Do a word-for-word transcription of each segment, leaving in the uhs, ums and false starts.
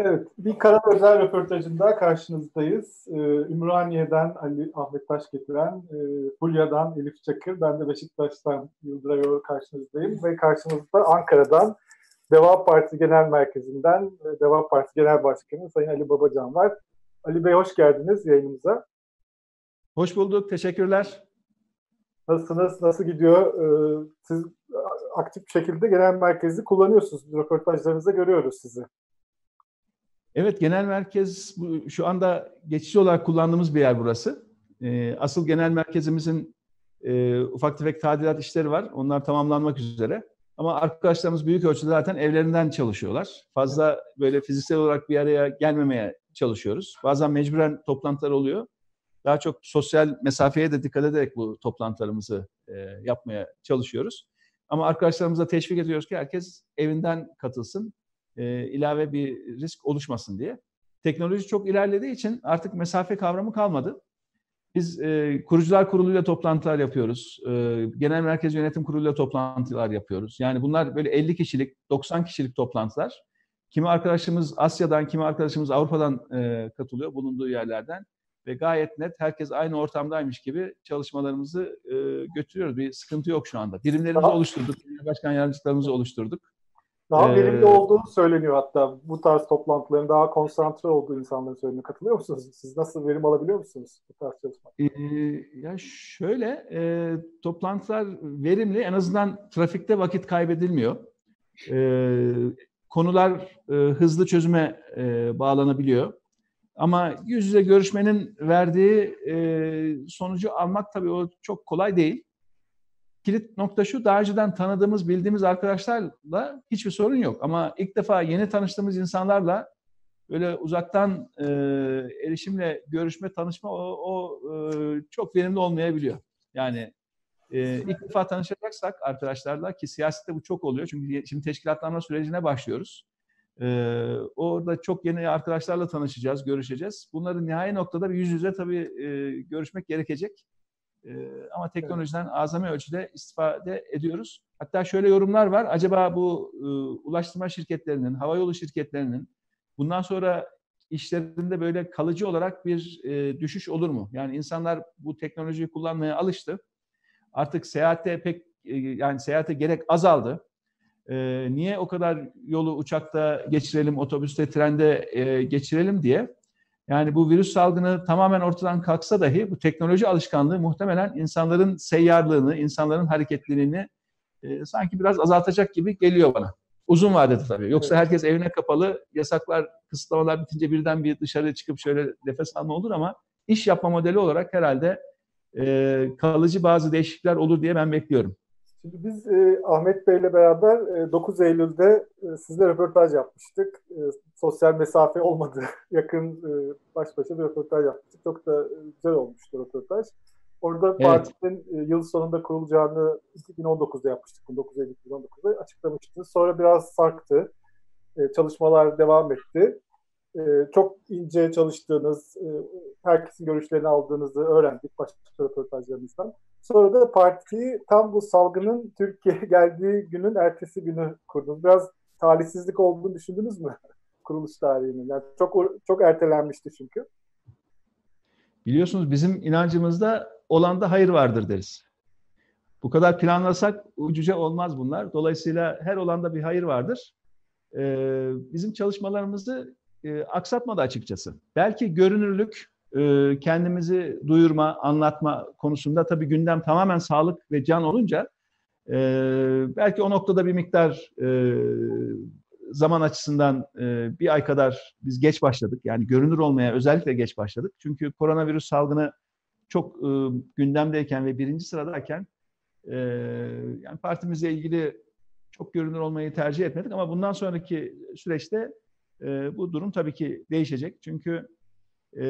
Evet, bir Karar Özel röportajında karşınızdayız. Ee, Ümraniye'den Ali Ahmet Taş getiren, e, Fulya'dan Elif Çakır, ben de Beşiktaş'tan Yıldıray Oğur karşınızdayım. Ve karşımızda Ankara'dan Deva Partisi Genel Merkezi'nden e, Deva Partisi Genel Başkanı Sayın Ali Babacan var. Ali Bey hoş geldiniz yayınımıza. Hoş bulduk, teşekkürler. Nasılsınız, nasıl gidiyor? Ee, siz aktif bir şekilde genel merkezi kullanıyorsunuz. Röportajlarınızda görüyoruz sizi. Evet, genel merkez şu anda geçici olarak kullandığımız bir yer burası. Asıl genel merkezimizin ufak tefek tadilat işleri var. Onlar tamamlanmak üzere. Ama arkadaşlarımız büyük ölçüde zaten evlerinden çalışıyorlar. Fazla böyle fiziksel olarak bir araya gelmemeye çalışıyoruz. Bazen mecburen toplantılar oluyor. Daha çok sosyal mesafeye de dikkat ederek bu toplantılarımızı yapmaya çalışıyoruz. Ama arkadaşlarımıza teşvik ediyoruz ki herkes evinden katılsın. E, ilave bir risk oluşmasın diye. Teknoloji çok ilerlediği için artık mesafe kavramı kalmadı. Biz e, kurucular kuruluyla toplantılar yapıyoruz. E, Genel Merkez Yönetim Kurulu'yla toplantılar yapıyoruz. Yani bunlar böyle elli kişilik, doksan kişilik toplantılar. Kimi arkadaşımız Asya'dan, kimi arkadaşımız Avrupa'dan e, katılıyor bulunduğu yerlerden. Ve gayet net herkes aynı ortamdaymış gibi çalışmalarımızı e, götürüyoruz. Bir sıkıntı yok şu anda. Birimlerimizi oluşturduk, başkan yardımcılarımızı oluşturduk. Daha verimli olduğunu söyleniyor hatta. Bu tarz toplantıların daha konsantre olduğu insanların söyleniyor. Katılıyor musunuz? Siz nasıl verim alabiliyor musunuz bu tarz çalışmalar? Ee, ya şöyle, e, toplantılar verimli. En azından trafikte vakit kaybedilmiyor. E, konular e, hızlı çözüme e, bağlanabiliyor. Ama yüz yüze görüşmenin verdiği e, sonucu almak tabii o çok kolay değil. Kilit nokta şu, daha önceden tanıdığımız, bildiğimiz arkadaşlarla hiçbir sorun yok. Ama ilk defa yeni tanıştığımız insanlarla böyle uzaktan e, erişimle görüşme, tanışma o, o e, çok verimli olmayabiliyor. Yani e, ilk defa tanışacaksak arkadaşlarla, ki siyasette bu çok oluyor. Çünkü şimdi teşkilatlanma sürecine başlıyoruz. E, orada çok yeni arkadaşlarla tanışacağız, görüşeceğiz. Bunları nihai noktada bir yüz yüze tabii e, görüşmek gerekecek. Ee, ama teknolojiden evet. azami ölçüde istifade ediyoruz. Hatta şöyle yorumlar var. Acaba bu e, ulaştırma şirketlerinin, havayolu şirketlerinin bundan sonra işlerinde böyle kalıcı olarak bir e, düşüş olur mu? Yani insanlar bu teknolojiyi kullanmaya alıştı. Artık seyahate pek e, yani seyahate gerek azaldı. E, niye o kadar yolu uçakta geçirelim, otobüste, trende e, geçirelim diye. Yani bu virüs salgını tamamen ortadan kalksa dahi bu teknoloji alışkanlığı muhtemelen insanların seyyarlığını, insanların hareketliliğini e, sanki biraz azaltacak gibi geliyor bana. Uzun vadede tabii. Yoksa evet. herkes evine kapalı, yasaklar, kısıtlamalar bitince birden bir dışarı çıkıp şöyle nefes alma olur ama iş yapma modeli olarak herhalde e, kalıcı bazı değişiklikler olur diye ben bekliyorum. Şimdi biz e, Ahmet Bey'le beraber e, dokuz Eylül'de e, sizle röportaj yapmıştık. E, sosyal mesafe olmadı. Yakın e, baş başa bir röportaj yapmıştık. Çok da e, güzel olmuştu röportaj. Orada evet. partinin e, yıl sonunda kurulacağını iki bin on dokuzda yapmıştık. dokuz Eylül iki bin on dokuzda açıklamıştınız. Sonra biraz sarktı. E, çalışmalar devam etti. E, çok ince çalıştığınız, e, herkesin görüşlerini aldığınızı öğrendik başka röportajlarımızdan. Sonra da partiyi tam bu salgının Türkiye'ye geldiği günün ertesi günü kurdunuz. Biraz talihsizlik olduğunu düşündünüz mü kuruluş tarihinin? Yani çok çok ertelenmişti çünkü. Biliyorsunuz bizim inancımızda olanda hayır vardır deriz. Bu kadar planlasak ucuca olmaz bunlar. Dolayısıyla her olanda bir hayır vardır. Ee, bizim çalışmalarımızı e, aksatmadı açıkçası. Belki görünürlük, e, kendimizi duyurma, anlatma konusunda tabii gündem tamamen sağlık ve can olunca e, belki o noktada bir miktar e, zaman açısından e, bir ay kadar biz geç başladık. Yani görünür olmaya özellikle geç başladık. Çünkü koronavirüs salgını çok e, gündemdeyken ve birinci sıradayken e, yani partimizle ilgili çok görünür olmayı tercih etmedik ama bundan sonraki süreçte e, bu durum tabii ki değişecek. Çünkü e,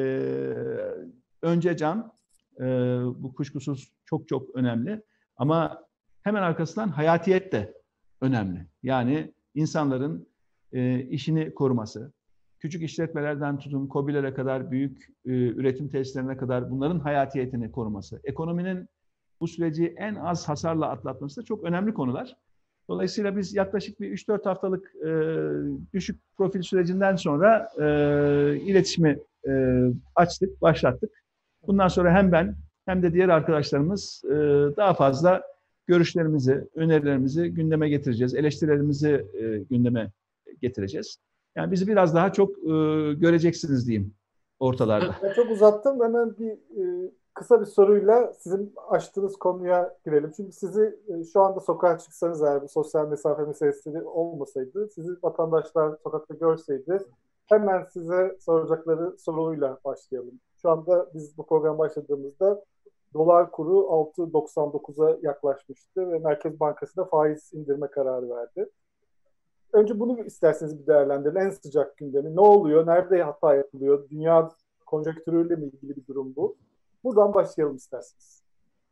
önce can, e, bu kuşkusuz çok çok önemli ama hemen arkasından hayatiyet de önemli. Yani insanların e, işini koruması, küçük işletmelerden tutun KOBİ'lere kadar, büyük e, üretim tesislerine kadar bunların hayatiyetini koruması, ekonominin bu süreci en az hasarla atlatması da çok önemli konular. Dolayısıyla biz yaklaşık bir üç dört haftalık e, düşük profil sürecinden sonra e, iletişimi e, açtık, başlattık. Bundan sonra hem ben hem de diğer arkadaşlarımız e, daha fazla görüşlerimizi, önerilerimizi gündeme getireceğiz. Eleştirilerimizi e, gündeme getireceğiz. Yani bizi biraz daha çok e, göreceksiniz diyeyim ortalarda. Ben çok uzattım. Hemen bir e, kısa bir soruyla sizin açtığınız konuya girelim. Çünkü sizi e, şu anda sokağa çıksanız eğer bu sosyal mesafe meselesi olmasaydı, sizi vatandaşlar sokakta görseydi hemen size soracakları soruyla başlayalım. Şu anda biz bu program başladığımızda dolar kuru altı virgül doksan dokuza yaklaşmıştı ve Merkez Bankası da faiz indirme kararı verdi. Önce bunu isterseniz bir değerlendirelim. En sıcak gündemi. Ne oluyor? Nerede hata yapılıyor? Dünya konjonktürüyle mi ilgili bir durum bu? Buradan başlayalım isterseniz.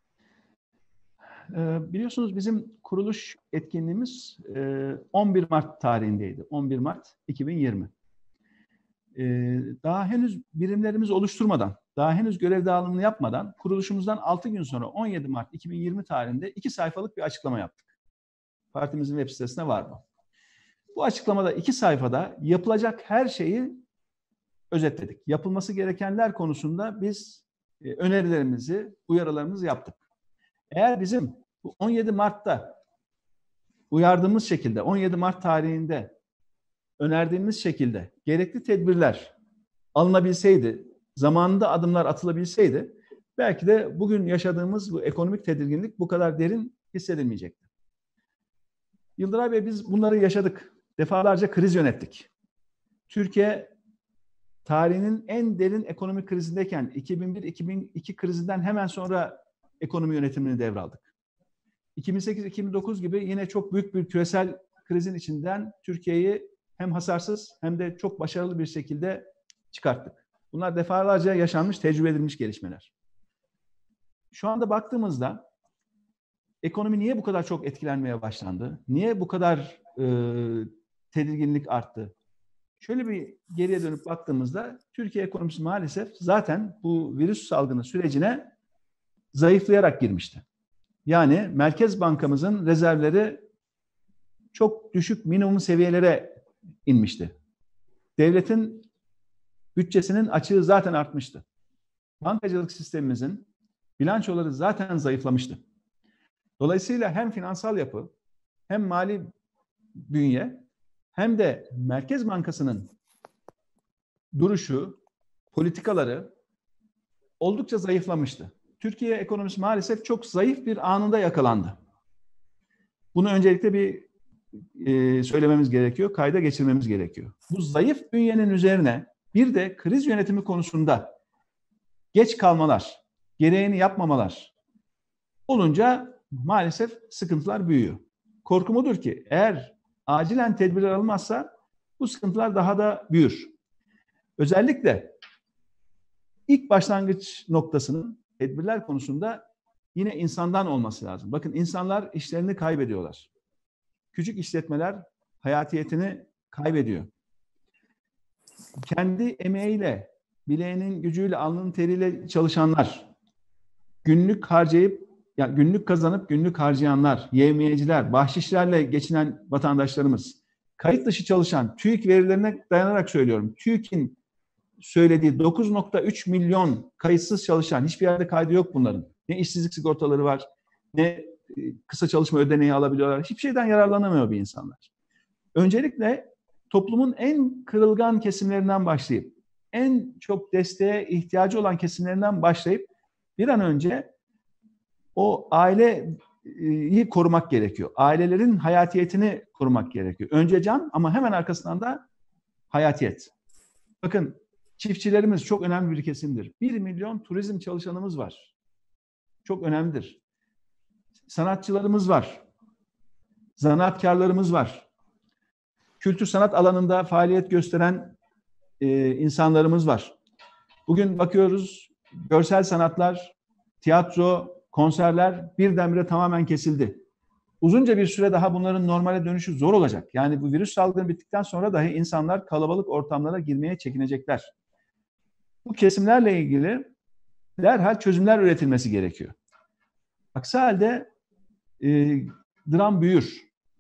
Ee, biliyorsunuz bizim kuruluş etkinliğimiz e, on bir Mart tarihindeydi. on bir Mart iki bin yirmi. Ee, daha henüz birimlerimizi oluşturmadan, daha henüz görev dağılımını yapmadan kuruluşumuzdan altı gün sonra on yedi Mart iki bin yirmi tarihinde iki sayfalık bir açıklama yaptık. Partimizin web sitesinde var bu. Bu açıklamada iki sayfada yapılacak her şeyi özetledik. Yapılması gerekenler konusunda biz e, önerilerimizi, uyarılarımızı yaptık. Eğer bizim bu on yedi Mart'ta uyardığımız şekilde, on yedi Mart tarihinde önerdiğimiz şekilde gerekli tedbirler alınabilseydi, zamanında adımlar atılabilseydi, belki de bugün yaşadığımız bu ekonomik tedirginlik bu kadar derin hissedilmeyecekti. Yıldıray Bey, biz bunları yaşadık. Defalarca kriz yönettik. Türkiye tarihinin en derin ekonomik krizindeyken iki bin bir iki bin iki krizinden hemen sonra ekonomi yönetimini devraldık. iki bin sekiz iki bin dokuz gibi yine çok büyük bir küresel krizin içinden Türkiye'yi hem hasarsız hem de çok başarılı bir şekilde çıkarttık. Bunlar defalarca yaşanmış, tecrübe edilmiş gelişmeler. Şu anda baktığımızda ekonomi niye bu kadar çok etkilenmeye başlandı? Niye bu kadar e, tedirginlik arttı? Şöyle bir geriye dönüp baktığımızda Türkiye ekonomisi maalesef zaten bu virüs salgını sürecine zayıflayarak girmişti. Yani Merkez Bankamızın rezervleri çok düşük minimum seviyelere inmişti. Devletin bütçesinin açığı zaten artmıştı. Bankacılık sistemimizin bilançoları zaten zayıflamıştı. Dolayısıyla hem finansal yapı, hem mali bünye, hem de Merkez Bankası'nın duruşu, politikaları oldukça zayıflamıştı. Türkiye ekonomisi maalesef çok zayıf bir anında yakalandı. Bunu öncelikle bir e, söylememiz gerekiyor, kayda geçirmemiz gerekiyor. Bu zayıf bünyenin üzerine bir de kriz yönetimi konusunda geç kalmalar, gereğini yapmamalar olunca maalesef sıkıntılar büyüyor. Korkum odur ki eğer acilen tedbirler alınmazsa bu sıkıntılar daha da büyür. Özellikle ilk başlangıç noktasının tedbirler konusunda yine insandan olması lazım. Bakın, insanlar işlerini kaybediyorlar. Küçük işletmeler hayatiyetini kaybediyor. Kendi emeğiyle, bileğinin gücüyle, alnının teriyle çalışanlar, günlük harcayıp, yani günlük kazanıp günlük harcayanlar, yevmiyeciler, bahşişlerle geçinen vatandaşlarımız, kayıt dışı çalışan, TÜİK verilerine dayanarak söylüyorum, TÜİK'in söylediği dokuz nokta üç milyon kayıtsız çalışan, hiçbir yerde kaydı yok bunların. Ne işsizlik sigortaları var, ne kısa çalışma ödeneği alabiliyorlar. Hiçbir şeyden yararlanamıyor bir insanlar. Öncelikle toplumun en kırılgan kesimlerinden başlayıp, en çok desteğe ihtiyacı olan kesimlerinden başlayıp bir an önce o aileyi korumak gerekiyor. Ailelerin hayatiyetini korumak gerekiyor. Önce can, ama hemen arkasından da hayatiyet. Bakın, çiftçilerimiz çok önemli bir kesimdir. Bir milyon turizm çalışanımız var. Çok önemlidir. Sanatçılarımız var. Zanaatkarlarımız var. Kültür sanat alanında faaliyet gösteren e, insanlarımız var. Bugün bakıyoruz, görsel sanatlar, tiyatro, konserler birdenbire tamamen kesildi. Uzunca bir süre daha bunların normale dönüşü zor olacak. Yani bu virüs salgını bittikten sonra dahi insanlar kalabalık ortamlara girmeye çekinecekler. Bu kesimlerle ilgili derhal çözümler üretilmesi gerekiyor. Aksi halde e, dram büyür.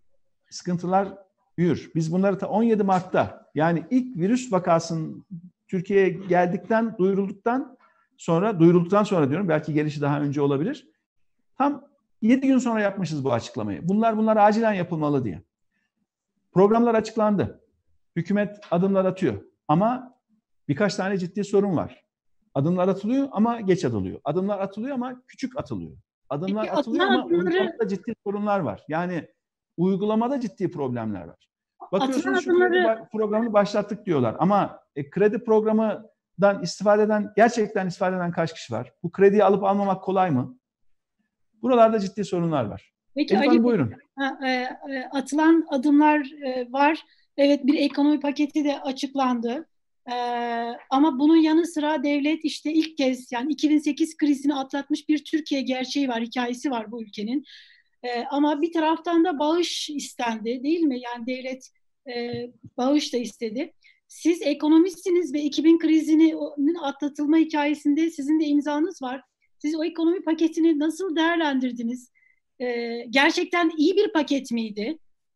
sıkıntılar büyür. Biz bunları ta on yedi Mart'ta, yani ilk virüs vakasının Türkiye'ye geldikten, duyurulduktan sonra, duyurulduktan sonra diyorum, belki gelişi daha önce olabilir. Tam yedi gün sonra yapmışız bu açıklamayı. Bunlar bunlar acilen yapılmalı diye. Programlar açıklandı. Hükümet adımlar atıyor. Ama birkaç tane ciddi sorun var. Adımlar atılıyor ama geç atılıyor. Adımlar atılıyor ama küçük atılıyor. Adımlar Peki atılıyor atılan ama adımları, uygulamada ciddi sorunlar var. Yani uygulamada ciddi problemler var. atılan Bakıyorsunuz şu kredi adımları, ba- programını başlattık diyorlar. Ama e, kredi programından istifade eden, gerçekten istifade eden kaç kişi var? Bu krediyi alıp almamak kolay mı? Buralarda ciddi sorunlar var. peki Elif Ali Hanım Bey, buyurun. ha, e, e, atılan adımlar e, var. Evet, bir ekonomi paketi de açıklandı. E, ama bunun yanı sıra devlet işte ilk kez, yani iki bin sekiz krizini atlatmış bir Türkiye gerçeği var, hikayesi var bu ülkenin. E, ama bir taraftan da bağış istendi, değil mi? Yani devlet e, bağış da istedi. Siz ekonomistsiniz ve iki bin krizinin atlatılma hikayesinde sizin de imzanız var. Siz o ekonomi paketini nasıl değerlendirdiniz? Ee, gerçekten iyi bir paket miydi?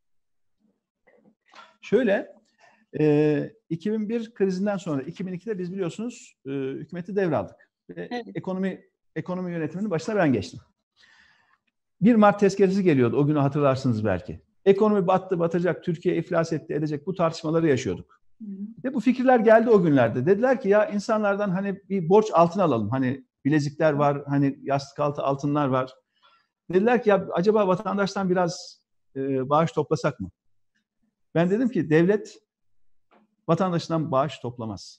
Şöyle, e, iki bin bir krizinden sonra iki bin ikide biz biliyorsunuz e, hükümeti devraldık. Ve Evet. ekonomi ekonomi yönetiminin başına ben geçtim. bir Mart tezkeresi geliyordu. O günü hatırlarsınız belki. Ekonomi battı, batacak, Türkiye iflas etti, edecek, bu tartışmaları yaşıyorduk. Hı hı. Ve bu fikirler geldi o günlerde. Dediler ki ya insanlardan hani bir borç altın alalım. Hani bilezikler var, hani yastık altı altınlar var. Dediler ki ya acaba vatandaştan biraz e, bağış toplasak mı? Ben dedim ki devlet vatandaşından bağış toplamaz.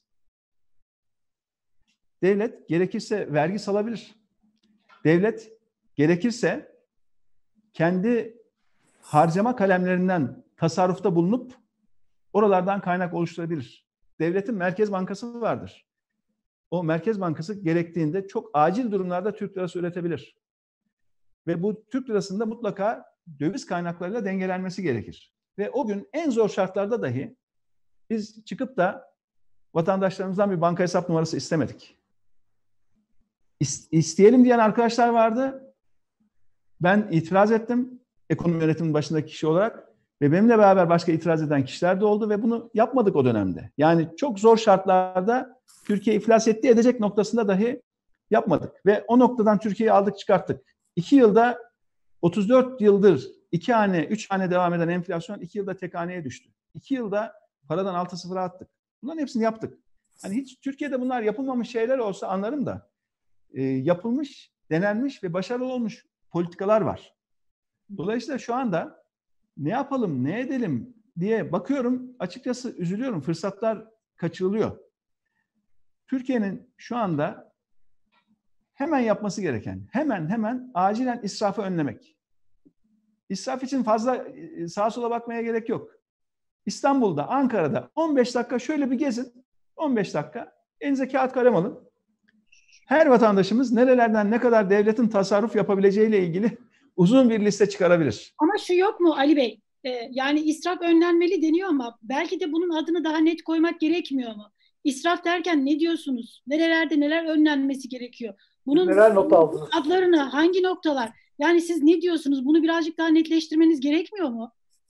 Devlet gerekirse vergi salabilir. Devlet gerekirse kendi harcama kalemlerinden tasarrufta bulunup oralardan kaynak oluşturabilir. Devletin Merkez Bankası vardır. O Merkez Bankası gerektiğinde çok acil durumlarda Türk lirası üretebilir. Ve bu Türk lirasında mutlaka döviz kaynaklarıyla dengelenmesi gerekir. Ve o gün en zor şartlarda dahi biz çıkıp da vatandaşlarımızdan bir banka hesap numarası istemedik. İsteyelim diyen arkadaşlar vardı. Ben itiraz ettim ekonomi yönetiminin başındaki kişi olarak ve benimle beraber başka itiraz eden kişiler de oldu ve bunu yapmadık o dönemde. Yani çok zor şartlarda Türkiye iflas etti edecek noktasında dahi yapmadık ve o noktadan Türkiye'yi aldık çıkarttık. İki yılda otuz dört yıldır iki hane, üç hane devam eden enflasyon iki yılda tek haneye düştü. İki yılda paradan altı sıfıra attık. Bunların hepsini yaptık. Hani hiç Türkiye'de bunlar yapılmamış şeyler olsa anlarım da e, yapılmış, denenmiş ve başarılı olmuş politikalar var. Dolayısıyla şu anda ne yapalım, ne edelim diye bakıyorum. Açıkçası üzülüyorum. Fırsatlar kaçırılıyor. Türkiye'nin şu anda hemen yapması gereken, hemen hemen acilen israfı önlemek. İsraf için fazla sağa sola bakmaya gerek yok. İstanbul'da, Ankara'da on beş dakika şöyle bir gezin. on beş dakika elinize kağıt kalem alın. Her vatandaşımız nerelerden ne kadar devletin tasarruf yapabileceğiyle ilgili uzun bir liste çıkarabilir. Ama şu yok mu Ali Bey? Ee, yani israf önlenmeli deniyor ama belki de bunun adını daha net koymak gerekmiyor mu? İsraf derken ne diyorsunuz? Nerelerde neler önlenmesi gerekiyor? Bunun Neler not aldınız? adlarını, hangi noktalar? Yani siz ne diyorsunuz? Bunu birazcık daha netleştirmeniz gerekmiyor mu?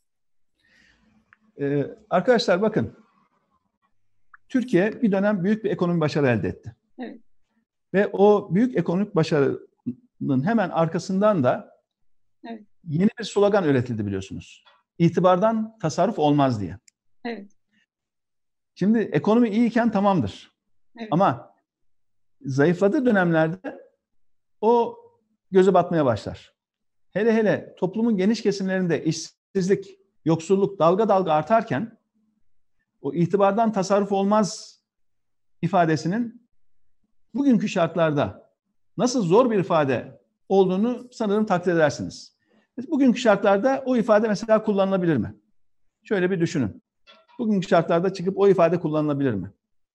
Ee, arkadaşlar bakın. Türkiye bir dönem büyük bir ekonomi başarı elde etti. Evet. Ve o büyük ekonomik başarının hemen arkasından da evet. yeni bir slogan üretildi biliyorsunuz. İtibardan tasarruf olmaz diye. Evet. Şimdi ekonomi iyiyken tamamdır. Evet. Ama zayıfladığı dönemlerde o göze batmaya başlar. Hele hele toplumun geniş kesimlerinde işsizlik, yoksulluk dalga dalga artarken o itibardan tasarruf olmaz ifadesinin bugünkü şartlarda nasıl zor bir ifade olduğunu sanırım takdir edersiniz. Bugünkü şartlarda o ifade mesela kullanılabilir mi? Şöyle bir düşünün. Bugünkü şartlarda çıkıp o ifade kullanılabilir mi?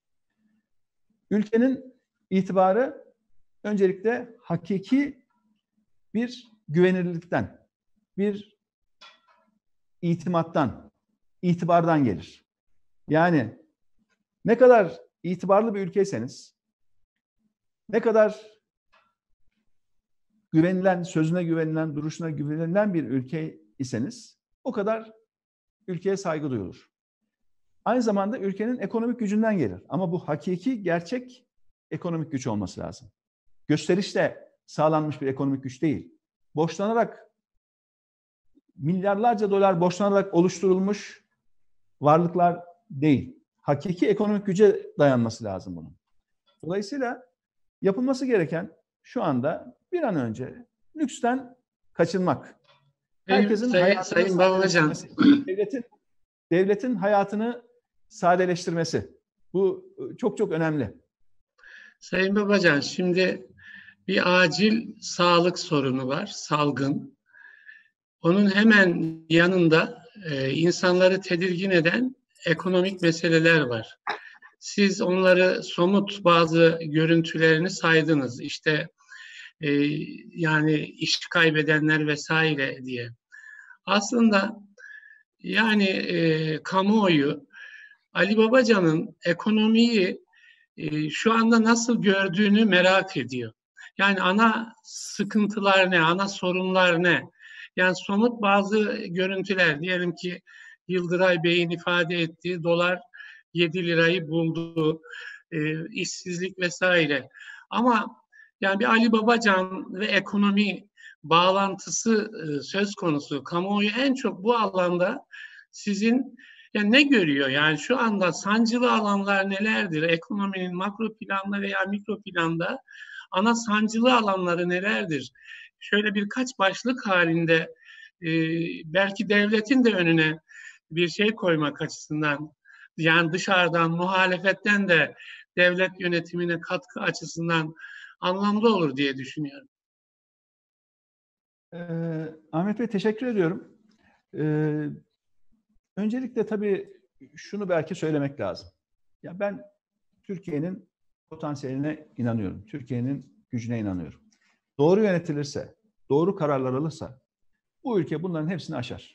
Ülkenin itibarı öncelikle hakiki bir güvenilirlikten, bir itimattan, itibardan gelir. Yani ne kadar itibarlı bir ülkeyseniz, ne kadar güvenilen, sözüne güvenilen, duruşuna güvenilen bir ülke iseniz o kadar ülkeye saygı duyulur. Aynı zamanda ülkenin ekonomik gücünden gelir. Ama bu hakiki, gerçek ekonomik güç olması lazım. Gösterişle sağlanmış bir ekonomik güç değil. Borçlanarak, milyarlarca dolar borçlanarak oluşturulmuş varlıklar değil. Hakiki ekonomik güce dayanması lazım bunun. Dolayısıyla yapılması gereken şu anda bir an önce lüksten kaçınmak. Herkesin Sayın, hayatını Sayın Babacan, devletin, devletin hayatını sadeleştirmesi. Bu çok çok önemli. Sayın Babacan, şimdi bir acil sağlık sorunu var, salgın. Onun hemen yanında e, insanları tedirgin eden ekonomik meseleler var. Siz onları somut bazı görüntülerini saydınız. İşte e, yani iş kaybedenler vesaire diye. Aslında yani e, kamuoyu Ali Babacan'ın ekonomiyi e, şu anda nasıl gördüğünü merak ediyor. Yani ana sıkıntılar ne, ana sorunlar ne? Yani somut bazı görüntüler, diyelim ki Yıldıray Bey'in ifade ettiği dolar yedi lirayı buldu, e, işsizlik vesaire. Ama yani bir Ali Babacan ve ekonomi bağlantısı e, söz konusu. Kamuoyu en çok bu alanda sizin yani ne görüyor? Yani şu anda sancılı alanlar nelerdir? Ekonominin makro planda veya mikro planda ana sancılı alanları nelerdir? Şöyle birkaç başlık halinde e, belki devletin de önüne bir şey koymak açısından, yani dışarıdan, muhalefetten de devlet yönetimine katkı açısından anlamlı olur diye düşünüyorum. Ee, Ahmet Bey, teşekkür ediyorum. Ee, öncelikle tabii şunu belki söylemek lazım. Ya ben Türkiye'nin potansiyeline inanıyorum. Türkiye'nin gücüne inanıyorum. Doğru yönetilirse, doğru kararlar alırsa bu ülke bunların hepsini aşar.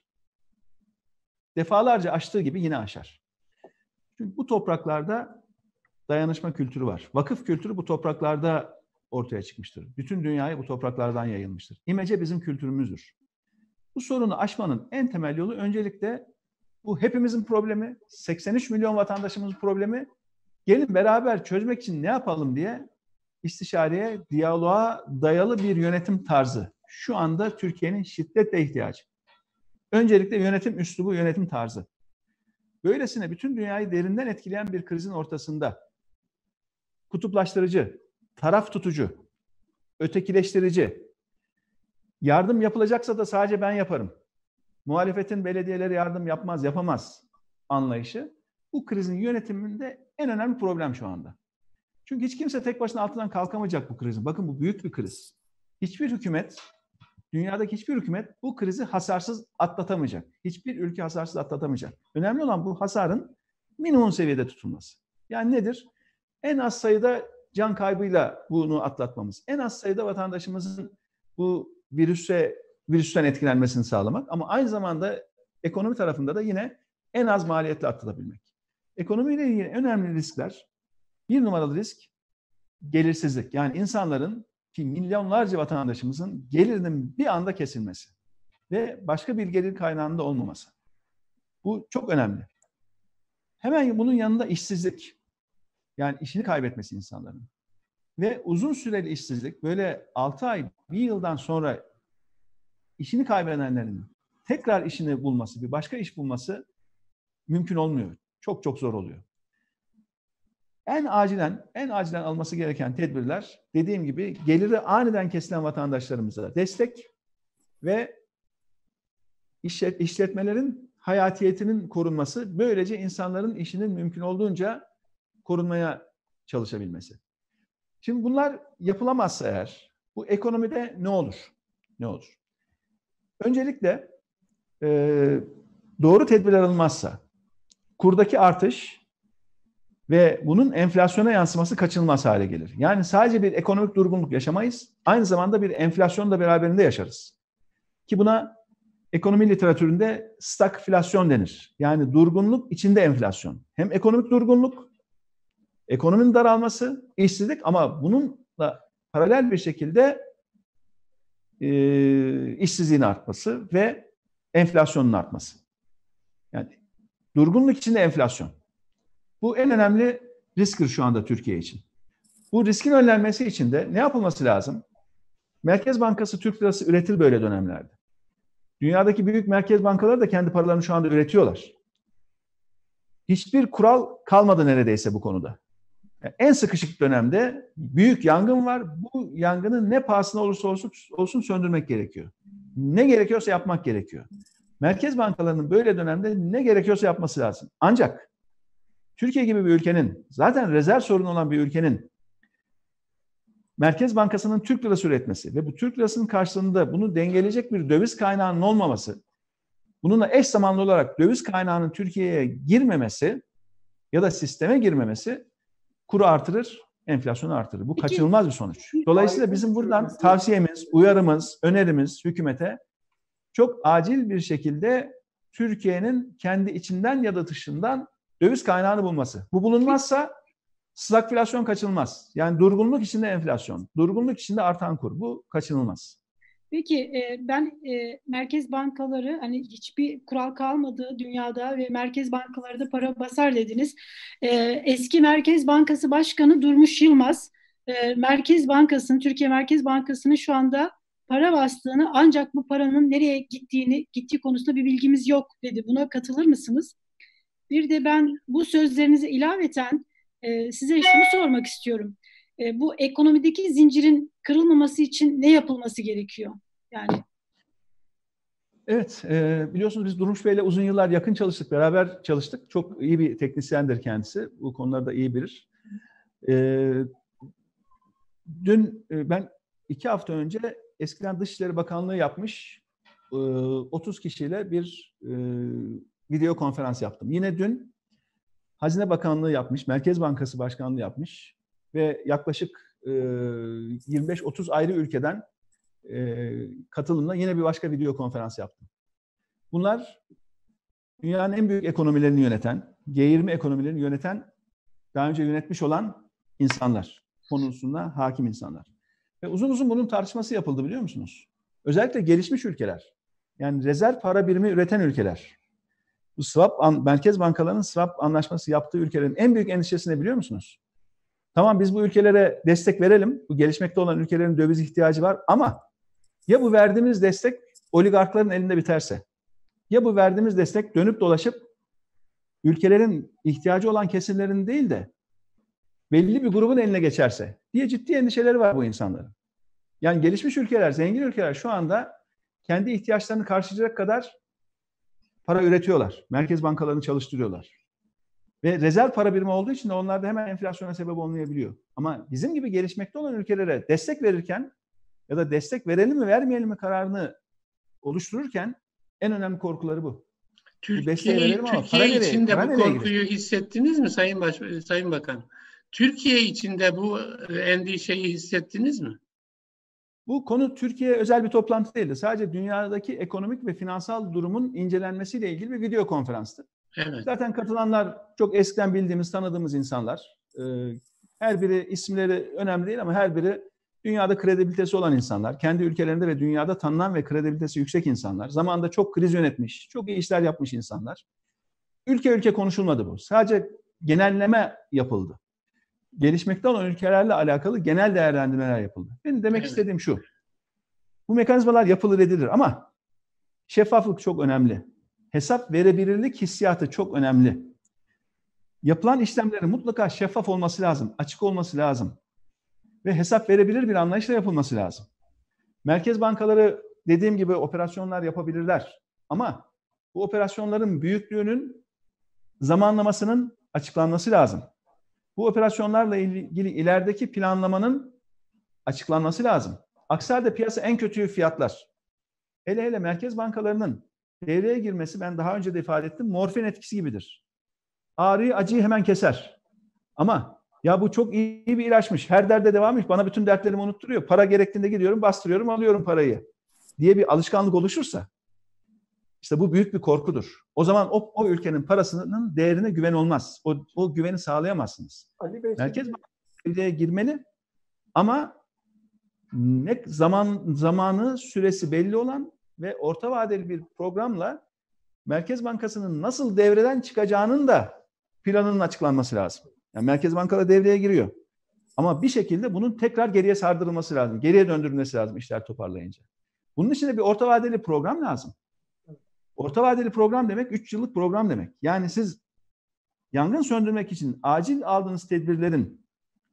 Defalarca aştığı gibi yine aşar. Çünkü bu topraklarda dayanışma kültürü var. Vakıf kültürü bu topraklarda ortaya çıkmıştır. Bütün dünyaya bu topraklardan yayılmıştır. İmece bizim kültürümüzdür. Bu sorunu aşmanın en temel yolu öncelikle bu hepimizin problemi, seksen üç milyon vatandaşımızın problemi. Gelin beraber çözmek için ne yapalım diye istişareye, diyaloğa dayalı bir yönetim tarzı. Şu anda Türkiye'nin şiddetle ihtiyacı. Öncelikle yönetim üslubu, yönetim tarzı. Böylesine bütün dünyayı derinden etkileyen bir krizin ortasında kutuplaştırıcı, taraf tutucu, ötekileştirici, yardım yapılacaksa da sadece ben yaparım, muhalefetin belediyeleri yardım yapmaz, yapamaz anlayışı bu krizin yönetiminde en önemli problem şu anda. Çünkü hiç kimse tek başına altından kalkamayacak bu krizin. Bakın, bu büyük bir kriz. Hiçbir hükümet, dünyadaki hiçbir hükümet bu krizi hasarsız atlatamayacak. Hiçbir ülke hasarsız atlatamayacak. Önemli olan bu hasarın minimum seviyede tutulması. Yani nedir? En az sayıda can kaybıyla bunu atlatmamız. En az sayıda vatandaşımızın bu virüse, virüsten etkilenmesini sağlamak. Ama aynı zamanda ekonomi tarafında da yine en az maliyetle atlatabilmek. Ekonomiyle ilgili önemli riskler, bir numaralı risk gelirsizlik. Yani insanların, ki milyonlarca vatandaşımızın gelirinin bir anda kesilmesi ve başka bir gelir kaynağında olmaması. Bu çok önemli. Hemen bunun yanında işsizlik. Yani işini kaybetmesi insanların. Ve uzun süreli işsizlik, böyle altı ay, bir yıldan sonra işini kaybedenlerin tekrar işini bulması, bir başka iş bulması mümkün olmuyor. Çok çok zor oluyor. En acilen, en acilen alması gereken tedbirler, dediğim gibi geliri aniden kesilen vatandaşlarımıza destek ve işlet, işletmelerin hayatiyetinin korunması, böylece insanların işinin mümkün olduğunca korunmaya çalışabilmesi. Şimdi bunlar yapılamazsa eğer, bu ekonomide ne olur? Ne olur? Öncelikle e, doğru tedbirler alınmazsa, kurdaki artış ve bunun enflasyona yansıması kaçınılmaz hale gelir. Yani sadece bir ekonomik durgunluk yaşamayız, aynı zamanda bir enflasyon da beraberinde yaşarız. Ki buna ekonomi literatüründe stagflasyon denir. Yani durgunluk içinde enflasyon. Hem ekonomik durgunluk, ekonominin daralması, işsizlik, ama bununla paralel bir şekilde e, işsizliğin artması ve enflasyonun artması. Yani Durgunluk içinde enflasyon. Bu en önemli risktir şu anda Türkiye için. Bu riskin önlenmesi için de ne yapılması lazım? Merkez Bankası Türk lirası üretir böyle dönemlerde. Dünyadaki büyük merkez bankaları da kendi paralarını şu anda üretiyorlar. Hiçbir kural kalmadı neredeyse bu konuda. Yani en sıkışık dönemde büyük yangın var. Bu yangını ne pahasına olursa olsun, olsun söndürmek gerekiyor. Ne gerekiyorsa yapmak gerekiyor. Merkez bankalarının böyle dönemde ne gerekiyorsa yapması lazım. Ancak Türkiye gibi bir ülkenin, zaten rezerv sorunu olan bir ülkenin Merkez Bankası'nın Türk lirası üretmesi ve bu Türk lirasının karşılığında bunu dengeleyecek bir döviz kaynağının olmaması, bununla eş zamanlı olarak döviz kaynağının Türkiye'ye girmemesi ya da sisteme girmemesi kuru artırır, enflasyonu artırır. Bu kaçınılmaz bir sonuç. Dolayısıyla bizim buradan tavsiyemiz, uyarımız, önerimiz hükümete çok acil bir şekilde Türkiye'nin kendi içinden ya da dışından döviz kaynağını bulması. Bu bulunmazsa stagflasyon kaçınılmaz. Yani durgunluk içinde enflasyon, durgunluk içinde artan kur. Bu kaçınılmaz. Peki e, ben e, merkez bankaları hani hiçbir kural kalmadığı dünyada ve merkez bankaları da para basar dediniz. E, eski Merkez Bankası Başkanı Durmuş Yılmaz, e, Merkez Bankası'nın, Türkiye Merkez Bankası'nın şu anda para bastığını ancak bu paranın nereye gittiğini, gittiği konusunda bir bilgimiz yok dedi. Buna katılır mısınız? Bir de ben bu sözlerinize ilaveten e, size şunu sormak istiyorum. E, bu ekonomideki zincirin kırılmaması için ne yapılması gerekiyor? Yani. Evet, e, biliyorsunuz biz Durmuş Bey'le uzun yıllar yakın çalıştık, beraber çalıştık. Çok iyi bir teknisyendir kendisi. Bu konularda iyi bilir. E, dün e, ben iki hafta önce eskiden Dışişleri Bakanlığı yapmış e, otuz kişiyle bir e, video konferans yaptım. Yine dün Hazine Bakanlığı yapmış, Merkez Bankası Başkanlığı yapmış ve yaklaşık e, yirmi beş otuz ayrı ülkeden e, katılımla yine bir başka video konferans yaptım. Bunlar dünyanın en büyük ekonomilerini yöneten, G yirmi ekonomilerini yöneten, daha önce yönetmiş olan insanlar, konusunda hakim insanlar. Ve uzun uzun bunun tartışması yapıldı biliyor musunuz? Özellikle gelişmiş ülkeler, yani rezerv para birimi üreten ülkeler. Bu swap, merkez bankalarının swap anlaşması yaptığı ülkelerin en büyük endişesi ne biliyor musunuz? Tamam biz bu ülkelere destek verelim. Bu gelişmekte olan ülkelerin döviz ihtiyacı var ama ya bu verdiğimiz destek oligarkların elinde biterse, ya bu verdiğimiz destek dönüp dolaşıp ülkelerin ihtiyacı olan kesimlerin değil de belli bir grubun eline geçerse diye ciddi endişeleri var bu insanların. Yani gelişmiş ülkeler, zengin ülkeler şu anda kendi ihtiyaçlarını karşılayacak kadar para üretiyorlar. Merkez bankalarını çalıştırıyorlar. Ve rezerv para birimi olduğu için de onlar da hemen enflasyona sebep olmayabiliyor. Ama bizim gibi gelişmekte olan ülkelere destek verirken ya da destek verelim mi vermeyelim mi kararını oluştururken en önemli korkuları bu. Türkiye, bu Türkiye içinde para bu korkuyu girecek? Hissettiniz mi Sayın Baş, Sayın Bakan? Türkiye içinde bu endişeyi hissettiniz mi? Bu konu Türkiye özel bir toplantı değildi. Sadece dünyadaki ekonomik ve finansal durumun incelenmesiyle ilgili bir video konferanstı. Evet. Zaten katılanlar çok eskiden bildiğimiz, tanıdığımız insanlar. Her biri isimleri önemli değil ama her biri dünyada kredibilitesi olan insanlar. Kendi ülkelerinde ve dünyada tanınan ve kredibilitesi yüksek insanlar. Zamanında çok kriz yönetmiş, çok iyi işler yapmış insanlar. Ülke ülke konuşulmadı bu. Sadece genelleme yapıldı. Gelişmekte olan ülkelerle alakalı genel değerlendirmeler yapıldı. Benim demek evet. istediğim şu. Bu mekanizmalar yapılır edilir ama şeffaflık çok önemli. Hesap verebilirlik hissiyatı çok önemli. Yapılan işlemlerin mutlaka şeffaf olması lazım, açık olması lazım. Ve hesap verebilir bir anlayışla yapılması lazım. Merkez bankaları dediğim gibi operasyonlar yapabilirler. Ama bu operasyonların büyüklüğünün zamanlamasının açıklanması lazım. Bu operasyonlarla ilgili ilerideki planlamanın açıklanması lazım. Aksi halde piyasa en kötü fiyatlar. Hele hele merkez bankalarının devreye girmesi, ben daha önce de ifade ettim, morfin etkisi gibidir. Ağrıyı, acıyı hemen keser. Ama ya bu çok iyi bir ilaçmış, her derde devammış, bana bütün dertlerimi unutturuyor. Para gerektiğinde gidiyorum, bastırıyorum, alıyorum parayı diye bir alışkanlık oluşursa, işte bu büyük bir korkudur. O zaman o, o ülkenin parasının değerine güven olmaz. O, o güveni sağlayamazsınız. Ali Bey, merkez bankaya girmeli ama ne zaman zamanı süresi belli olan ve orta vadeli bir programla Merkez Bankası'nın nasıl devreden çıkacağının da planının açıklanması lazım. Yani Merkez Bankaları devreye giriyor. Ama bir şekilde bunun tekrar geriye sardırılması lazım. Geriye döndürülmesi lazım işler toparlayınca. Bunun için de bir orta vadeli program lazım. Orta vadeli program demek üç yıllık program demek. Yani siz yangın söndürmek için acil aldığınız tedbirlerin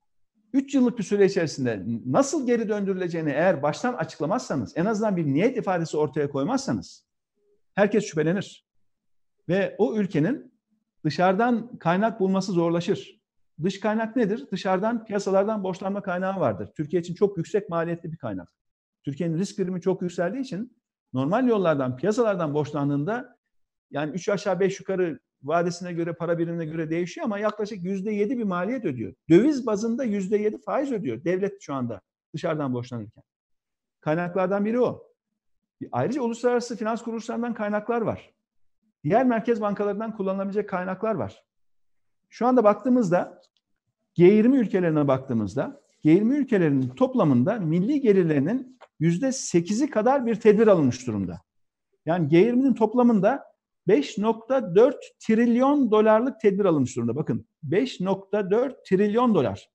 üç yıllık bir süre içerisinde nasıl geri döndürüleceğini eğer baştan açıklamazsanız, en azından bir niyet ifadesi ortaya koymazsanız herkes şüphelenir. Ve o ülkenin dışarıdan kaynak bulması zorlaşır. Dış kaynak nedir? Dışarıdan piyasalardan borçlanma kaynağı vardır. Türkiye için çok yüksek maliyetli bir kaynak. Türkiye'nin risk birimi çok yükseldiği için normal yollardan, piyasalardan borçlandığında yani üç aşağı beş yukarı vadesine göre, para birimine göre değişiyor ama yaklaşık yüzde yedi bir maliyet ödüyor. Döviz bazında yüzde yedi faiz ödüyor devlet şu anda dışarıdan borçlanırken. Kaynaklardan biri o. Ayrıca uluslararası finans kuruluşlarından kaynaklar var. Diğer merkez bankalarından kullanılabilecek kaynaklar var. Şu anda baktığımızda G yirmi ülkelerine baktığımızda G yirmi ülkelerinin toplamında milli gelirlerinin yüzde sekizi kadar bir tedbir alınmış durumda. Yani G yirminin toplamında beş nokta dört trilyon dolarlık tedbir alınmış durumda. Bakın beş nokta dört trilyon dolar.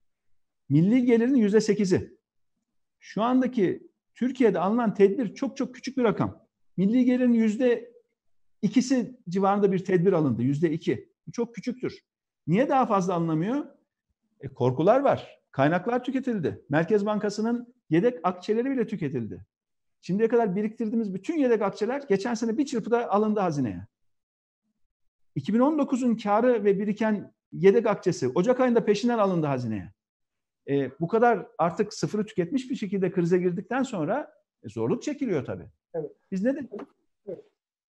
Milli gelirin yüzde sekizi. Şu andaki Türkiye'de alınan tedbir çok çok küçük bir rakam. Milli gelirin yüzde ikisi civarında bir tedbir alındı. Yüzde iki. Bu çok küçüktür. Niye daha fazla alınamıyor? E, korkular var. Kaynaklar tüketildi. Merkez Bankası'nın yedek akçeleri bile tüketildi. Şimdiye kadar biriktirdiğimiz bütün yedek akçeler geçen sene bir çırpıda alındı hazineye. iki bin on dokuzun karı ve biriken yedek akçesi Ocak ayında peşinden alındı hazineye. E, bu kadar artık sıfırı tüketmiş bir şekilde krize girdikten sonra e, zorluk çekiliyor tabii. Evet. Biz ne dedik? Evet.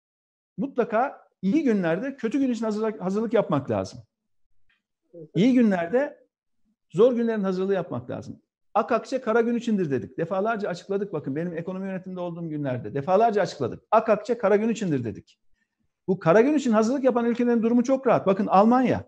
Mutlaka iyi günlerde kötü gün için hazırlık, hazırlık yapmak lazım. Evet. İyi günlerde zor günlerin hazırlığı yapmak lazım. Ak akçe kara gün içindir dedik. Defalarca açıkladık, bakın benim ekonomi yönetiminde olduğum günlerde. Defalarca açıkladık. Ak akçe kara gün içindir dedik. Bu kara gün için hazırlık yapan ülkelerin durumu çok rahat. Bakın Almanya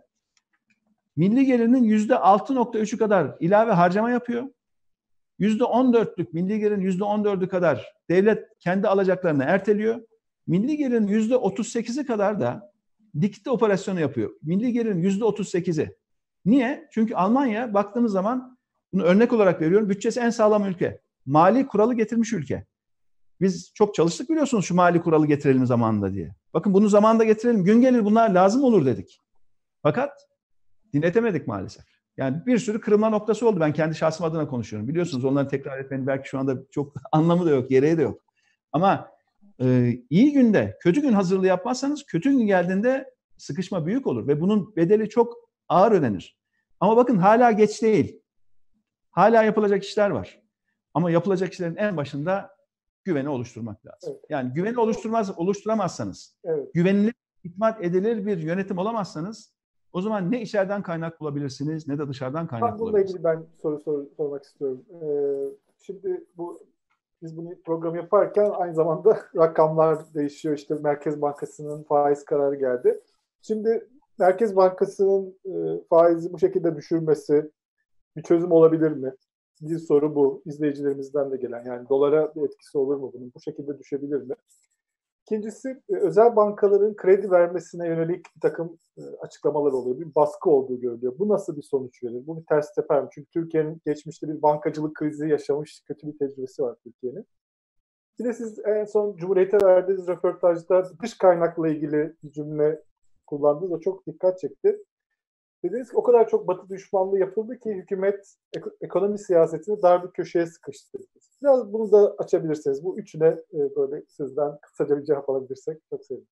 milli gelirinin yüzde altı nokta üçü kadar ilave harcama yapıyor. Yüzde on dörtlük milli gelirin yüzde on dördü kadar devlet kendi alacaklarını erteliyor. Milli gelirin yüzde otuz sekizi kadar da dikte operasyonu yapıyor. Milli gelirin yüzde otuz sekizi. Niye? Çünkü Almanya baktığımız zaman, bunu örnek olarak veriyorum, bütçesi en sağlam ülke. Mali kuralı getirmiş ülke. Biz çok çalıştık biliyorsunuz şu mali kuralı getirelim zamanında diye. Bakın bunu zamanında getirelim. Gün gelir bunlar lazım olur dedik. Fakat dinletemedik maalesef. Yani bir sürü kırılma noktası oldu. Ben kendi şahsım adına konuşuyorum. Biliyorsunuz onları tekrar etmenin belki şu anda çok anlamı da yok, gereği de yok. Ama e, iyi günde kötü gün hazırlığı yapmazsanız kötü gün geldiğinde sıkışma büyük olur ve bunun bedeli çok ağır ödenir. Ama bakın hala geç değil. Hala yapılacak işler var. Ama yapılacak işlerin en başında güveni oluşturmak lazım. Evet. Yani güveni oluşturmaz, oluşturamazsanız, evet. güvenilir, itimat edilir bir yönetim olamazsanız o zaman ne içeriden kaynak bulabilirsiniz ne de dışarıdan kaynak bulabilirsiniz. Bununla ilgili ben soru sor, sormak istiyorum. Ee, şimdi bu biz bunu programı yaparken aynı zamanda rakamlar değişiyor. İşte Merkez Bankası'nın faiz kararı geldi. Şimdi Merkez Bankası'nın e, faizi bu şekilde düşürmesi bir çözüm olabilir mi? Bir soru bu. İzleyicilerimizden de gelen. Yani dolara bir etkisi olur mu bunun? Bu şekilde düşebilir mi? İkincisi, özel bankaların kredi vermesine yönelik bir takım açıklamalar oluyor. Bir baskı olduğu görülüyor. Bu nasıl bir sonuç verir? Bu bir ters teper mi? Çünkü Türkiye'nin geçmişte bir bankacılık krizi yaşamış, kötü bir tecrübesi var Türkiye'nin. Bir de siz en son Cumhuriyet'e verdiğiniz röportajda dış kaynakla ilgili bir cümle kullandınız. O çok dikkat çekti. Dediniz ki o kadar çok Batı düşmanlığı yapıldı ki hükümet ek- ekonomi siyasetini dar bir köşeye sıkıştırdı. Biraz bunu da açabilirsiniz. Bu üçüne e, böyle sizden kısaca bir cevap alabilirsek çok sevinirim.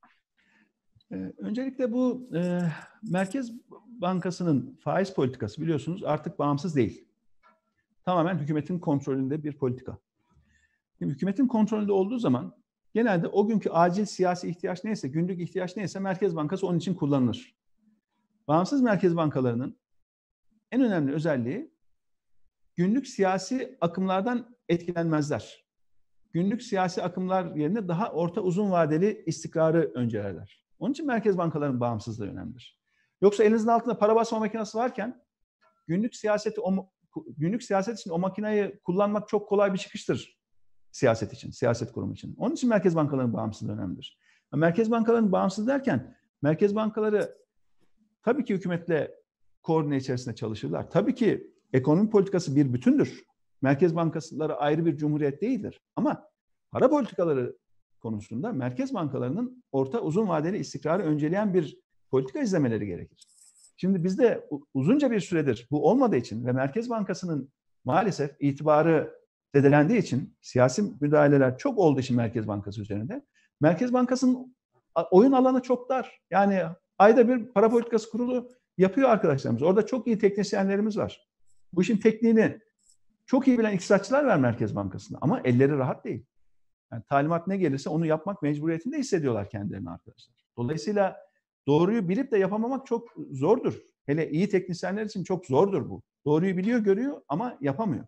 Ee, öncelikle bu e, Merkez Bankası'nın faiz politikası biliyorsunuz artık bağımsız değil. Tamamen hükümetin kontrolünde bir politika. Şimdi hükümetin kontrolünde olduğu zaman genelde o günkü acil siyasi ihtiyaç neyse, günlük ihtiyaç neyse Merkez Bankası onun için kullanılır. Bağımsız merkez bankalarının en önemli özelliği günlük siyasi akımlardan etkilenmezler. Günlük siyasi akımlar yerine daha orta uzun vadeli istikrarı öncelerler. Onun için merkez bankalarının bağımsızlığı önemlidir. Yoksa elinizin altında para basma makinesi varken günlük siyaseti o, günlük siyaset için o makineyi kullanmak çok kolay bir çıkıştır siyaset için, siyaset kurumu için. Onun için merkez bankalarının bağımsızlığı önemlidir. Merkez bankalarının bağımsız derken, merkez bankaları tabii ki hükümetle koordine içerisinde çalışırlar. Tabii ki ekonomi politikası bir bütündür. Merkez bankaları ayrı bir cumhuriyet değildir. Ama para politikaları konusunda merkez bankalarının orta uzun vadeli istikrarı önceleyen bir politika izlemeleri gerekir. Şimdi bizde uzunca bir süredir bu olmadığı için ve Merkez Bankası'nın maalesef itibarı zedelendiği için, siyasi müdahaleler çok olduğu için Merkez Bankası üzerinde, Merkez Bankası'nın oyun alanı çok dar. Yani ayda bir para politikası kurulu yapıyor arkadaşlarımız. Orada çok iyi teknisyenlerimiz var. Bu işin tekniğini çok iyi bilen iktisatçılar var Merkez Bankası'nda ama elleri rahat değil. Yani talimat ne gelirse onu yapmak mecburiyetinde hissediyorlar kendilerini arkadaşlar. Dolayısıyla doğruyu bilip de yapamamak çok zordur. Hele iyi teknisyenler için çok zordur bu. Doğruyu biliyor, görüyor ama yapamıyor.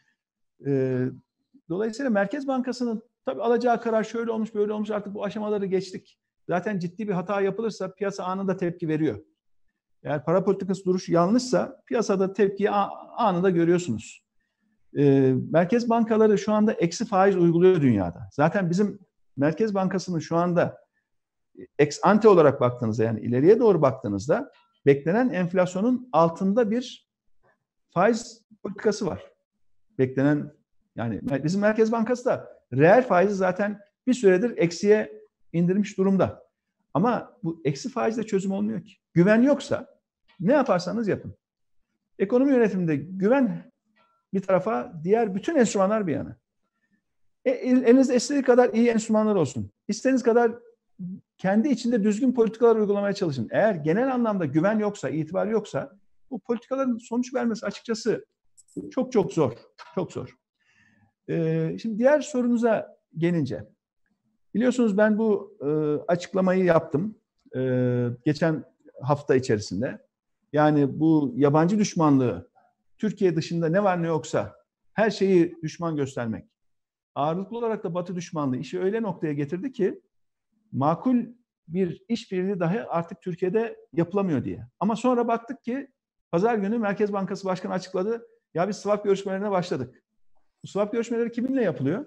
Ee, dolayısıyla Merkez Bankası'nın tabii alacağı karar şöyle olmuş, böyle olmuş, artık bu aşamaları geçtik. Zaten ciddi bir hata yapılırsa piyasa anında tepki veriyor. Eğer para politikası duruşu yanlışsa piyasada tepkiyi anında görüyorsunuz. Ee, merkez bankaları şu anda eksi faiz uyguluyor dünyada. Zaten bizim Merkez Bankası'nın şu anda ex ante olarak baktığınızda, yani ileriye doğru baktığınızda beklenen enflasyonun altında bir faiz politikası var. Beklenen, yani bizim Merkez Bankası da reel faizi zaten bir süredir eksiye indirmiş durumda. Ama bu eksi faizle çözüm olmuyor ki. Güven yoksa ne yaparsanız yapın. Ekonomi yönetiminde güven bir tarafa, diğer bütün enstrümanlar bir yana. E, elinizde istediği kadar iyi enstrümanlar olsun. İstediğiniz kadar kendi içinde düzgün politikalar uygulamaya çalışın. Eğer genel anlamda güven yoksa, itibar yoksa bu politikaların sonuç vermesi açıkçası çok çok zor. Çok zor. Ee, şimdi diğer sorunuza gelince, biliyorsunuz ben bu e, açıklamayı yaptım e, geçen hafta içerisinde. Yani bu yabancı düşmanlığı, Türkiye dışında ne var ne yoksa her şeyi düşman göstermek, ağırlıklı olarak da Batı düşmanlığı işi öyle noktaya getirdi ki makul bir işbirliği dahi artık Türkiye'de yapılamıyor diye. Ama sonra baktık ki pazar günü Merkez Bankası Başkanı açıkladı. Ya biz swap görüşmelerine başladık. Bu swap görüşmeleri kiminle yapılıyor?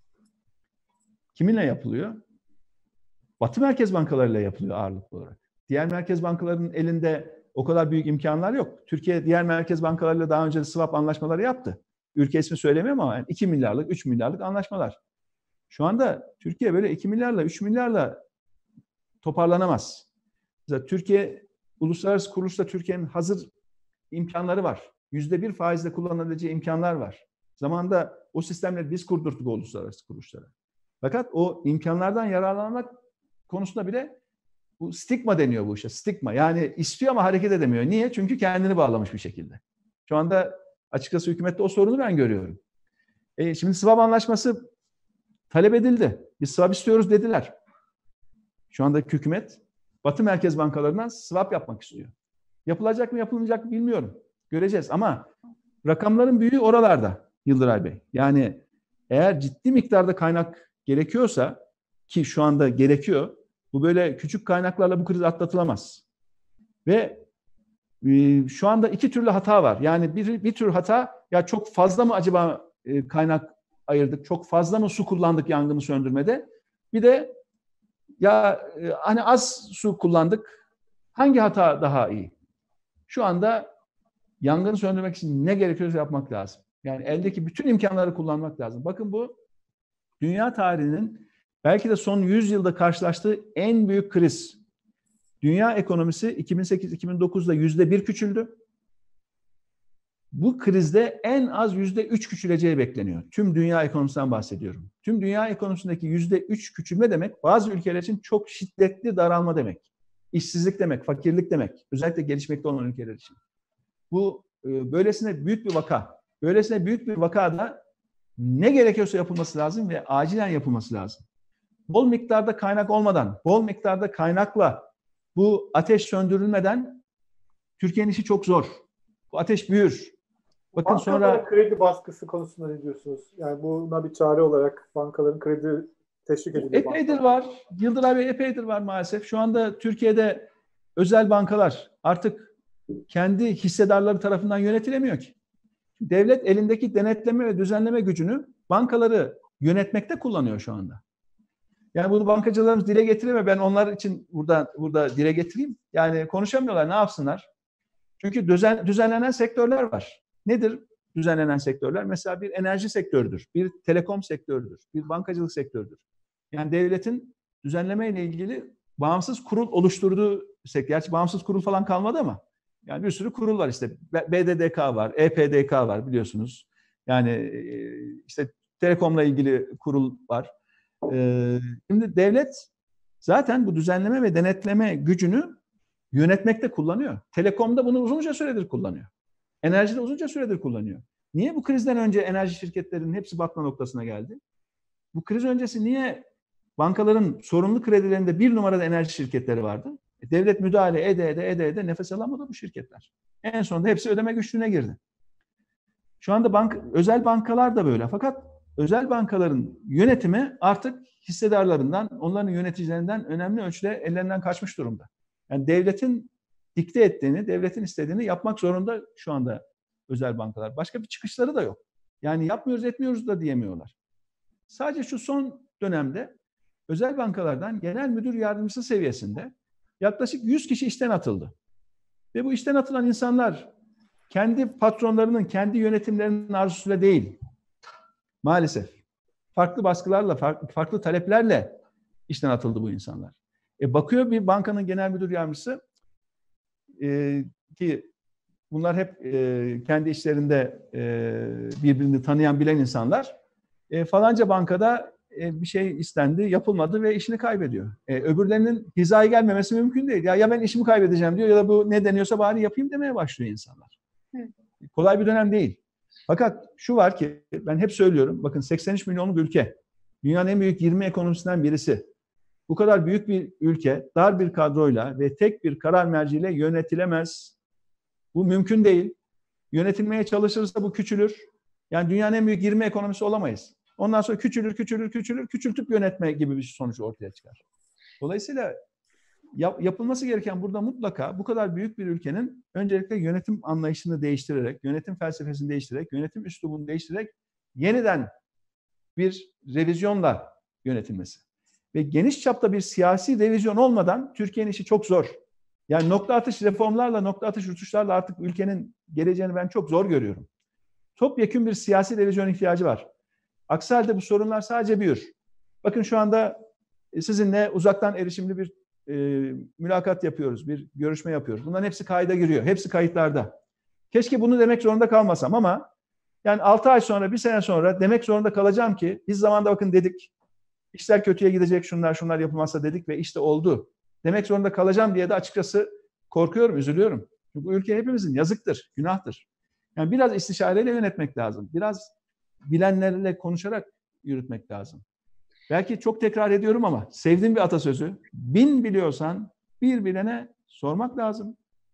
Kiminle yapılıyor? Batı merkez bankalarıyla yapılıyor ağırlıklı olarak. Diğer merkez bankalarının elinde o kadar büyük imkanlar yok. Türkiye diğer merkez bankalarıyla daha önce swap anlaşmaları yaptı. Ülke ismi söylemiyorum ama yani iki milyarlık, üç milyarlık anlaşmalar. Şu anda Türkiye böyle iki milyarla, üç milyarla toparlanamaz. Mesela Türkiye, uluslararası kuruluşta Türkiye'nin hazır imkanları var. Yüzde bir faizle kullanılabileceği imkanlar var. Zamanında o sistemleri biz kurdurttuk o uluslararası kuruluşlara. Fakat o imkanlardan yararlanmak konusunda bile bu stigma deniyor bu işe. Stigma. Yani istiyor ama hareket edemiyor. Niye? Çünkü kendini bağlamış bir şekilde. Şu anda açıkçası hükümette o sorunu ben görüyorum. E şimdi swap anlaşması talep edildi. Biz swap istiyoruz dediler. Şu andaki hükümet Batı merkez bankalarından swap yapmak istiyor. Yapılacak mı yapılmayacak mı bilmiyorum. Göreceğiz ama rakamların büyüğü oralarda Yıldıray Bey. Yani eğer ciddi miktarda kaynak gerekiyorsa, ki şu anda gerekiyor, bu böyle küçük kaynaklarla bu kriz atlatılamaz. Ve e, şu anda iki türlü hata var. Yani bir, bir tür hata, ya çok fazla mı acaba e, kaynak ayırdık, çok fazla mı su kullandık yangını söndürmede? Bir de ya e, hani az su kullandık, hangi hata daha iyi? Şu anda yangını söndürmek için ne gerekiyorsa yapmak lazım. Yani eldeki bütün imkanları kullanmak lazım. Bakın bu dünya tarihinin belki de son yüz yılda karşılaştığı en büyük kriz. Dünya ekonomisi iki bin sekiz iki bin dokuzda yüzde bir küçüldü. Bu krizde en az yüzde üç küçüleceği bekleniyor. Tüm dünya ekonomisinden bahsediyorum. Tüm dünya ekonomisindeki yüzde üç küçülme demek bazı ülkeler için çok şiddetli daralma demek. İşsizlik demek, fakirlik demek. Özellikle gelişmekte olan ülkeler için. Bu e, böylesine büyük bir vaka. Böylesine büyük bir vakada ne gerekiyorsa yapılması lazım ve acilen yapılması lazım. Bol miktarda kaynak olmadan, bol miktarda kaynakla bu ateş söndürülmeden Türkiye'nin işi çok zor. Bu ateş büyür. Bakın bankalara sonra kredi baskısı konusunda ne diyorsunuz? Yani buna bir çare olarak bankaların kredi teşvik ediliyor. Epeydir bankalar. var. Yıldıray Bey epeydir var maalesef. Şu anda Türkiye'de özel bankalar artık kendi hissedarları tarafından yönetilemiyor ki. Devlet elindeki denetleme ve düzenleme gücünü bankaları yönetmekte kullanıyor şu anda. Yani bunu bankacılarımız dile getiremiyor. Ben onlar için burada burada dile getireyim. Yani konuşamıyorlar. Ne yapsınlar? Çünkü düzen, düzenlenen sektörler var. Nedir düzenlenen sektörler? Mesela bir enerji sektörüdür, bir telekom sektörüdür, bir bankacılık sektörüdür. Yani devletin düzenleme ile ilgili bağımsız kurul oluşturduğu sektör. Gerçi bağımsız kurul falan kalmadı ama yani bir sürü kurul var işte. B D D K var, E P D K var biliyorsunuz. Yani işte telekomla ilgili kurul var. Şimdi devlet zaten bu düzenleme ve denetleme gücünü yönetmekte kullanıyor. Telekom'da bunu uzunca süredir kullanıyor. Enerjide uzunca süredir kullanıyor. Niye bu krizden önce enerji şirketlerinin hepsi batma noktasına geldi? Bu kriz öncesi niye bankaların sorumlu kredilerinde bir numarada enerji şirketleri vardı? E, devlet müdahale ede ede ede ede nefes alamadı bu şirketler. En sonunda hepsi ödeme güçlüğüne girdi. Şu anda bank, özel bankalar da böyle. Fakat özel bankaların yönetimi artık hissedarlarından, onların yöneticilerinden önemli ölçüde ellerinden kaçmış durumda. Yani devletin dikte ettiğini, devletin istediğini yapmak zorunda şu anda özel bankalar. Başka bir çıkışları da yok. Yani yapmıyoruz, etmiyoruz da diyemiyorlar. Sadece şu son dönemde özel bankalardan genel müdür yardımcısı seviyesinde yaklaşık yüz kişi işten atıldı. Ve bu işten atılan insanlar kendi patronlarının, kendi yönetimlerinin arzusuyla değil, maalesef farklı baskılarla, farklı, farklı taleplerle işten atıldı bu insanlar. E bakıyor bir bankanın genel müdür yardımcısı e, ki bunlar hep e, kendi işlerinde e, birbirini tanıyan, bilen insanlar. E, falanca bankada e, bir şey istendi, yapılmadı ve işini kaybediyor. E, öbürlerinin hizaya gelmemesi mümkün değil. Ya, ya ben işimi kaybedeceğim diyor ya da bu ne deniyorsa bari yapayım demeye başlıyor insanlar. Evet. Kolay bir dönem değil. Fakat şu var ki ben hep söylüyorum. Bakın seksen üç milyonluk ülke. Dünyanın en büyük yirmi ekonomisinden birisi. Bu kadar büyük bir ülke dar bir kadroyla ve tek bir karar merciyle yönetilemez. Bu mümkün değil. Yönetilmeye çalışırsa bu küçülür. Yani dünyanın en büyük yirmi ekonomisi olamayız. Ondan sonra küçülür, küçülür, küçülür, küçültüp yönetme gibi bir sonuç ortaya çıkar. Dolayısıyla yap, yapılması gereken burada mutlaka bu kadar büyük bir ülkenin öncelikle yönetim anlayışını değiştirerek, yönetim felsefesini değiştirerek, yönetim üslubunu değiştirerek yeniden bir revizyonla yönetilmesi. Ve geniş çapta bir siyasi revizyon olmadan Türkiye'nin işi çok zor. Yani nokta atış reformlarla, nokta atış rütuşlarla artık ülkenin geleceğini ben çok zor görüyorum. Topyekün bir siyasi revizyon ihtiyacı var. Aksi halde bu sorunlar sadece büyür. Bakın şu anda sizinle uzaktan erişimli bir e, mülakat yapıyoruz, bir görüşme yapıyoruz. Bunların hepsi kayda giriyor, hepsi kayıtlarda. Keşke bunu demek zorunda kalmasam ama yani altı ay sonra, bir sene sonra demek zorunda kalacağım ki biz zamanında bakın dedik, işler kötüye gidecek, şunlar şunlar yapılmazsa dedik ve işte oldu. Demek zorunda kalacağım diye de açıkçası korkuyorum, üzülüyorum. Çünkü bu ülke hepimizin, yazıktır, günahtır. Yani biraz istişareyle yönetmek lazım. Biraz bilenlerle konuşarak yürütmek lazım. Belki çok tekrar ediyorum ama sevdiğim bir atasözü. Bin biliyorsan bir bilene sormak lazım.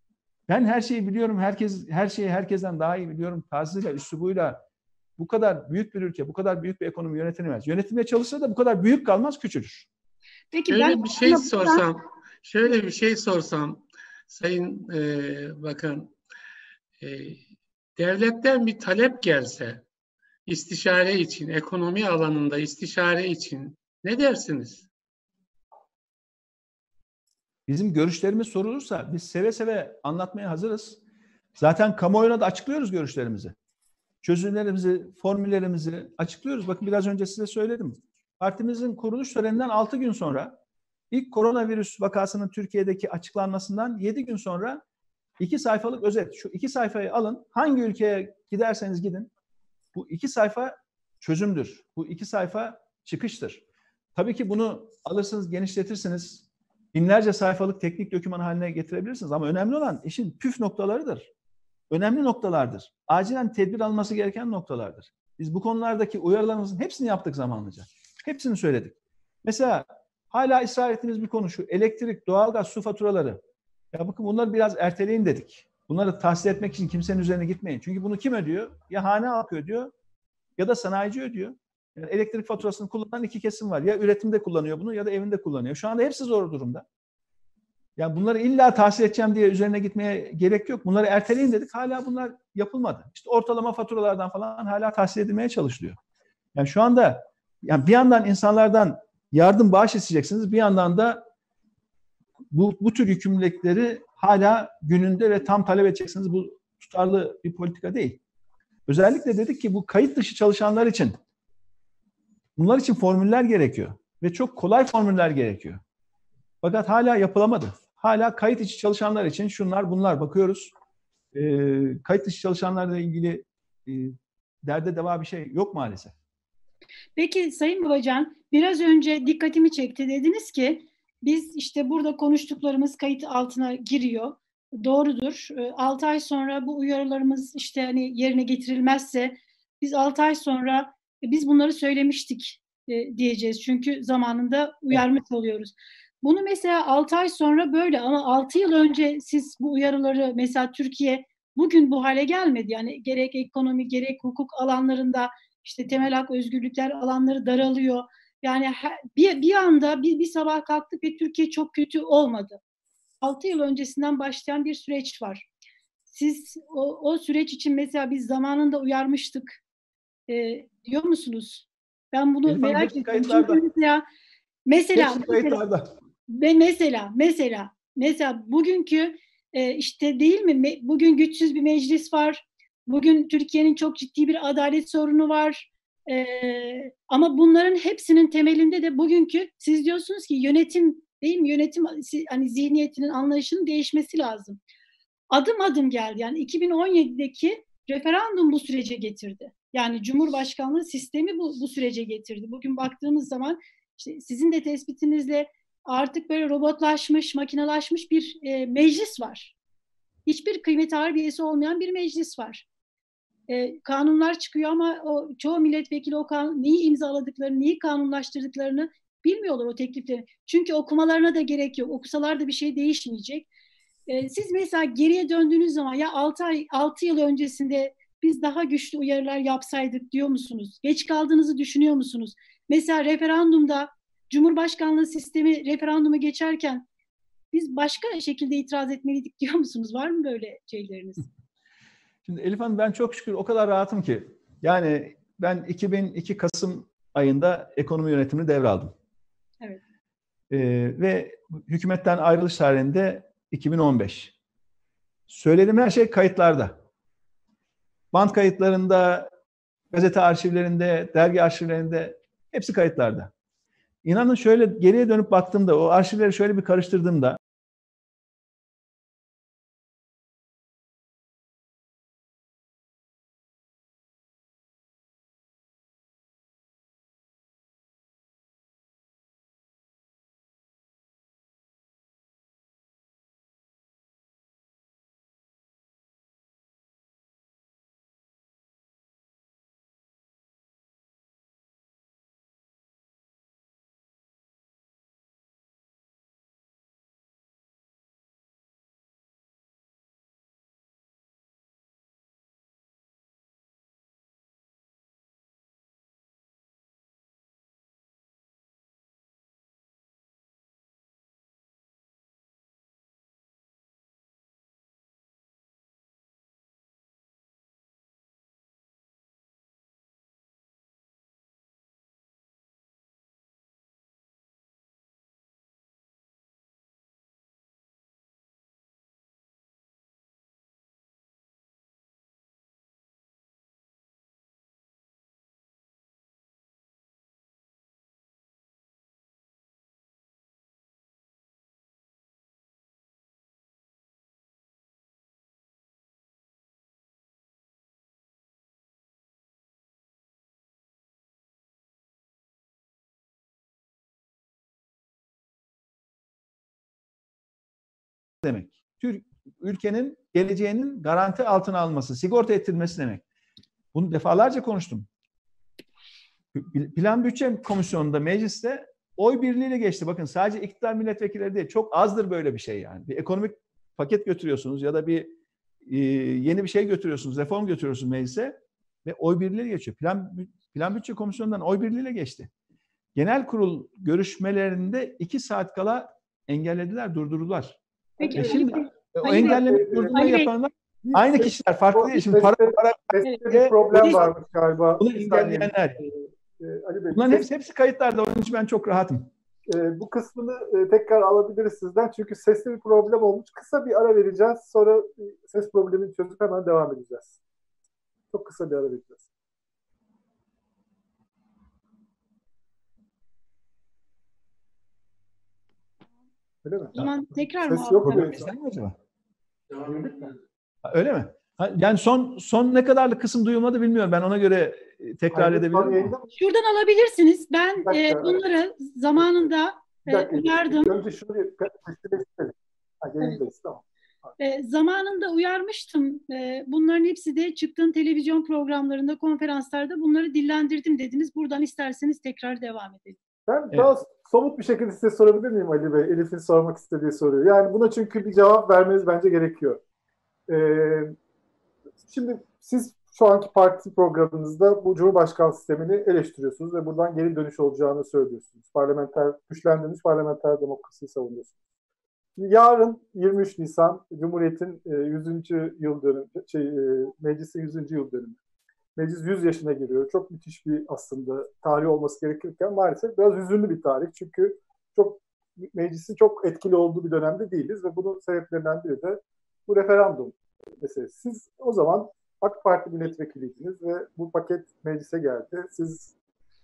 Ben her şeyi biliyorum, herkes her şeyi herkesten daha iyi biliyorum tarzıyla, üslubuyla bu kadar büyük bir ülke, bu kadar büyük bir ekonomi yönetilemez. Yönetilmeye çalışsa da bu kadar büyük kalmaz, küçülür. Peki şöyle ben bir şey sorsam, şöyle bir şey sorsam, Sayın e, Bakan, e, devletten bir talep gelse, istişare için, ekonomi alanında istişare için ne dersiniz? Bizim görüşlerimiz sorulursa biz seve seve anlatmaya hazırız. Zaten kamuoyuna da açıklıyoruz görüşlerimizi. Çözümlerimizi, formüllerimizi açıklıyoruz. Bakın biraz önce size söyledim. Partimizin kuruluş töreninden altı gün sonra ilk koronavirüs vakasının Türkiye'deki açıklanmasından yedi gün sonra iki sayfalık özet. Şu iki sayfayı alın. Hangi ülkeye giderseniz gidin. Bu iki sayfa çözümdür. Bu iki sayfa çıkıştır. Tabii ki bunu alırsınız, genişletirsiniz. Binlerce sayfalık teknik doküman haline getirebilirsiniz. Ama önemli olan işin püf noktalarıdır. Önemli noktalardır. Acilen tedbir alınması gereken noktalardır. Biz bu konulardaki uyarılarımızın hepsini yaptık zamanlıca. Hepsini söyledik. Mesela hala ısrar ettiğimiz bir konu şu. Elektrik, doğalgaz, su faturaları. Ya bakın bunları biraz erteleyin dedik. Bunları tahsil etmek için kimsenin üzerine gitmeyin. Çünkü bunu kim ödüyor? Ya hane halkı ödüyor ya da sanayici ödüyor. Yani elektrik faturasını kullanan iki kesim var. Ya üretimde kullanıyor bunu ya da evinde kullanıyor. Şu anda hepsi zor durumda. Yani bunları illa tahsil edeceğim diye üzerine gitmeye gerek yok. Bunları erteleyin dedik. Hala bunlar yapılmadı. İşte ortalama faturalardan falan hala tahsil edilmeye çalışılıyor. Yani şu anda yani bir yandan insanlardan yardım bağış isteyeceksiniz. Bir yandan da bu, bu tür yükümlülükleri hala gününde ve tam talep edeceksiniz. Bu tutarlı bir politika değil. Özellikle dedik ki bu kayıt dışı çalışanlar için bunlar için formüller gerekiyor. Ve çok kolay formüller gerekiyor. Fakat hala yapılamadı. Hala kayıt içi çalışanlar için şunlar bunlar bakıyoruz. E, kayıt dışı çalışanlarla ilgili e, derde deva bir şey yok maalesef. Peki Sayın Babacan, biraz önce dikkatimi çekti. Dediniz ki biz işte burada konuştuklarımız kayıt altına giriyor. Doğrudur. altı ay sonra bu uyarılarımız işte hani yerine getirilmezse biz altı ay sonra biz bunları söylemiştik e, diyeceğiz. Çünkü zamanında uyarmış oluyoruz. Bunu mesela altı ay sonra böyle ama altı yıl önce siz bu uyarıları mesela Türkiye bugün bu hale gelmedi. Yani gerek ekonomi gerek hukuk alanlarında işte temel hak özgürlükler alanları daralıyor. Yani bir, bir anda bir, bir sabah kalktık ve Türkiye çok kötü olmadı. altı yıl öncesinden başlayan bir süreç var. Siz o, o süreç için mesela biz zamanında uyarmıştık e, diyor musunuz? Ben bunu Elif merak Hanım, ediyorum. kayıtlarda. Mesela mesela mesela, ve mesela mesela mesela bugünkü e, işte değil mi? Me, bugün güçsüz bir meclis var. Bugün Türkiye'nin çok ciddi bir adalet sorunu var. E, ama bunların hepsinin temelinde de bugünkü siz diyorsunuz ki yönetim değil mi? Yönetim hani zihniyetinin anlayışının değişmesi lazım. Adım adım geldi. Yani iki bin on yedideki referandum bu sürece getirdi. Yani Cumhurbaşkanlığı sistemi bu, bu sürece getirdi. Bugün baktığımız zaman işte sizin de tespitinizle artık böyle robotlaşmış, makinalaşmış bir e, meclis var. Hiçbir kıymet harbiyesi olmayan bir meclis var. E, kanunlar çıkıyor ama o çoğu milletvekili o kanun, neyi imzaladıklarını, neyi kanunlaştırdıklarını bilmiyorlar o teklifleri. Çünkü okumalarına da gerek yok. Okusalar da bir şey değişmeyecek. E, siz mesela geriye döndüğünüz zaman ya altı ay, altı yıl öncesinde biz daha güçlü uyarılar yapsaydık diyor musunuz? Geç kaldığınızı düşünüyor musunuz? Mesela referandumda Cumhurbaşkanlığı sistemi referandumu geçerken biz başka şekilde itiraz etmeliydik diyor musunuz? Var mı böyle şeyleriniz? Şimdi Elif Hanım ben çok şükür o kadar rahatım ki. Yani ben iki bin iki Kasım ayında ekonomi yönetimini devraldım. Evet. Ee, ve hükümetten ayrılış tarihinde iki bin on beş. Söylediğim her şey kayıtlarda. Band kayıtlarında, gazete arşivlerinde, dergi arşivlerinde hepsi kayıtlarda. İnanın şöyle geriye dönüp baktığımda, o arşivleri şöyle bir karıştırdığımda demek. Türk ülkenin geleceğinin garanti altına alınması, sigorta ettirilmesi demek. Bunu defalarca konuştum. Plan Bütçe Komisyonu'nda mecliste oy birliğiyle geçti. Bakın sadece iktidar milletvekilleri değil, çok azdır böyle bir şey yani. Bir ekonomik paket götürüyorsunuz ya da bir e, yeni bir şey götürüyorsunuz, reform götürüyorsunuz meclise ve oy birliğiyle geçiyor. Plan, Plan Bütçe Komisyonu'ndan oy birliğiyle geçti. Genel kurul görüşmelerinde iki saat kala engellediler, durdurdular. Peki, e şimdi hayır, o hayır, engelleme hayır, durdurmayı hayır, yapanlar aynı kişiler, farklı değil. Şimdi para, para bir problem varmış galiba. bunu Bir saniye. engelleyenler. E, Ali Bey, Bunların ses, hepsi, hepsi kayıtlarda. Onun için ben çok rahatım. e, bu kısmını e, tekrar alabiliriz sizden. Çünkü sesli bir problem olmuş. Kısa bir ara vereceğiz. Sonra e, ses problemini çözüp hemen devam edeceğiz. Çok kısa bir ara vereceğiz. Öyle mi? O zaman tekrar mı Ses yok alacağım? mu? Bizden mi acaba? Girdik mi? Ha, öyle mi? Ha, yani son son ne kadarlık kısım duyulmadı bilmiyorum. Ben ona göre tekrar Hayır, edebilirim. yayında mı? Şuradan alabilirsiniz. Ben Bir dakika. e, bunları zamanında Bir e, dakika. uyardım. Önce şunu bir kesinleştirelim. Ha, yayındayız. Tamam. E, zamanında uyarmıştım. E, bunların hepsi de çıktığım televizyon programlarında, konferanslarda bunları dillendirdim dediniz. Buradan isterseniz tekrar devam edelim. Ben Evet. daha somut bir şekilde size sorabilir miyim Ali Bey? Elif'in sormak istediği soruyu. Yani buna çünkü bir cevap vermeniz bence gerekiyor. Ee, şimdi siz şu anki parti programınızda bu Cumhurbaşkanlığı sistemini eleştiriyorsunuz ve buradan geri dönüş olacağını söylüyorsunuz. Parlamenter, güçlendirilmiş parlamenter demokrasiyi savunuyorsunuz. Yarın yirmi üç Nisan Cumhuriyet'in yüzüncü yıl dönümü, şey, meclisin yüzüncü yıl dönümü. Meclis yüz yaşına giriyor. Çok müthiş bir aslında tarih olması gerekirken maalesef biraz hüzünlü bir tarih. Çünkü çok meclisin çok etkili olduğu bir dönemde değiliz ve bunun sebeplerinden biri de bu referandum meselesi. Siz o zaman AK Parti milletvekiliydiniz ve bu paket meclise geldi. Siz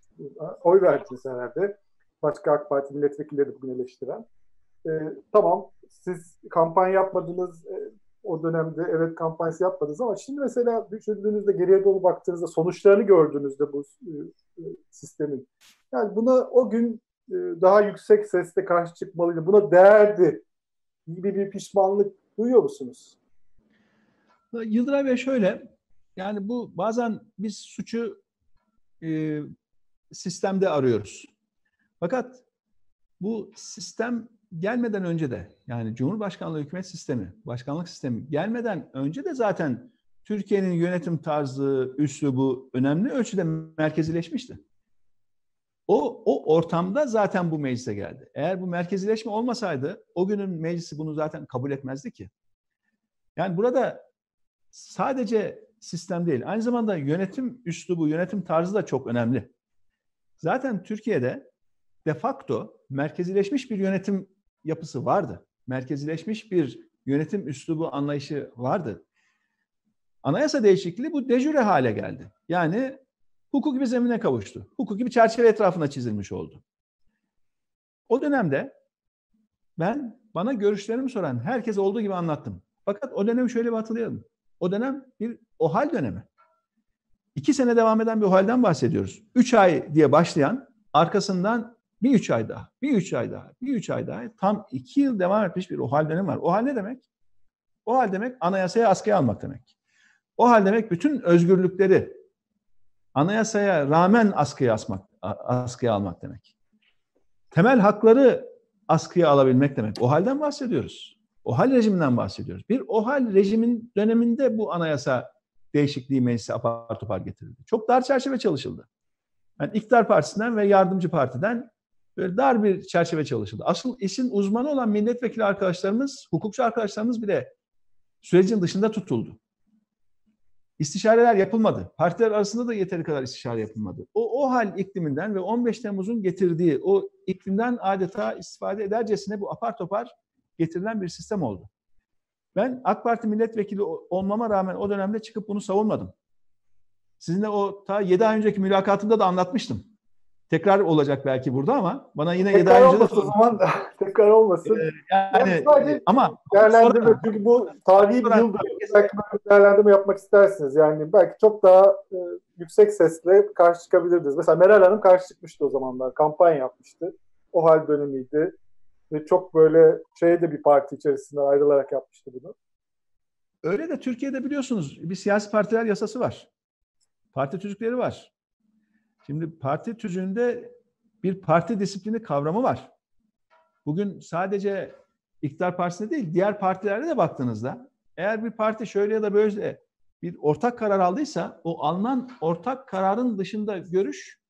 oy verdiniz herhalde. Başka AK Parti milletvekilleri de bugün eleştiren. Ee, tamam, siz kampanya yapmadınız. Ee, o dönemde evet kampanyası yapmadınız ama şimdi mesela düşündüğünüzde, geriye doğru baktığınızda, sonuçlarını gördüğünüzde bu e, e, sistemin. Yani buna o gün e, daha yüksek sesle karşı çıkmalıydı. Buna değerdi gibi bir pişmanlık duyuyor musunuz? Yıldıray Bey şöyle, yani bu bazen biz suçu e, sistemde arıyoruz. Fakat bu sistem gelmeden önce de, yani Cumhurbaşkanlığı hükümet sistemi, başkanlık sistemi gelmeden önce de zaten Türkiye'nin yönetim tarzı, üslubu önemli ölçüde merkezileşmişti. O, o ortamda zaten bu meclise geldi. Eğer bu merkezileşme olmasaydı o günün meclisi bunu zaten kabul etmezdi ki. Yani burada sadece sistem değil, aynı zamanda yönetim üslubu, yönetim tarzı da çok önemli. Zaten Türkiye'de de facto merkezileşmiş bir yönetim yapısı vardı. Merkezileşmiş bir yönetim üslubu anlayışı vardı. Anayasa değişikliği bu de jure hale geldi. Yani hukuki bir zemine kavuştu. Hukuki bir çerçeve etrafına çizilmiş oldu. O dönemde ben bana görüşlerimi soran herkese olduğu gibi anlattım. Fakat o dönemi şöyle bir hatırlayalım. O dönem bir OHAL dönemi. İki sene devam eden bir OHAL'den bahsediyoruz. Üç ay diye başlayan, arkasından bir üç ay daha, bir üç ay daha, bir üç ay daha, tam iki yıl devam etmiş bir OHAL dönemi var. OHAL ne demek? OHAL demek anayasaya askıya almak demek. OHAL demek bütün özgürlükleri anayasaya rağmen askıya asmak, askıya almak demek. Temel hakları askıya alabilmek demek. OHAL'den bahsediyoruz. OHAL rejiminden bahsediyoruz. Bir OHAL rejimin döneminde bu anayasa değişikliği meclise apar topar getirildi. Çok dar çerçeve çalışıldı. Yani iktidar partisinden ve yardımcı partiden böyle dar bir çerçeve çalışıldı. Asıl işin uzmanı olan milletvekili arkadaşlarımız, hukukçu arkadaşlarımız bile sürecin dışında tutuldu. İstişareler yapılmadı. Partiler arasında da yeteri kadar istişare yapılmadı. O, o hal ikliminden ve on beş Temmuz'un getirdiği o iklimden adeta istifade edercesine bu apar topar getirilen bir sistem oldu. Ben AK Parti milletvekili olmama rağmen o dönemde çıkıp bunu savunmadım. Sizinle o ta yedi ay önceki mülakatımda da anlatmıştım. Tekrar olacak belki burada ama bana yine yedi ay önce de o zaman tekrar olmasın. Ee, yani, yani ama değerlendirme sonra, çünkü bu tarihi bir yıldır belki böyle değerlendirme yapmak istersiniz. Yani belki çok daha e, yüksek sesle karşı çıkabilirdiniz. Mesela Meral Hanım karşı çıkmıştı o zamanlar. Kampanya yapmıştı. O hal dönemiydi. Ve çok böyle şeyde bir parti içerisinde ayrılarak yapmıştı bunu. Öyle de Türkiye'de biliyorsunuz bir siyasi partiler yasası var. Parti tüzükleri var. Şimdi parti tüzüğünde bir parti disiplini kavramı var. Bugün sadece iktidar partisinde değil, diğer partilerde de baktığınızda eğer bir parti şöyle ya da böyle bir ortak karar aldıysa o alınan ortak kararın dışında görüş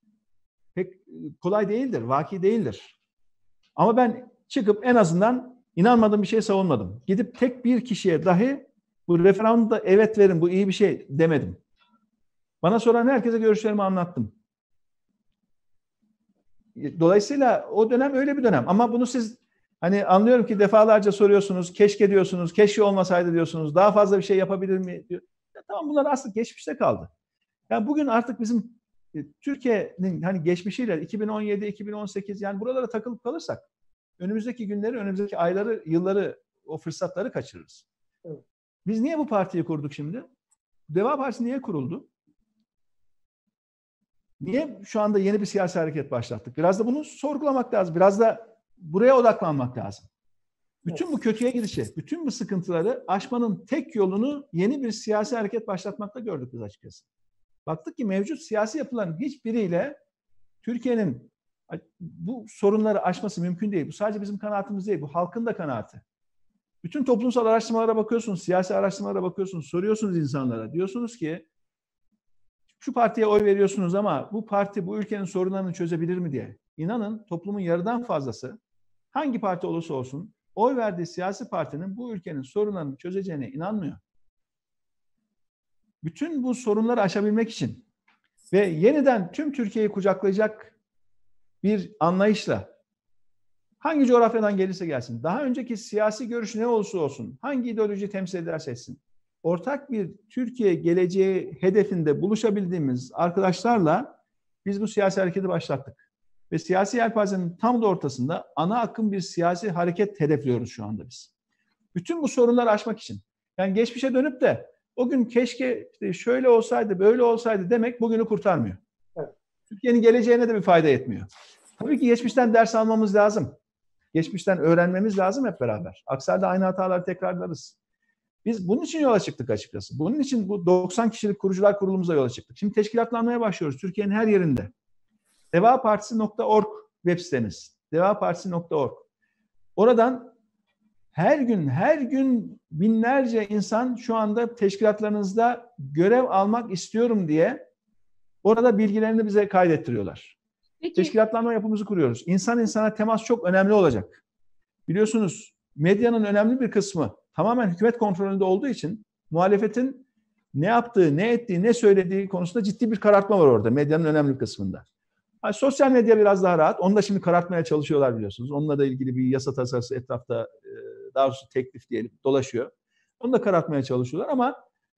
pek kolay değildir, vaki değildir. Ama ben çıkıp en azından inanmadığım bir şey savunmadım. Gidip tek bir kişiye dahi bu referandumda evet verin, bu iyi bir şey demedim. Bana soran herkese görüşlerimi anlattım. dolayısıyla o dönem öyle bir dönem. Ama bunu siz hani anlıyorum ki defalarca soruyorsunuz, keşke diyorsunuz, keşke olmasaydı diyorsunuz, daha fazla bir şey yapabilir mi diyor. Ya tamam, bunlar aslında geçmişte kaldı. Yani bugün artık bizim Türkiye'nin hani geçmişiyle iki bin on yedi, iki bin on sekiz yani buralara takılıp kalırsak önümüzdeki günleri, önümüzdeki ayları, yılları, o fırsatları kaçırırız. Evet. Biz niye bu partiyi kurduk şimdi? Deva Partisi niye kuruldu? Niye şu anda yeni bir siyasi hareket başlattık? Biraz da bunu sorgulamak lazım. Biraz da buraya odaklanmak lazım. Bütün bu kötüye gidişi, bütün bu sıkıntıları aşmanın tek yolunu yeni bir siyasi hareket başlatmakta gördük biz açıkçası. Baktık ki mevcut siyasi yapıların hiçbiriyle Türkiye'nin bu sorunları aşması mümkün değil. Bu sadece bizim kanaatimiz değil, bu halkın da kanaati. Bütün toplumsal araştırmalara bakıyorsunuz, siyasi araştırmalara bakıyorsunuz, soruyorsunuz insanlara. Diyorsunuz ki şu partiye oy veriyorsunuz ama bu parti bu ülkenin sorunlarını çözebilir mi diye. İnanın toplumun yarıdan fazlası hangi parti olursa olsun oy verdiği siyasi partinin bu ülkenin sorunlarını çözeceğine inanmıyor. Bütün bu sorunları aşabilmek için ve yeniden tüm Türkiye'yi kucaklayacak bir anlayışla hangi coğrafyadan gelirse gelsin, daha önceki siyasi görüş ne olursa olsun, hangi ideoloji temsil ederse etsin, ortak bir Türkiye geleceği hedefinde buluşabildiğimiz arkadaşlarla biz bu siyasi hareketi başlattık. Ve siyasi yelpazenin tam da ortasında ana akım bir siyasi hareket hedefliyoruz şu anda biz. Bütün bu sorunları aşmak için. Yani geçmişe dönüp de o gün keşke işte şöyle olsaydı, böyle olsaydı demek bugünü kurtarmıyor. Evet. Türkiye'nin geleceğine de bir fayda etmiyor. Tabii ki geçmişten ders almamız lazım. Geçmişten öğrenmemiz lazım hep beraber. Aksi halde aynı hataları tekrarlarız. Biz bunun için yola çıktık açıkçası. Bunun için bu doksan kişilik kurucular kurulumuza yola çıktık. Şimdi teşkilatlanmaya başlıyoruz Türkiye'nin her yerinde. devapartisi nokta org web sitemiz. devapartisi nokta org. Oradan her gün, her gün binlerce insan şu anda teşkilatlarınızda görev almak istiyorum diye orada bilgilerini bize kaydettiriyorlar. Peki. Teşkilatlanma yapımızı kuruyoruz. İnsan insana temas çok önemli olacak. Biliyorsunuz medyanın önemli bir kısmı tamamen hükümet kontrolünde olduğu için muhalefetin ne yaptığı, ne ettiği, ne söylediği konusunda ciddi bir karartma var orada medyanın önemli bir kısmında. Yani sosyal medya biraz daha rahat. Onu da şimdi karartmaya çalışıyorlar biliyorsunuz. Onunla da ilgili bir yasa tasarısı etrafta, daha doğrusu teklif diyelim, dolaşıyor. Onu da karartmaya çalışıyorlar ama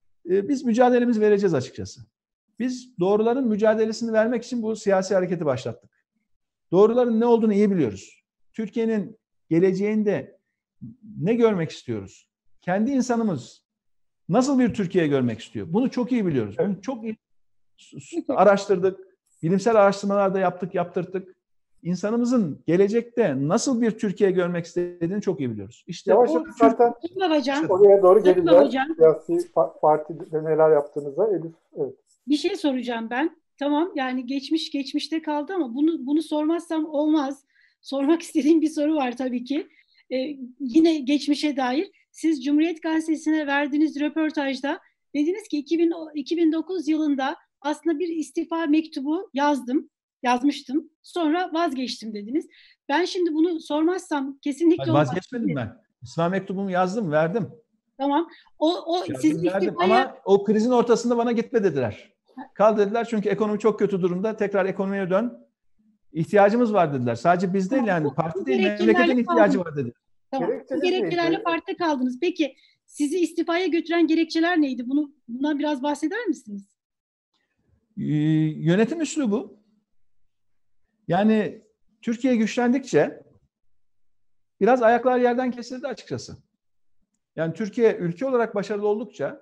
biz mücadelemizi vereceğiz açıkçası. Biz doğruların mücadelesini vermek için bu siyasi hareketi başlattık. Doğruların ne olduğunu iyi biliyoruz. Türkiye'nin geleceğinde ne görmek istiyoruz? Kendi insanımız nasıl bir Türkiye görmek istiyor? Bunu çok iyi biliyoruz. Bunu çok iyi araştırdık. Bilimsel araştırmalar da yaptık, yaptırdık. İnsanımızın gelecekte nasıl bir Türkiye görmek istediğini çok iyi biliyoruz. İşte Yavaş o yavaş zaten hocam. oraya doğru Fatma geleceğiz. hocam. Siyasi pa- partide neler yaptığınıza Elif. Evet. Bir şey soracağım ben. Tamam, yani geçmiş geçmişte kaldı ama bunu bunu sormazsam olmaz. Sormak istediğim bir soru var tabii ki. Ee, yine geçmişe dair. Siz Cumhuriyet Gazetesi'ne verdiğiniz röportajda dediniz ki iki bin, iki bin dokuz yılında aslında bir istifa mektubu yazdım, yazmıştım. Sonra vazgeçtim dediniz. Ben şimdi bunu sormazsam kesinlikle Hayır, vazgeçmedim ben. İstifa mektubumu yazdım, verdim. Tamam. O, o Yazdım, siz verdim. istifaya... Ama o krizin ortasında bana gitme dediler. Kal dediler çünkü ekonomi çok kötü durumda. Tekrar ekonomiye dön. İhtiyacımız var dediler. Sadece biz değil yani. Parti değil, memleketin ihtiyacı var dediler. Tamam. Bu Gerekçeniz gerekçelerle neydi? partide kaldınız. Peki sizi istifaya götüren gerekçeler neydi? Bunu bundan biraz bahseder misiniz? Ee, yönetim üslubu. Yani Türkiye güçlendikçe biraz ayaklar yerden kesildi açıkçası. Yani Türkiye ülke olarak başarılı oldukça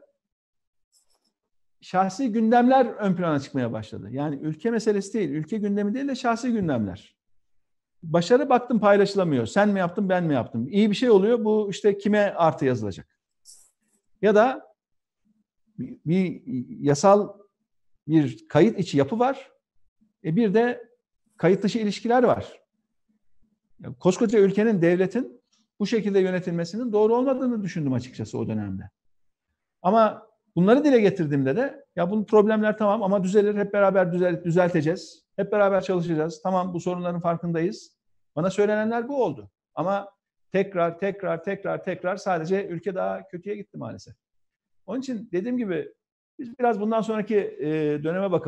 şahsi gündemler ön plana çıkmaya başladı. Yani ülke meselesi değil, ülke gündemi değil de şahsi gündemler. Başarı baktım paylaşılamıyor. Sen mi yaptın, ben mi yaptım? İyi bir şey oluyor, bu işte kime artı yazılacak? Ya da bir, bir yasal bir kayıt içi yapı var. E bir de kayıt dışı ilişkiler var. Yani koskoca ülkenin, devletin bu şekilde yönetilmesinin doğru olmadığını düşündüm açıkçası o dönemde. Ama bunları dile getirdiğimde de ya bunun problemler tamam ama düzelir, hep beraber düzel, düzelteceğiz. Hep beraber çalışacağız. Tamam, bu sorunların farkındayız. Bana söylenenler bu oldu. Ama tekrar tekrar tekrar tekrar sadece ülke daha kötüye gitti maalesef. Onun için dediğim gibi biz biraz bundan sonraki e, döneme bakalım.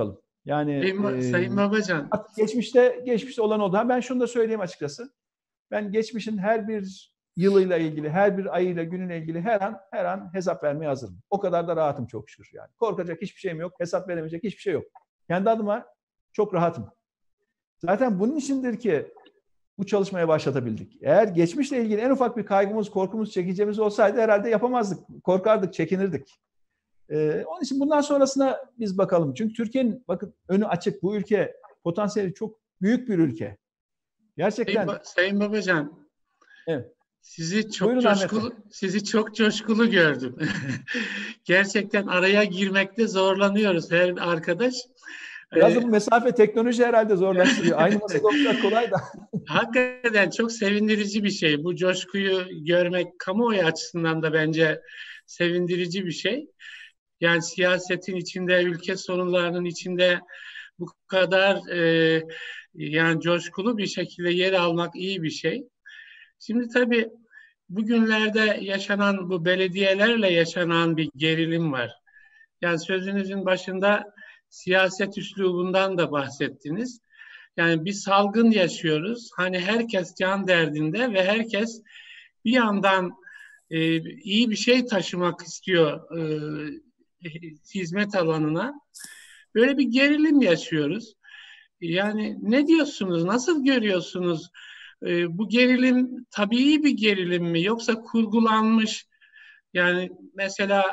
Yani Sayın, e, Sayın Babacan. Geçmişte geçmişte olan oldu. Ha, ben şunu da söyleyeyim açıkçası. Ben geçmişin her bir yılıyla ilgili, her bir ayıyla, günüyle ilgili her an her an hesap vermeye hazırım. O kadar da rahatım çok şükür yani. Korkacak hiçbir şeyim yok, hesap veremeyecek hiçbir şey yok. Kendi adıma çok rahatım. Zaten bunun içindir ki bu çalışmaya başlatabildik. Eğer geçmişle ilgili en ufak bir kaygımız, korkumuz, çekincemiz olsaydı herhalde yapamazdık. Korkardık, çekinirdik. Ee, onun için bundan sonrasına biz bakalım. Çünkü Türkiye'nin bakın önü açık. Bu ülke potansiyeli çok büyük bir ülke. Gerçekten. Sayın, ba Sayın Babacan. Evet. Sizi çok Buyurun coşkulu, sizi çok coşkulu gördüm. Gerçekten araya girmekte zorlanıyoruz her arkadaş. Biraz da bu mesafe teknoloji herhalde zorlaştırıyor. Aynı masada olmak kolay da. Hakikaten çok sevindirici bir şey. Bu coşkuyu görmek kamuoyu açısından da bence sevindirici bir şey. Yani siyasetin içinde, ülke sorunlarının içinde bu kadar e, yani coşkulu bir şekilde yer almak iyi bir şey. Şimdi tabii bugünlerde yaşanan bu belediyelerle yaşanan bir gerilim var. Yani sözünüzün başında siyaset üslubundan da bahsettiniz. Yani bir salgın yaşıyoruz. Hani herkes can derdinde ve herkes bir yandan e, iyi bir şey taşımak istiyor e, hizmet alanına. Böyle bir gerilim yaşıyoruz. Yani ne diyorsunuz? Nasıl görüyorsunuz? E, bu gerilim tabii bir gerilim mi? Yoksa kurgulanmış? Yani mesela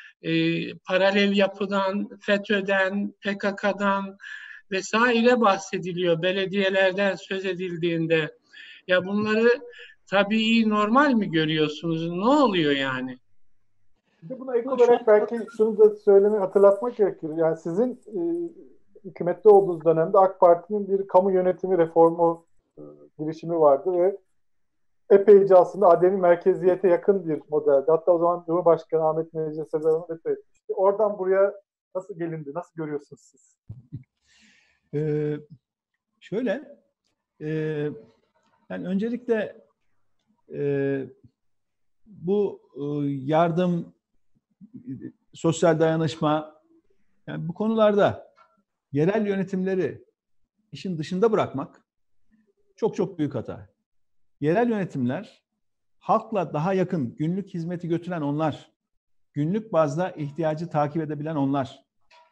e, paralel yapıdan, FETÖ'den, P K K'dan vesaire bahsediliyor. Belediyelerden söz edildiğinde. Ya bunları tabii normal mi görüyorsunuz? Ne oluyor yani? Bir de buna ek olarak belki şunu da söylemeyi hatırlatmak gerekir. Yani sizin e, hükümette olduğunuz dönemde AK Parti'nin bir kamu yönetimi reformu e, girişimi vardı ve epeyce aslında ademi merkeziyete yakın bir modeldi. Hatta o zaman Cumhurbaşkanı Ahmet Necdet Sezer'in veto etmişti. Oradan buraya nasıl gelindi? Nasıl görüyorsunuz siz? Ee, şöyle, e, yani öncelikle e, bu e, yardım, sosyal dayanışma, yani bu konularda yerel yönetimleri işin dışında bırakmak çok çok büyük hata. Yerel yönetimler halkla daha yakın günlük hizmeti götüren onlar, günlük bazda ihtiyacı takip edebilen onlar.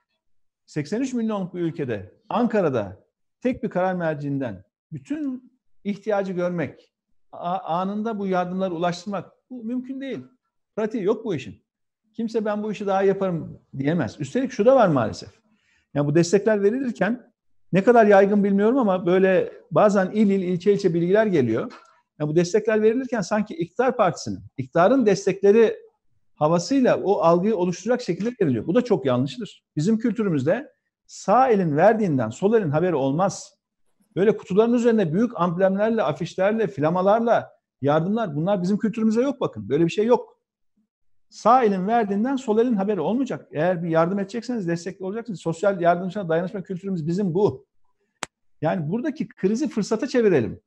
seksen üç milyonluk bir ülkede, Ankara'da tek bir karar merciinden bütün ihtiyacı görmek, anında bu yardımları ulaştırmak bu mümkün değil. Pratiği yok bu işin. Kimse ben bu işi daha yaparım diyemez. Üstelik şu da var maalesef. Yani bu destekler verilirken ne kadar yaygın bilmiyorum ama böyle bazen il il, ilçe ilçe bilgiler geliyor. Yani bu destekler verilirken sanki iktidar partisinin, iktidarın destekleri havasıyla o algıyı oluşturacak şekilde veriliyor. Bu da çok yanlıştır. Bizim kültürümüzde sağ elin verdiğinden sol elin haberi olmaz. Böyle kutuların üzerinde büyük amblemlerle, afişlerle, flamalarla yardımlar, bunlar bizim kültürümüzde yok bakın. Böyle bir şey yok. Sağ elin verdiğinden sol elin haberi olmayacak. Eğer bir yardım edecekseniz, destekli olacaksınız. Sosyal yardımcına dayanışma kültürümüz bizim bu. Yani buradaki krizi fırsata çevirelim.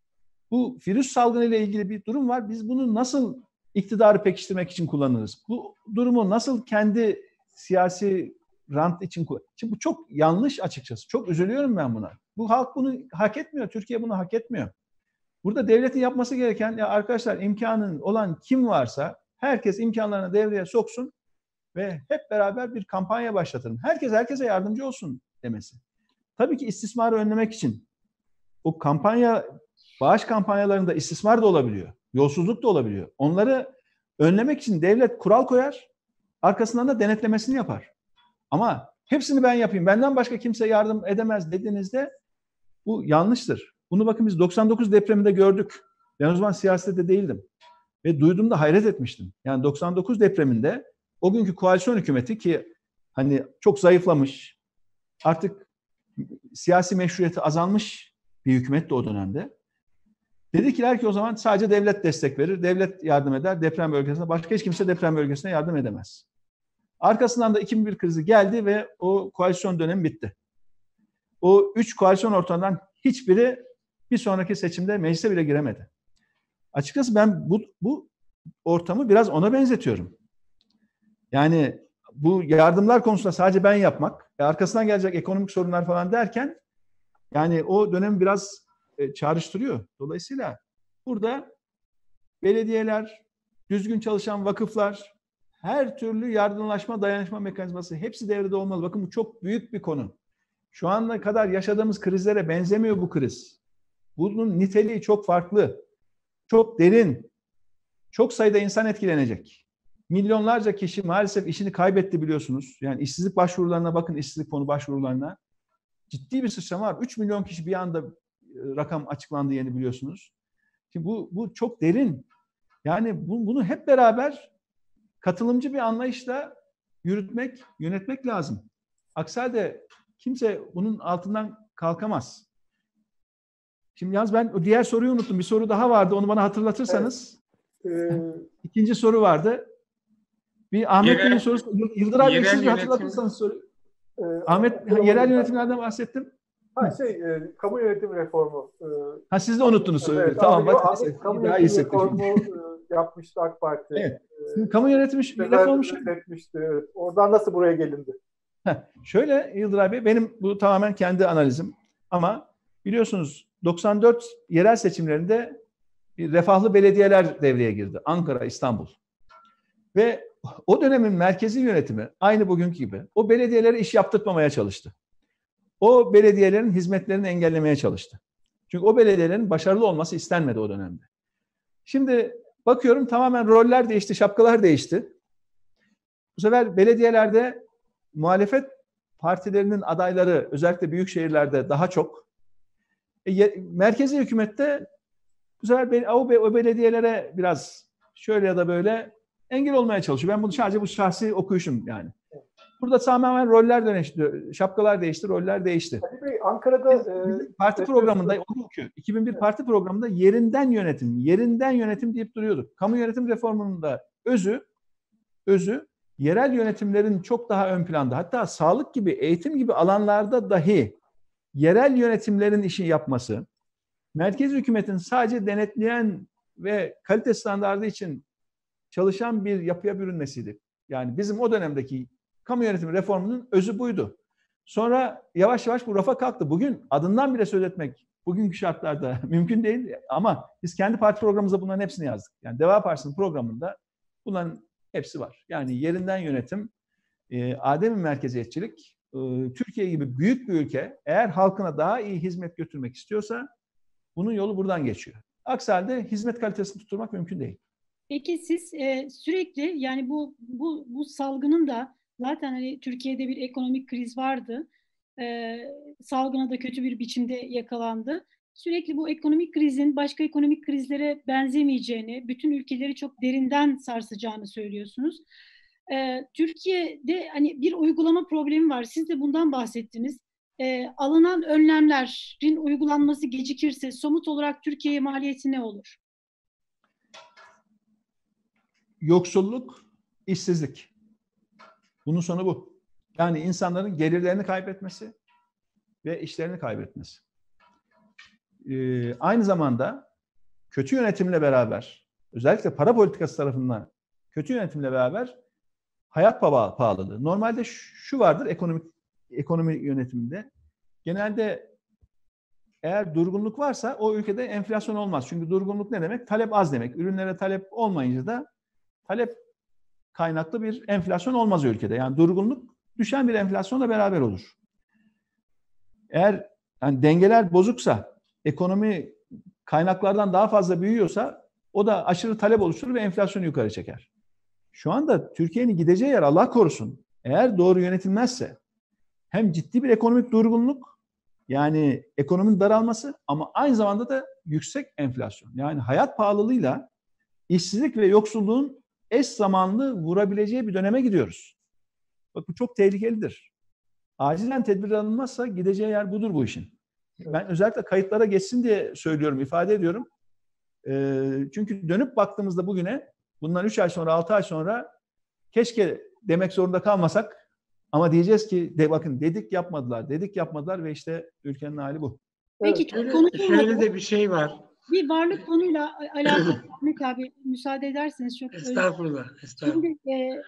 Bu virüs salgını ile ilgili bir durum var. Biz bunu nasıl iktidarı pekiştirmek için kullanırız? Bu durumu nasıl kendi siyasi rant için kullanırız? Şimdi bu çok yanlış açıkçası. Çok üzülüyorum ben buna. Bu halk bunu hak etmiyor. Türkiye bunu hak etmiyor. Burada devletin yapması gereken, ya arkadaşlar imkanın olan kim varsa herkes imkanlarını devreye soksun ve hep beraber bir kampanya başlatalım. Herkes herkese yardımcı olsun demesi. Tabii ki istismarı önlemek için o kampanya, bağış kampanyalarında istismar da olabiliyor. Yolsuzluk da olabiliyor. Onları önlemek için devlet kural koyar, arkasından da denetlemesini yapar. Ama hepsini ben yapayım, benden başka kimse yardım edemez dediğinizde bu yanlıştır. Bunu bakın biz doksan dokuz depreminde gördük. Ben o zaman siyasette değildim. Ve duyduğumda hayret etmiştim. Yani doksan dokuz depreminde o günkü koalisyon hükümeti ki hani çok zayıflamış, artık siyasi meşruiyeti azalmış bir hükümet de o dönemde. Dediler ki o zaman sadece devlet destek verir, devlet yardım eder deprem bölgesine. Başka hiç kimse deprem bölgesine yardım edemez. Arkasından da iki bin bir krizi geldi ve o koalisyon dönemi bitti. O üç koalisyon ortamından hiçbiri bir sonraki seçimde meclise bile giremedi. Açıkçası ben bu, bu ortamı biraz ona benzetiyorum. Yani bu yardımlar konusunda sadece ben yapmak, e, arkasından gelecek ekonomik sorunlar falan derken yani o dönem biraz e, çağrıştırıyor. Dolayısıyla burada belediyeler, düzgün çalışan vakıflar, her türlü yardımlaşma, dayanışma mekanizması hepsi devrede olmalı. Bakın bu çok büyük bir konu. Şu ana kadar yaşadığımız krizlere benzemiyor bu kriz. Bunun niteliği çok farklı, çok derin, çok sayıda insan etkilenecek. Milyonlarca kişi maalesef işini kaybetti biliyorsunuz. Yani işsizlik başvurularına bakın, işsizlik fonu başvurularına. Ciddi bir sıçrama var. üç milyon kişi bir anda rakam açıklandı yeni biliyorsunuz. Şimdi bu, bu çok derin. Yani bu, bunu hep beraber katılımcı bir anlayışla yürütmek, yönetmek lazım. Aksi halde kimse bunun altından kalkamaz. Şimdi yalnız ben o diğer soruyu unuttum. Bir soru daha vardı. Onu bana hatırlatırsanız. Evet. Ee, İkinci soru vardı. Bir Ahmet yerel, Bey'in sorusu. Yıldıray Bey siz bir hatırlatırsanız soru. Ee, Ahmet, ha, yerel yönetimlerden bahsettim. Ha şey, e, kamu yönetim reformu. E, ha siz de unuttunuz soruyu. Evet, tamam bak. Ahmet, kamu daha yönetim reformu e, yapmıştı AK Parti. Evet. E, kamu yönetimi reformu etmişti. Evet. Oradan nasıl buraya gelindi? Heh, şöyle Yıldıray Bey, benim bu tamamen kendi analizim. Ama biliyorsunuz doksan dört yerel seçimlerinde bir refahlı belediyeler devreye girdi. Ankara, İstanbul. Ve o dönemin merkezi yönetimi aynı bugünkü gibi o belediyelere iş yaptırtmamaya çalıştı. O belediyelerin hizmetlerini engellemeye çalıştı. Çünkü o belediyelerin başarılı olması istenmedi o dönemde. Şimdi bakıyorum tamamen roller değişti, şapkalar değişti. Bu sefer belediyelerde muhalefet partilerinin adayları özellikle büyük şehirlerde daha çok. E, merkezi hükümette bu sefer o, o belediyelere biraz şöyle ya da böyle engel olmaya çalışıyor. Ben bunu sadece bu şahsi okuyuşum yani. Burada tamamen roller değişti, şapkalar değişti, roller değişti. Ali Bey, Ankara'da e, parti programında iki bin bir evet. Parti programında yerinden yönetim, yerinden yönetim deyip duruyorduk. Kamu yönetim reformunun da özü, özü yerel yönetimlerin çok daha ön planda. Hatta sağlık gibi, eğitim gibi alanlarda dahi yerel yönetimlerin işi yapması, merkez hükümetin sadece denetleyen ve kalite standardı için çalışan bir yapıya bürünmesiydi. Yani bizim o dönemdeki kamu yönetimi reformunun özü buydu. Sonra yavaş yavaş bu rafa kalktı. Bugün adından bile söz etmek bugünkü şartlarda mümkün değil ama biz kendi parti programımızda bunların hepsini yazdık. Yani Deva Partisi'nin programında bunların hepsi var. Yani yerinden yönetim, e, ademi merkeziyetçilik, e, Türkiye gibi büyük bir ülke eğer halkına daha iyi hizmet götürmek istiyorsa bunun yolu buradan geçiyor. Aksi halde hizmet kalitesini tutturmak mümkün değil. Peki siz e, sürekli yani bu bu bu salgının da zaten hani Türkiye'de bir ekonomik kriz vardı. E, salgına da kötü bir biçimde yakalandı. Sürekli bu ekonomik krizin başka ekonomik krizlere benzemeyeceğini, bütün ülkeleri çok derinden sarsacağını söylüyorsunuz. E, Türkiye'de hani bir uygulama problemi var. Siz de bundan bahsettiniz. E, alınan önlemlerin uygulanması gecikirse somut olarak Türkiye'ye maliyeti ne olur? Yoksulluk, işsizlik. Bunun sonu bu. Yani insanların gelirlerini kaybetmesi ve işlerini kaybetmesi. Ee, aynı zamanda kötü yönetimle beraber, özellikle para politikası tarafından kötü yönetimle beraber hayat pahalılığı. Normalde şu vardır ekonomik ekonomi yönetiminde. Genelde eğer durgunluk varsa o ülkede enflasyon olmaz. Çünkü durgunluk ne demek? Talep az demek. Ürünlere talep olmayınca da talep kaynaklı bir enflasyon olmaz ülkede. Yani durgunluk düşen bir enflasyonla beraber olur. Eğer yani dengeler bozuksa, ekonomi kaynaklardan daha fazla büyüyorsa o da aşırı talep oluşturur ve enflasyonu yukarı çeker. Şu anda Türkiye'nin gideceği yer Allah korusun. Eğer doğru yönetilmezse hem ciddi bir ekonomik durgunluk, yani ekonominin daralması ama aynı zamanda da yüksek enflasyon. Yani hayat pahalılığıyla işsizlik ve yoksulluğun eş zamanlı vurabileceği bir döneme gidiyoruz. Bak bu çok tehlikelidir. Acilen tedbir alınmazsa gideceği yer budur bu işin. Ben özellikle kayıtlara geçsin diye söylüyorum, ifade ediyorum. E, çünkü dönüp baktığımızda bugüne, bundan üç ay sonra, altı ay sonra keşke demek zorunda kalmasak ama diyeceğiz ki de, bakın dedik yapmadılar, dedik yapmadılar ve işte ülkenin hali bu. Peki evet. şöyle, şöyle de bir şey var. Bir varlık konuyla alakalı Ahmet abi müsaade ederseniz çok estağfurullah. estağfurullah. Şimdi e,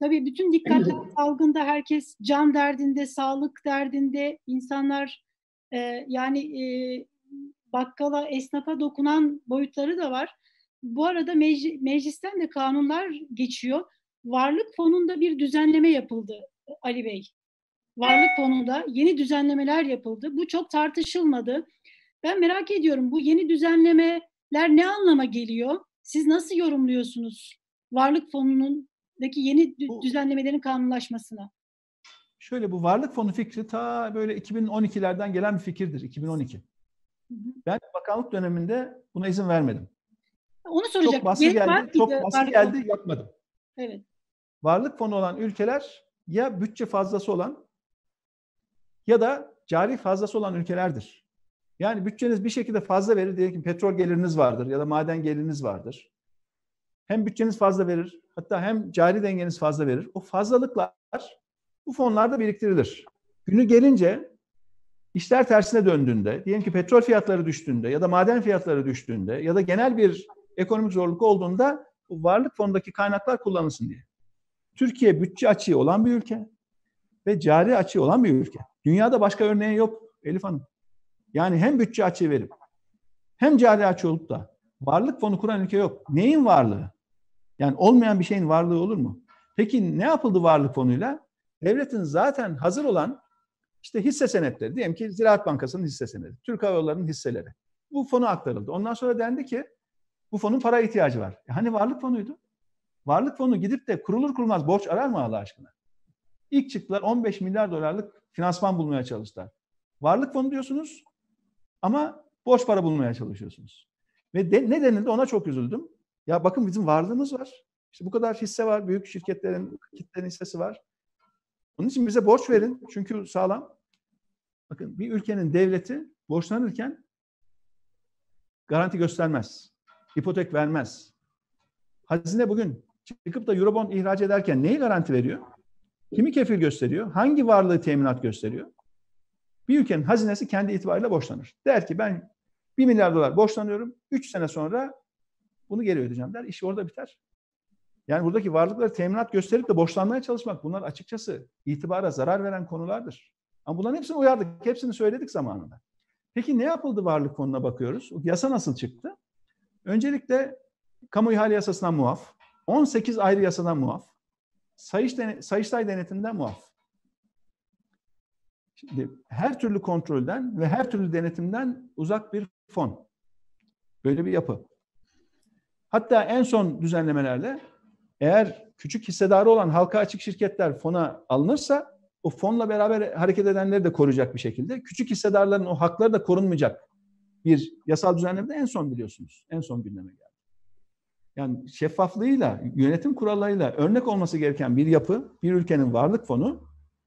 Tabii bütün dikkatler salgında, herkes can derdinde, sağlık derdinde, insanlar e, yani e, bakkala, esnafa dokunan boyutları da var. Bu arada meclis, meclisten de kanunlar geçiyor. Varlık fonunda bir düzenleme yapıldı Ali Bey. Varlık fonunda yeni düzenlemeler yapıldı. Bu çok tartışılmadı. Ben merak ediyorum, bu yeni düzenlemeler ne anlama geliyor? Siz nasıl yorumluyorsunuz Varlık Fonu'ndaki yeni düzenlemelerin kanunlaşmasına? Şöyle, bu Varlık Fonu fikri ta böyle iki bin on ikilerden gelen bir fikirdir. iki bin on iki. Hı hı. Ben bakanlık döneminde buna izin vermedim. Onu soracak. Çok baskı geldi, çok baskı geldi, yapmadım. Evet. Varlık fonu olan ülkeler ya bütçe fazlası olan ya da cari fazlası olan ülkelerdir. Yani bütçeniz bir şekilde fazla verir. Diyelim ki petrol geliriniz vardır ya da maden geliriniz vardır. Hem bütçeniz fazla verir, hatta hem cari dengeniz fazla verir. O fazlalıklar bu fonlarda biriktirilir. Günü gelince işler tersine döndüğünde, diyelim ki petrol fiyatları düştüğünde ya da maden fiyatları düştüğünde ya da genel bir ekonomik zorluk olduğunda bu varlık fonundaki kaynaklar kullanılsın diye. Türkiye bütçe açığı olan bir ülke ve cari açığı olan bir ülke. Dünyada başka örneği yok Elif Hanım. Yani hem bütçe açığı verip hem cari açığı olup da varlık fonu kuran ülke yok. Neyin varlığı? Yani olmayan bir şeyin varlığı olur mu? Peki ne yapıldı varlık fonuyla? Devletin zaten hazır olan işte hisse senetleri, diyelim ki Ziraat Bankası'nın hisse senedi, Türk Hava Yolları'nın hisseleri. Bu fona aktarıldı. Ondan sonra dendi ki bu fonun para ihtiyacı var. E hani varlık fonuydu? Varlık fonu gidip de kurulur kurulmaz borç arar mı Allah aşkına? İlk çıktılar on beş milyar dolarlık finansman bulmaya çalıştılar. Varlık fonu diyorsunuz ama borç para bulmaya çalışıyorsunuz. Ve de, ne denildi, ona çok üzüldüm. Ya bakın bizim varlığımız var. İşte bu kadar hisse var. Büyük şirketlerin, kitlerin hissesi var. Onun için bize borç verin. Çünkü sağlam. Bakın bir ülkenin devleti borçlanırken garanti göstermez. İpotek vermez. Hazine bugün çıkıp da Eurobond ihraç ederken neyi garanti veriyor? Kimi kefil gösteriyor? Hangi varlığı teminat gösteriyor? Bir ülkenin hazinesi kendi itibariyle borçlanır. Der ki ben bir milyar dolar borçlanıyorum. Üç sene sonra bunu geri ödeyeceğim der. İş orada biter. Yani buradaki varlıkları teminat gösterip de borçlanmaya çalışmak, bunlar açıkçası itibara zarar veren konulardır. Ama bunların hepsini uyardık. Hepsini söyledik zamanında. Peki ne yapıldı varlık fonuna bakıyoruz? Yasa nasıl çıktı? Öncelikle kamu ihale yasasından muaf. on sekiz ayrı yasadan muaf. Sayış den- Sayıştay denetiminden muaf. Şimdi her türlü kontrolden ve her türlü denetimden uzak bir fon. Böyle bir yapı. Hatta en son düzenlemelerle eğer küçük hissedarı olan halka açık şirketler fona alınırsa o fonla beraber hareket edenleri de koruyacak bir şekilde küçük hissedarların o hakları da korunmayacak bir yasal düzenlemede en son biliyorsunuz. En son gündeme geldi. Yani şeffaflığıyla, yönetim kurallarıyla örnek olması gereken bir yapı, bir ülkenin varlık fonu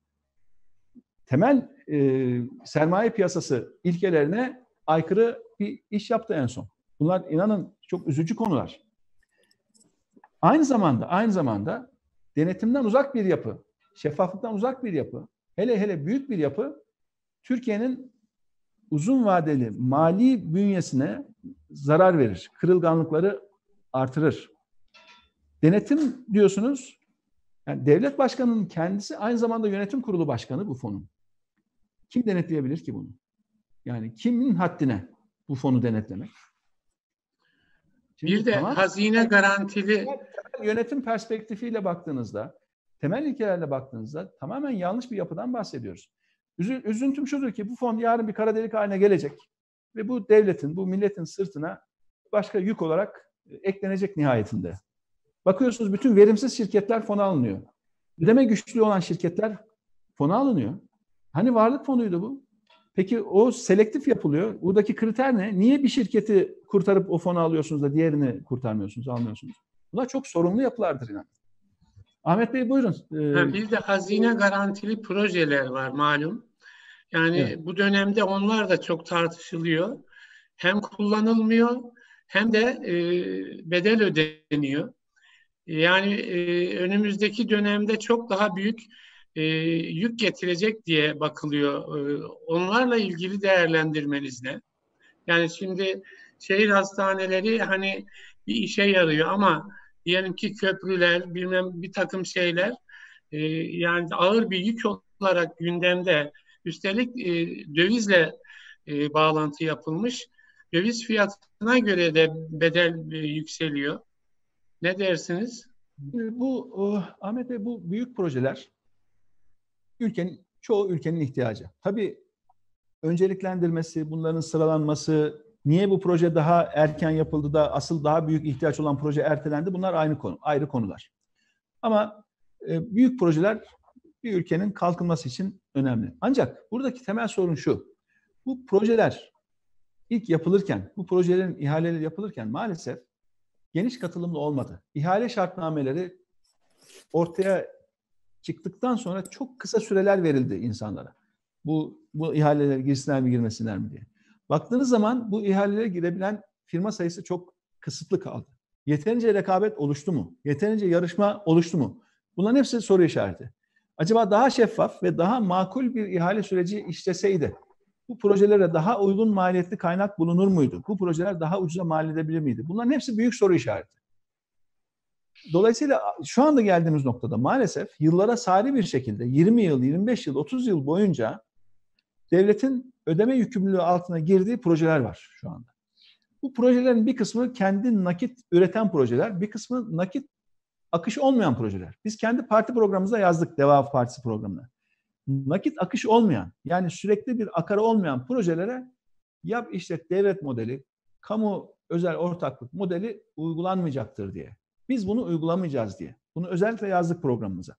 temel e, sermaye piyasası ilkelerine aykırı bir iş yaptı en son. Bunlar inanın çok üzücü konular. Aynı zamanda, aynı zamanda denetimden uzak bir yapı, şeffaflıktan uzak bir yapı, hele hele büyük bir yapı, Türkiye'nin uzun vadeli mali bünyesine zarar verir, kırılganlıkları artırır. Denetim diyorsunuz, yani devlet başkanının kendisi aynı zamanda yönetim kurulu başkanı bu fonun. Kim denetleyebilir ki bunu? Yani kimin haddine bu fonu denetlemek? Şimdi bir de tamam, hazine garantili yönetim perspektifiyle baktığınızda, temel ilkelerle baktığınızda tamamen yanlış bir yapıdan bahsediyoruz. Üzüntüm şudur ki bu fon yarın bir kara delik haline gelecek ve bu devletin, bu milletin sırtına başka yük olarak eklenecek nihayetinde. Bakıyorsunuz bütün verimsiz şirketler fona alınıyor. Ödeme güçlüğü olan şirketler fona alınıyor. Hani varlık fonuydu bu? Peki o selektif yapılıyor. Buradaki kriter ne? Niye bir şirketi kurtarıp o fonu alıyorsunuz da diğerini kurtarmıyorsunuz, almıyorsunuz? Bunlar çok sorumlu yapılardır inan. Ahmet Bey buyurun. Ee, bir de hazine garantili projeler var malum. Yani evet, bu dönemde onlar da çok tartışılıyor. Hem kullanılmıyor hem de e, bedel ödeniyor. Yani e, önümüzdeki dönemde çok daha büyük e, yük getirecek diye bakılıyor. E, onlarla ilgili değerlendirmeniz ne? Yani şimdi şehir hastaneleri hani bir işe yarıyor ama diyelim ki köprüler, bilmem bir takım şeyler e, yani ağır bir yük olarak gündemde. Üstelik e, dövizle e, bağlantı yapılmış. Döviz fiyatına göre de bedel e, yükseliyor. Ne dersiniz? Bu o, Ahmet Bey, bu büyük projeler ülkenin çoğu ülkenin ihtiyacı. Tabii önceliklendirmesi, bunların sıralanması, niye bu proje daha erken yapıldı da asıl daha büyük ihtiyaç olan proje ertelendi? Bunlar aynı konu, ayrı konular. Ama e, büyük projeler bir ülkenin kalkınması için önemli. Ancak buradaki temel sorun şu: bu projeler ilk yapılırken, bu projelerin ihaleleri yapılırken maalesef geniş katılımlı olmadı. İhale şartnameleri ortaya çıktıktan sonra çok kısa süreler verildi insanlara. Bu, bu ihaleler girsinler mi girmesinler mi diye. Baktığınız zaman bu ihalelere girebilen firma sayısı çok kısıtlı kaldı. Yeterince rekabet oluştu mu? Yeterince yarışma oluştu mu? Bunların hepsi soru işareti. Acaba daha şeffaf ve daha makul bir ihale süreci işleseydi bu projelere daha uygun maliyetli kaynak bulunur muydu? Bu projeler daha ucuza mal edebilir miydi? Bunların hepsi büyük soru işareti. Dolayısıyla şu anda geldiğimiz noktada maalesef yıllara sari bir şekilde yirmi yıl, yirmi beş yıl, otuz yıl boyunca devletin ödeme yükümlülüğü altına girdiği projeler var şu anda. Bu projelerin bir kısmı kendi nakit üreten projeler, bir kısmı nakit akışı olmayan projeler. Biz kendi parti programımıza yazdık, Deva Partisi programına. Nakit akışı olmayan, yani sürekli bir akarı olmayan projelere yap işlet devlet modeli, kamu özel ortaklık modeli uygulanmayacaktır diye. Biz bunu uygulamayacağız diye. Bunu özellikle yazdık programımıza.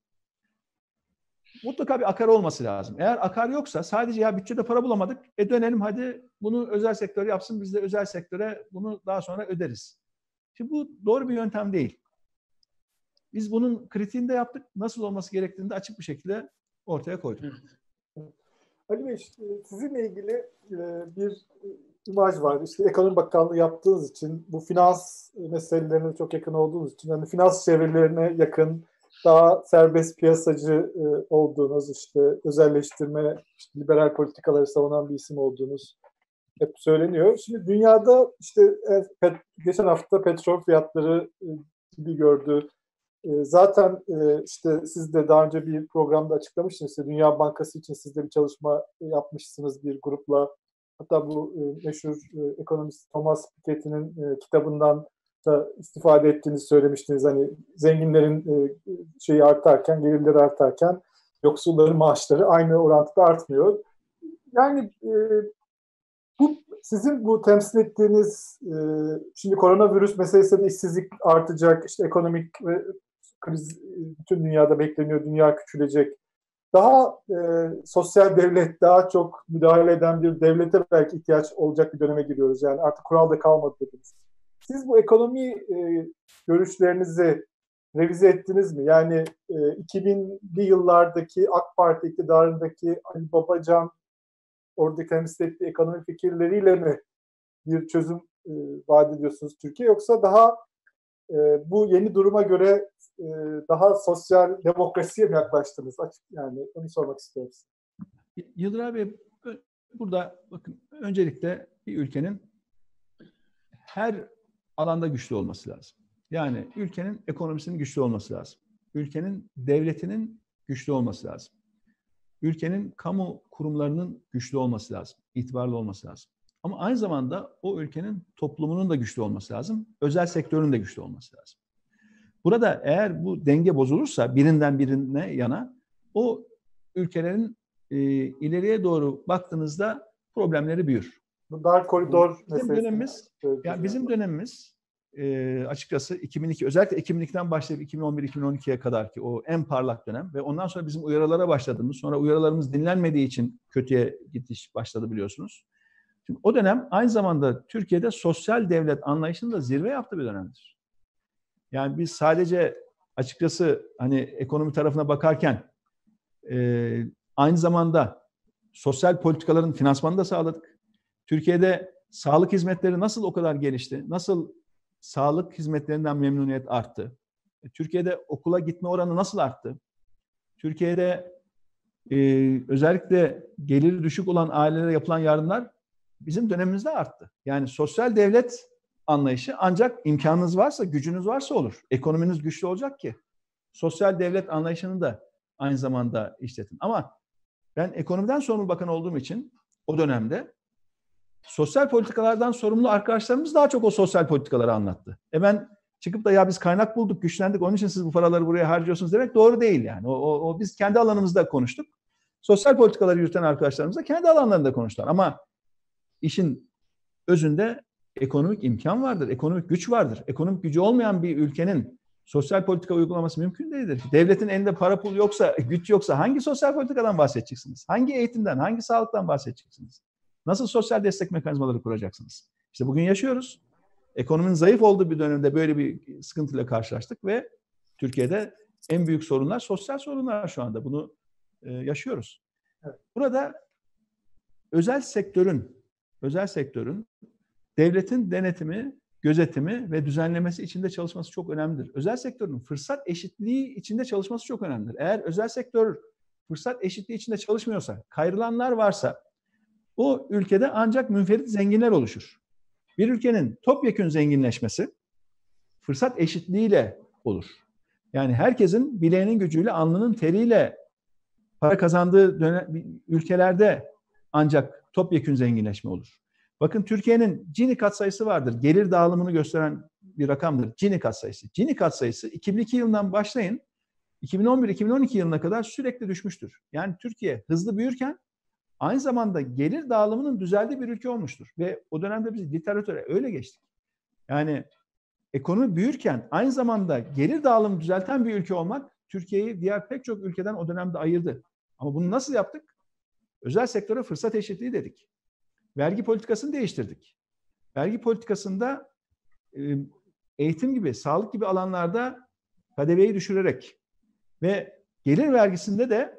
Mutlaka bir akar olması lazım. Eğer akar yoksa sadece ya bütçede para bulamadık, e dönelim hadi bunu özel sektör yapsın, biz de özel sektöre bunu daha sonra öderiz. Şimdi bu doğru bir yöntem değil. Biz bunun kritiğini de yaptık. Nasıl olması gerektiğini de açık bir şekilde ortaya koyduk. Ali Bey, sizinle ilgili bir imaj var. İşte Ekonomi Bakanlığı yaptığınız için, bu finans meselelerine çok yakın olduğunuz için, yani finans çevrelerine yakın, daha serbest piyasacı olduğunuz, işte özelleştirme, işte liberal politikaları savunan bir isim olduğunuz hep söyleniyor. Şimdi dünyada işte geçen hafta petrol fiyatları gibi gördü. Zaten işte siz de daha önce bir programda açıklamıştınız. İşte Dünya Bankası için siz de bir çalışma yapmışsınız bir grupla. Hatta bu meşhur ekonomist Thomas Piketty'nin kitabından da istifade ettiğinizi söylemiştiniz. Hani zenginlerin şeyi artarken, gelirleri artarken yoksulların maaşları aynı orantıda artmıyor. Yani bu sizin bu temsil ettiğiniz şimdi koronavirüs meselesi de işsizlik artacak, işte ekonomik kriz bütün dünyada bekleniyor, dünya küçülecek. Daha e, sosyal devlet, daha çok müdahale eden bir devlete belki ihtiyaç olacak bir döneme giriyoruz. Yani artık kural da kalmadı dediniz. Siz bu ekonomi e, görüşlerinizi revize ettiniz mi? Yani e, iki binli yıllardaki AK Parti iktidarındaki Ali Babacan orada temsil ettiği ekonomi fikirleriyle mi bir çözüm e, vaat ediyorsunuz Türkiye? Yoksa daha e, bu yeni duruma göre e, daha sosyal demokrasiye mi yaklaştınız? Açık, yani onu sormak istiyorum. Yıldır abi, burada bakın, öncelikle bir ülkenin her alanda güçlü olması lazım. Yani ülkenin ekonomisinin güçlü olması lazım. Ülkenin devletinin güçlü olması lazım. Ülkenin kamu kurumlarının güçlü olması lazım. İtibarlı olması lazım. Ama aynı zamanda o ülkenin toplumunun da güçlü olması lazım. Özel sektörün de güçlü olması lazım. Burada eğer bu denge bozulursa birinden birine yana, o ülkelerin e, ileriye doğru baktığınızda problemleri büyür. Bu dar koridor bizim dönemimiz, yani bizim dönemimiz e, açıkçası iki bin iki, özellikle iki bin ikiden başlayıp iki bin on bir iki bin on ikiye kadar ki o en parlak dönem ve ondan sonra bizim uyarılara başladığımız, sonra uyarılarımız dinlenmediği için kötüye gidiş başladı biliyorsunuz. Şimdi o dönem aynı zamanda Türkiye'de sosyal devlet anlayışının da zirve yaptığı bir dönemdir. Yani biz sadece açıkçası hani ekonomi tarafına bakarken e, aynı zamanda sosyal politikaların finansmanını da sağladık. Türkiye'de sağlık hizmetleri nasıl o kadar gelişti? Nasıl sağlık hizmetlerinden memnuniyet arttı? Türkiye'de okula gitme oranı nasıl arttı? Türkiye'de e, özellikle geliri düşük olan ailelere yapılan yardımlar bizim dönemimizde arttı. Yani sosyal devlet anlayışı ancak imkanınız varsa, gücünüz varsa olur. Ekonominiz güçlü olacak ki sosyal devlet anlayışının da aynı zamanda işletin. Ama ben ekonomiden sorumlu bakan olduğum için o dönemde sosyal politikalardan sorumlu arkadaşlarımız daha çok o sosyal politikaları anlattı. E ben çıkıp da ya biz kaynak bulduk, güçlendik, onun için siz bu paraları buraya harcıyorsunuz demek doğru değil yani. O, o, o biz kendi alanımızda konuştuk. Sosyal politikaları yürüten arkadaşlarımız da kendi alanlarında konuştular. Ama işin özünde ekonomik imkan vardır, ekonomik güç vardır. Ekonomik gücü olmayan bir ülkenin sosyal politika uygulaması mümkün değildir. Devletin elinde para pul yoksa, güç yoksa hangi sosyal politikadan bahsedeceksiniz? Hangi eğitimden, hangi sağlıktan bahsedeceksiniz? Nasıl sosyal destek mekanizmaları kuracaksınız? İşte bugün yaşıyoruz. Ekonominin zayıf olduğu bir dönemde böyle bir sıkıntıyla karşılaştık ve Türkiye'de en büyük sorunlar sosyal sorunlar şu anda. Bunu e, yaşıyoruz. Evet. Burada özel sektörün, özel sektörün devletin denetimi, gözetimi ve düzenlemesi içinde çalışması çok önemlidir. Özel sektörün fırsat eşitliği içinde çalışması çok önemlidir. Eğer özel sektör fırsat eşitliği içinde çalışmıyorsa, kayrılanlar varsa o ülkede ancak münferit zenginler oluşur. Bir ülkenin topyekün zenginleşmesi fırsat eşitliğiyle olur. Yani herkesin bileğinin gücüyle, alnının teriyle para kazandığı dönem, ülkelerde ancak topyekün zenginleşme olur. Bakın Türkiye'nin Gini katsayısı vardır. Gelir dağılımını gösteren bir rakamdır. Gini katsayısı. Gini katsayısı iki bin iki yılından başlayın iki bin on bir iki bin on iki yılına kadar sürekli düşmüştür. Yani Türkiye hızlı büyürken aynı zamanda gelir dağılımının düzeldiği bir ülke olmuştur. Ve o dönemde biz literatüre öyle geçtik. Yani ekonomi büyürken aynı zamanda gelir dağılımını düzelten bir ülke olmak Türkiye'yi diğer pek çok ülkeden o dönemde ayırdı. Ama bunu nasıl yaptık? Özel sektöre fırsat eşitliği dedik. Vergi politikasını değiştirdik. Vergi politikasında eğitim gibi, sağlık gibi alanlarda K D V'yi düşürerek ve gelir vergisinde de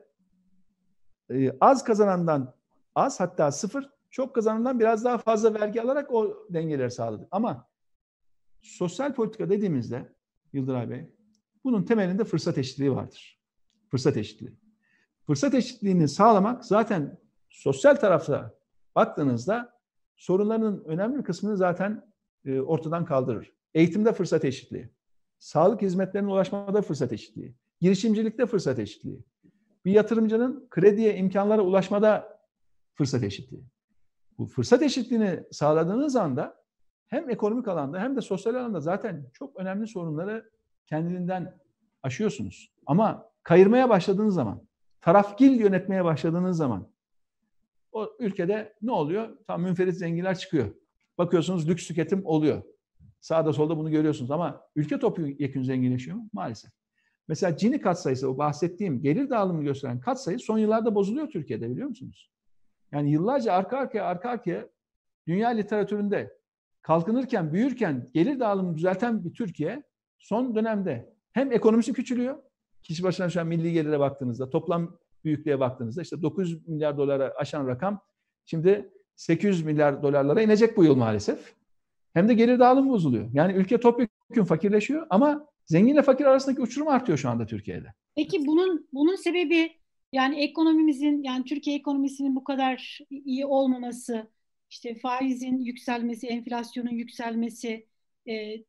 az kazanandan az, hatta sıfır, çok kazanandan biraz daha fazla vergi alarak o dengeleri sağladık. Ama sosyal politika dediğimizde Yıldıray Bey, bunun temelinde fırsat eşitliği vardır. Fırsat eşitliği. Fırsat eşitliğini sağlamak zaten sosyal tarafta baktığınızda sorunların önemli bir kısmını zaten e, ortadan kaldırır. Eğitimde fırsat eşitliği, sağlık hizmetlerine ulaşmada fırsat eşitliği, girişimcilikte fırsat eşitliği, bir yatırımcının krediye, imkanlara ulaşmada fırsat eşitliği. Bu fırsat eşitliğini sağladığınız anda hem ekonomik alanda hem de sosyal alanda zaten çok önemli sorunları kendiliğinden aşıyorsunuz. Ama kayırmaya başladığınız zaman, tarafgil yönetmeye başladığınız zaman o ülkede ne oluyor? Tam münferit zenginler çıkıyor. Bakıyorsunuz lüks tüketim oluyor. Sağda solda bunu görüyorsunuz ama ülke topyekün zenginleşiyor mu? Maalesef. Mesela Gini katsayısı, o bahsettiğim gelir dağılımını gösteren katsayı son yıllarda bozuluyor Türkiye'de, biliyor musunuz? Yani yıllarca arka arkaya arka arkaya dünya literatüründe kalkınırken, büyürken gelir dağılımını düzelten bir Türkiye son dönemde hem ekonomisi küçülüyor, kişi başına şu an milli gelire baktığınızda, toplam büyüklüğe baktığınızda işte dokuz yüz milyar dolara aşan rakam şimdi sekiz yüz milyar dolarlara inecek bu yıl maalesef. Hem de gelir dağılımı bozuluyor. Yani ülke topyekün fakirleşiyor ama zenginle fakir arasındaki uçurum artıyor şu anda Türkiye'de. Peki bunun bunun sebebi yani ekonomimizin, yani Türkiye ekonomisinin bu kadar iyi olmaması, işte faizin yükselmesi, enflasyonun yükselmesi, e,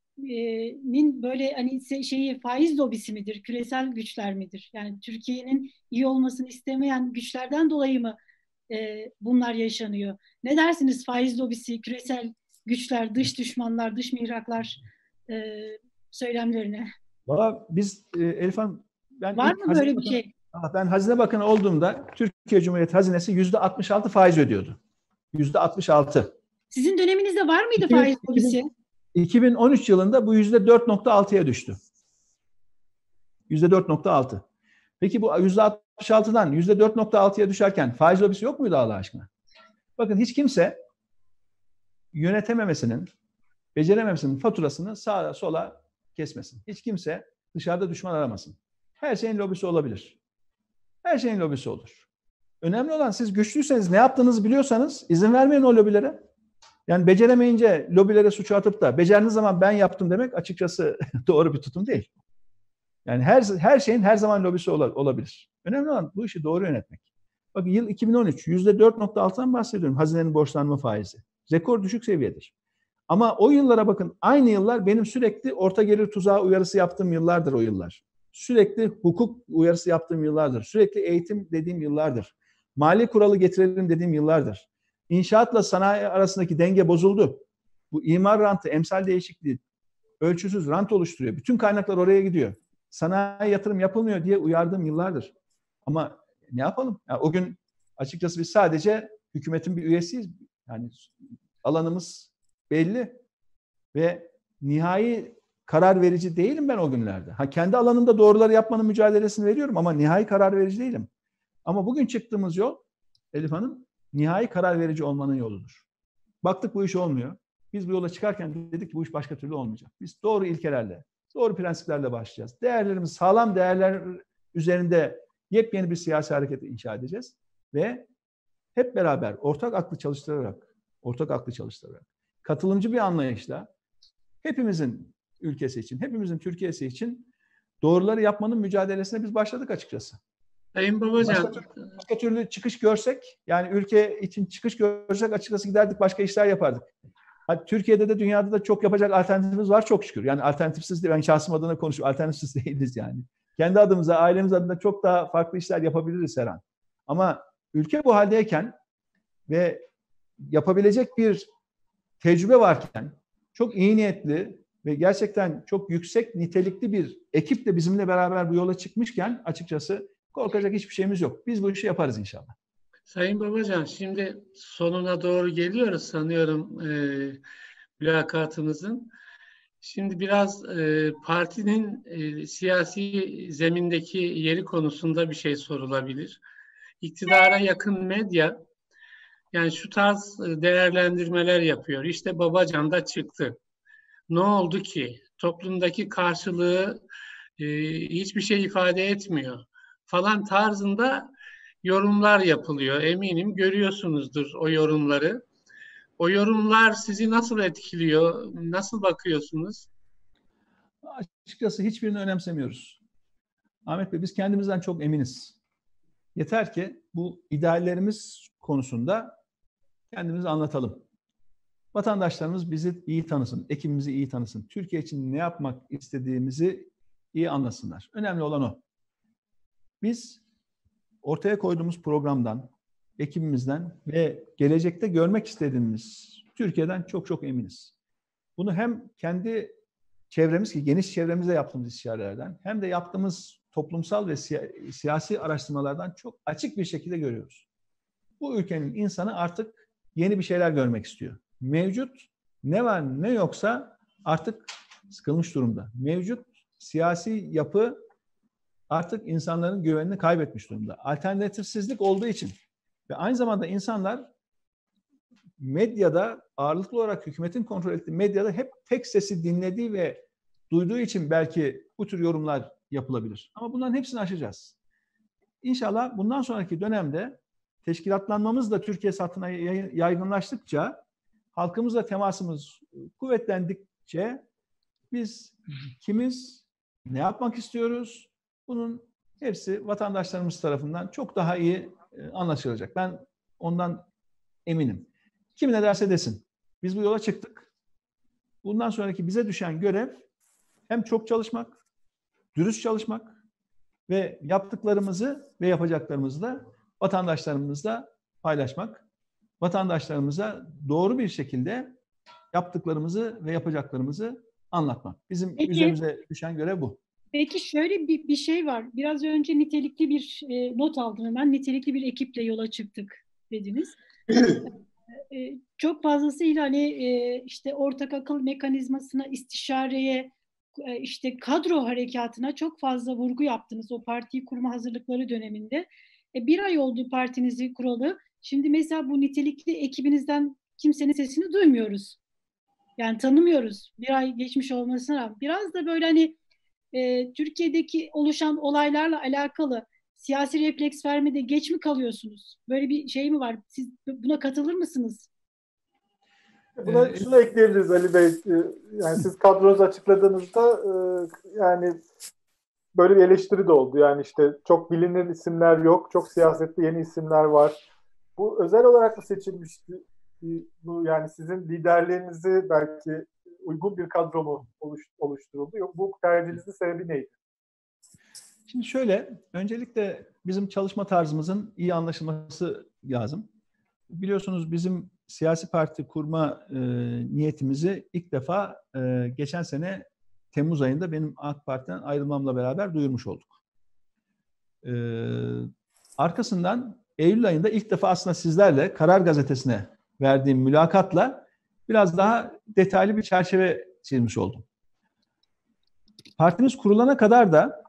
nin böyle hani şeyi faiz lobisi midir, küresel güçler midir? Yani Türkiye'nin iyi olmasını istemeyen güçlerden dolayı mı e, bunlar yaşanıyor? Ne dersiniz faiz lobisi, küresel güçler, dış düşmanlar, dış mihraklar e, söylemlerine? Valla biz e, Elif Hanım, ben var mı böyle bir Bakanı, şey? Ben Hazine Bakanı olduğumda Türkiye Cumhuriyeti Hazinesi yüzde altmış altı faiz ödüyordu. Yüzde altmış altı. Sizin döneminizde var mıydı iki bin, faiz lobisi? iki bin on üç yılında bu yüzde dört nokta altıya düştü. Yüzde dört nokta altı. Peki bu yüzde altmış altıdan yüzde dört nokta altıya düşerken faiz lobisi yok muydu Allah aşkına? Bakın hiç kimse yönetememesinin, becerememesinin faturasını sağa sola kesmesin. Hiç kimse dışarıda düşman aramasın. Her şeyin lobisi olabilir. Her şeyin lobisi olur. Önemli olan siz güçlüyseniz, ne yaptığınızı biliyorsanız izin vermeyin o lobilere. Yani beceremeyince lobilere suçu atıp da becerdiğiniz zaman ben yaptım demek açıkçası doğru bir tutum değil. Yani her her şeyin her zaman lobisi olabilir. Önemli olan bu işi doğru yönetmek. Bakın yıl iki bin on üç yüzde dört nokta altıdan bahsediyorum, hazinenin borçlanma faizi. Rekor düşük seviyedir. Ama o yıllara bakın, aynı yıllar benim sürekli orta gelir tuzağı uyarısı yaptığım yıllardır o yıllar. Sürekli hukuk uyarısı yaptığım yıllardır. Sürekli eğitim dediğim yıllardır. Mali kuralı getirelim dediğim yıllardır. İnşaatla sanayi arasındaki denge bozuldu. Bu imar rantı, emsal değişikliği ölçüsüz rant oluşturuyor. Bütün kaynaklar oraya gidiyor. Sanayi yatırım yapılmıyor diye uyardığım yıllardır. Ama ne yapalım? Yani o gün açıkçası biz sadece hükümetin bir üyesiyiz. Yani alanımız belli ve nihai karar verici değilim ben o günlerde. Ha, kendi alanımda doğruları yapmanın mücadelesini veriyorum ama nihai karar verici değilim. Ama bugün çıktığımız yol Elif Hanım nihai karar verici olmanın yoludur. Baktık bu iş olmuyor. Biz bu yola çıkarken dedik ki bu iş başka türlü olmayacak. Biz doğru ilkelerle, doğru prensiplerle başlayacağız. Değerlerimiz sağlam değerler üzerinde yepyeni bir siyasi hareket inşa edeceğiz ve hep beraber ortak aklı çalıştırarak, ortak aklı çalıştırarak, katılımcı bir anlayışla hepimizin ülkesi için, hepimizin Türkiye'si için doğruları yapmanın mücadelesine biz başladık açıkçası. Sayın Babacan. Başka türlü, başka türlü çıkış görsek, yani ülke için çıkış görsek açıkçası giderdik başka işler yapardık. Hadi Türkiye'de de dünyada da çok yapacak alternatifimiz var çok şükür. Yani alternatifsiz de ben şahsım adına konuşuyorum. Alternatifsiz değiliz yani. Kendi adımıza, ailemiz adına çok daha farklı işler yapabiliriz her an. Ama ülke bu haldeyken ve yapabilecek bir tecrübe varken çok iyi niyetli ve gerçekten çok yüksek nitelikli bir ekip de bizimle beraber bu yola çıkmışken açıkçası korkacak hiçbir şeyimiz yok. Biz bu işi yaparız inşallah. Sayın Babacan, şimdi sonuna doğru geliyoruz sanıyorum e, mülakatımızın. Şimdi biraz e, partinin e, siyasi zemindeki yeri konusunda bir şey sorulabilir. İktidara yakın medya yani şu tarz değerlendirmeler yapıyor. İşte Babacan da çıktı. Ne oldu ki? Toplumdaki karşılığı e, hiçbir şey ifade etmiyor falan tarzında yorumlar yapılıyor. Eminim görüyorsunuzdur o yorumları. O yorumlar sizi nasıl etkiliyor? Nasıl bakıyorsunuz? Açıkçası hiçbirini önemsemiyoruz. Ahmet Bey biz kendimizden çok eminiz. Yeter ki bu ideallerimiz konusunda kendimizi anlatalım. Vatandaşlarımız bizi iyi tanısın, ekibimizi iyi tanısın. Türkiye için ne yapmak istediğimizi iyi anlasınlar. Önemli olan o. Biz ortaya koyduğumuz programdan, ekibimizden ve gelecekte görmek istediğimiz Türkiye'den çok çok eminiz. Bunu hem kendi çevremiz ki geniş çevremizde yaptığımız istişarelerden hem de yaptığımız toplumsal ve siya- siyasi araştırmalardan çok açık bir şekilde görüyoruz. Bu ülkenin insanı artık yeni bir şeyler görmek istiyor. Mevcut ne var ne yoksa artık sıkılmış durumda. Mevcut siyasi yapı artık insanların güvenini kaybetmiş durumda. Alternatifsizlik olduğu için ve aynı zamanda insanlar medyada ağırlıklı olarak hükümetin kontrol ettiği medyada hep tek sesi dinlediği ve duyduğu için belki bu tür yorumlar yapılabilir. Ama bunların hepsini aşacağız. İnşallah bundan sonraki dönemde teşkilatlanmamız da Türkiye satına yaygınlaştıkça, halkımızla temasımız kuvvetlendikçe biz kimiz, ne yapmak istiyoruz? Bunun hepsi vatandaşlarımız tarafından çok daha iyi anlaşılacak. Ben ondan eminim. Kim ne derse desin. Biz bu yola çıktık. Bundan sonraki bize düşen görev hem çok çalışmak, dürüst çalışmak ve yaptıklarımızı ve yapacaklarımızı da vatandaşlarımızla paylaşmak. Vatandaşlarımıza doğru bir şekilde yaptıklarımızı ve yapacaklarımızı anlatmak. Bizim Peki, üzerimize düşen görev bu. Peki şöyle bir, bir şey var. Biraz önce nitelikli bir e, not aldım hemen. Nitelikli bir ekiple yola çıktık dediniz. e, çok fazlasıyla hani e, işte ortak akıl mekanizmasına, istişareye, e, işte kadro harekatına çok fazla vurgu yaptınız o partiyi kurma hazırlıkları döneminde. E, bir ay oldu partinizi kuralı. Şimdi mesela bu nitelikli ekibinizden kimsenin sesini duymuyoruz. Yani tanımıyoruz. Bir ay geçmiş olmasına rağmen. Biraz da böyle hani e, Türkiye'deki oluşan olaylarla alakalı siyasi refleks vermede geç mi kalıyorsunuz? Böyle bir şey mi var? Siz buna katılır mısınız? Buna şunu ekleyebiliriz Ali Bey. Yani siz kadronuzu açıkladığınızda yani böyle bir eleştiri de oldu. Yani işte çok bilinir isimler yok, çok siyasetli yeni isimler var. Bu özel olarak mı seçilmişti? Bu yani sizin liderliğinizi belki uygun bir kadro mu oluşturuldu? Yok, bu tercihinizin sebebi neydi? Şimdi şöyle, öncelikle bizim çalışma tarzımızın iyi anlaşılması lazım. Biliyorsunuz bizim siyasi parti kurma e, niyetimizi ilk defa e, geçen sene Temmuz ayında benim AK Parti'den ayrılmamla beraber duyurmuş olduk. E, arkasından Eylül ayında ilk defa aslında sizlerle Karar Gazetesi'ne verdiğim mülakatla biraz daha detaylı bir çerçeve çizmiş oldum. Partimiz kurulana kadar da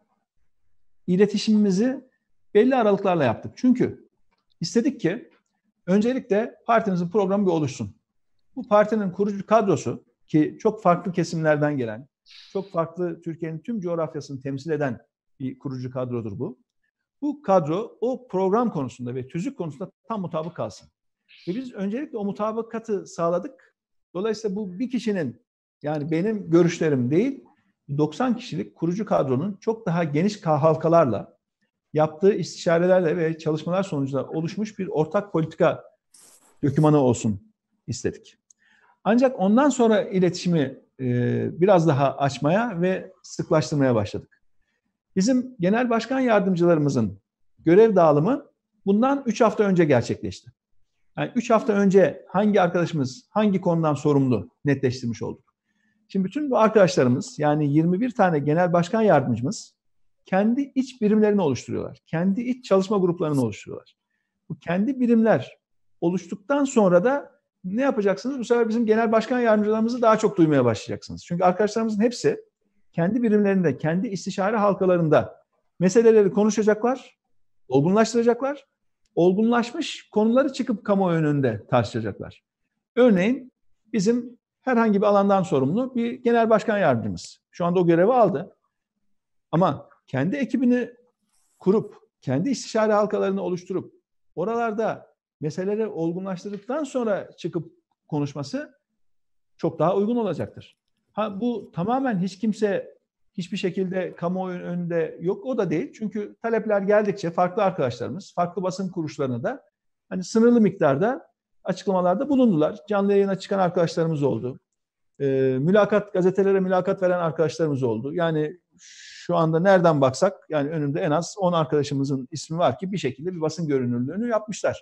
iletişimimizi belli aralıklarla yaptık. Çünkü istedik ki öncelikle partimizin programı bir oluşsun. Bu partinin kurucu kadrosu ki çok farklı kesimlerden gelen, çok farklı Türkiye'nin tüm coğrafyasını temsil eden bir kurucu kadrodur bu. Bu kadro o program konusunda ve tüzük konusunda tam mutabık kalsın. Ve biz öncelikle o mutabakatı sağladık. Dolayısıyla bu bir kişinin, yani benim görüşlerim değil, doksan kişilik kurucu kadronun çok daha geniş halkalarla, yaptığı istişarelerle ve çalışmalar sonucunda oluşmuş bir ortak politika dokümanı olsun istedik. Ancak ondan sonra iletişimi e, biraz daha açmaya ve sıklaştırmaya başladık. Bizim genel başkan yardımcılarımızın görev dağılımı bundan üç hafta önce gerçekleşti. Yani üç hafta önce hangi arkadaşımız hangi konudan sorumlu netleştirmiş olduk. Şimdi bütün bu arkadaşlarımız, yani yirmi bir tane genel başkan yardımcımız kendi iç birimlerini oluşturuyorlar. Kendi iç çalışma gruplarını oluşturuyorlar. Bu kendi birimler oluştuktan sonra da ne yapacaksınız? Bu sefer bizim genel başkan yardımcılarımızı daha çok duymaya başlayacaksınız. Çünkü arkadaşlarımızın hepsi kendi birimlerinde, kendi istişare halkalarında meseleleri konuşacaklar, olgunlaştıracaklar. Olgunlaşmış konuları çıkıp kamuoyu önünde tartışacaklar. Örneğin bizim herhangi bir alandan sorumlu bir genel başkan yardımcımız. Şu anda o görevi aldı. Ama kendi ekibini kurup, kendi istişare halkalarını oluşturup, oralarda meseleleri olgunlaştırdıktan sonra çıkıp konuşması çok daha uygun olacaktır. Ha, bu tamamen hiç kimse hiçbir şekilde kamuoyu önünde yok, o da değil. Çünkü talepler geldikçe farklı arkadaşlarımız, farklı basın kuruluşlarına da hani sınırlı miktarda açıklamalarda bulundular. Canlı yayına çıkan arkadaşlarımız oldu. E, mülakat, gazetelere mülakat veren arkadaşlarımız oldu. Yani şu anda nereden baksak yani önümde en az on arkadaşımızın ismi var ki bir şekilde bir basın görünürlüğünü yapmışlar.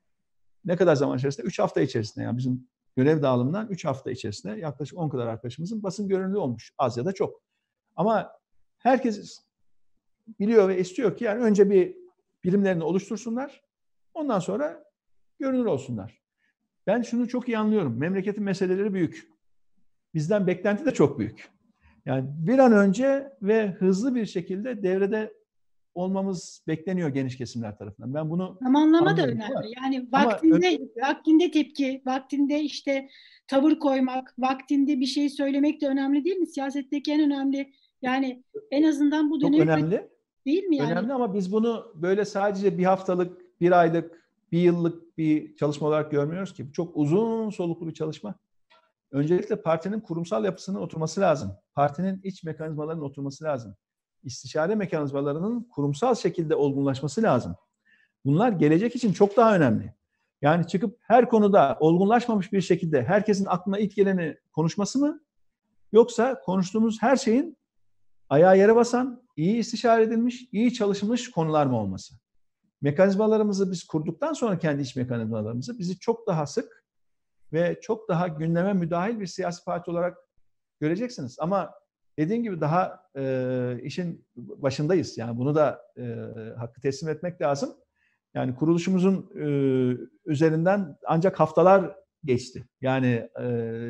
Ne kadar zaman içerisinde? üç hafta içerisinde, yani bizim görev dağılımından üç hafta içerisinde yaklaşık on kadar arkadaşımızın basın görünürlüğü olmuş. Az ya da çok. Ama herkes biliyor ve istiyor ki yani önce bir birimlerini oluştursunlar. Ondan sonra görünür olsunlar. Ben şunu çok iyi anlıyorum. Memleketin meseleleri büyük. Bizden beklenti de çok büyük. Yani bir an önce ve hızlı bir şekilde devrede olmamız bekleniyor geniş kesimler tarafından. Ben bunu zamanlama da önemli. Ama, yani vaktinde öncelikle, vaktinde tepki, vaktinde işte tavır koymak, vaktinde bir şey söylemek de önemli değil mi? Siyasetteki en önemli, yani en azından bu dönem önemli. Değil mi yani? Önemli ama biz bunu böyle sadece bir haftalık, bir aylık, bir yıllık bir çalışma olarak görmüyoruz ki. Çok uzun soluklu bir çalışma. Öncelikle partinin kurumsal yapısının oturması lazım. Partinin iç mekanizmalarının oturması lazım. İstişare mekanizmalarının kurumsal şekilde olgunlaşması lazım. Bunlar gelecek için çok daha önemli. Yani çıkıp her konuda olgunlaşmamış bir şekilde herkesin aklına ilk geleni konuşması mı? Yoksa konuştuğumuz her şeyin ayağa yere basan, iyi istişare edilmiş, iyi çalışılmış konular mı olması? Mekanizmalarımızı biz kurduktan sonra kendi iç mekanizmalarımızı bizi çok daha sık ve çok daha gündeme müdahil bir siyasi parti olarak göreceksiniz. Ama dediğim gibi daha e, işin başındayız. Yani bunu da e, hakkı teslim etmek lazım. Yani kuruluşumuzun e, üzerinden ancak haftalar geçti. Yani e,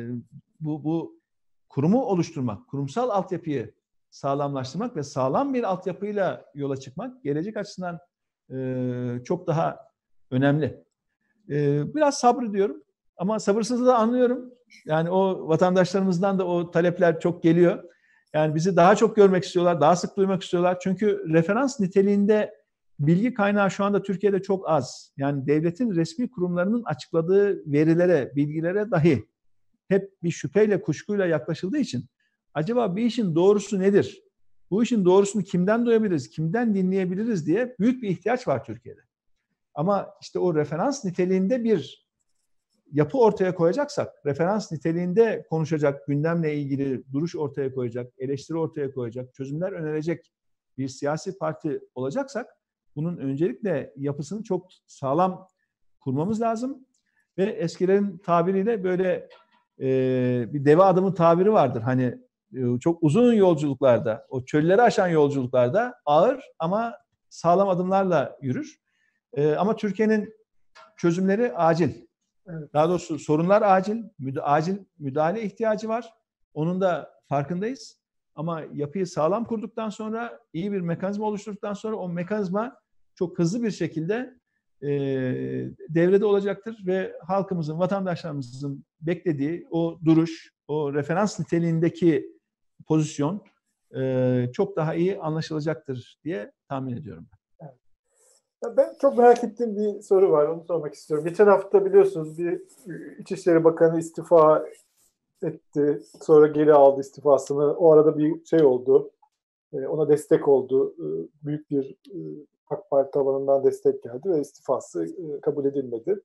bu, bu kurumu oluşturmak, kurumsal altyapıyı sağlamlaştırmak ve sağlam bir altyapıyla yola çıkmak gelecek açısından e, çok daha önemli. E, biraz sabrediyorum ama sabırsızlığı da anlıyorum. Yani o vatandaşlarımızdan da o talepler çok geliyor. Yani bizi daha çok görmek istiyorlar, daha sık duymak istiyorlar. Çünkü referans niteliğinde bilgi kaynağı şu anda Türkiye'de çok az. Yani devletin resmi kurumlarının açıkladığı verilere, bilgilere dahi hep bir şüpheyle, kuşkuyla yaklaşıldığı için acaba bir işin doğrusu nedir? Bu işin doğrusunu kimden duyabiliriz, kimden dinleyebiliriz diye büyük bir ihtiyaç var Türkiye'de. Ama işte o referans niteliğinde bir yapı ortaya koyacaksak, referans niteliğinde konuşacak, gündemle ilgili duruş ortaya koyacak, eleştiri ortaya koyacak, çözümler önerecek bir siyasi parti olacaksak bunun öncelikle yapısını çok sağlam kurmamız lazım. Ve eskilerin tabiriyle böyle e, bir deve adamın tabiri vardır. Hani e, çok uzun yolculuklarda, o çölleri aşan yolculuklarda ağır ama sağlam adımlarla yürür. E, ama Türkiye'nin çözümleri acil. Evet. Daha doğrusu sorunlar acil, müda- acil müdahale ihtiyacı var. Onun da farkındayız. Ama yapıyı sağlam kurduktan sonra, iyi bir mekanizma oluşturduktan sonra o mekanizma çok hızlı bir şekilde e, devrede olacaktır ve halkımızın, vatandaşlarımızın beklediği o duruş, o referans niteliğindeki pozisyon e, çok daha iyi anlaşılacaktır diye tahmin ediyorum. Evet. Ben çok merak ettiğim bir soru var, onu sormak istiyorum. Geçen hafta biliyorsunuz bir İçişleri Bakanı istifa etti, sonra geri aldı istifasını. O arada bir şey oldu, ona destek oldu. Büyük bir AK Parti tabanından destek geldi ve istifası kabul edilmedi.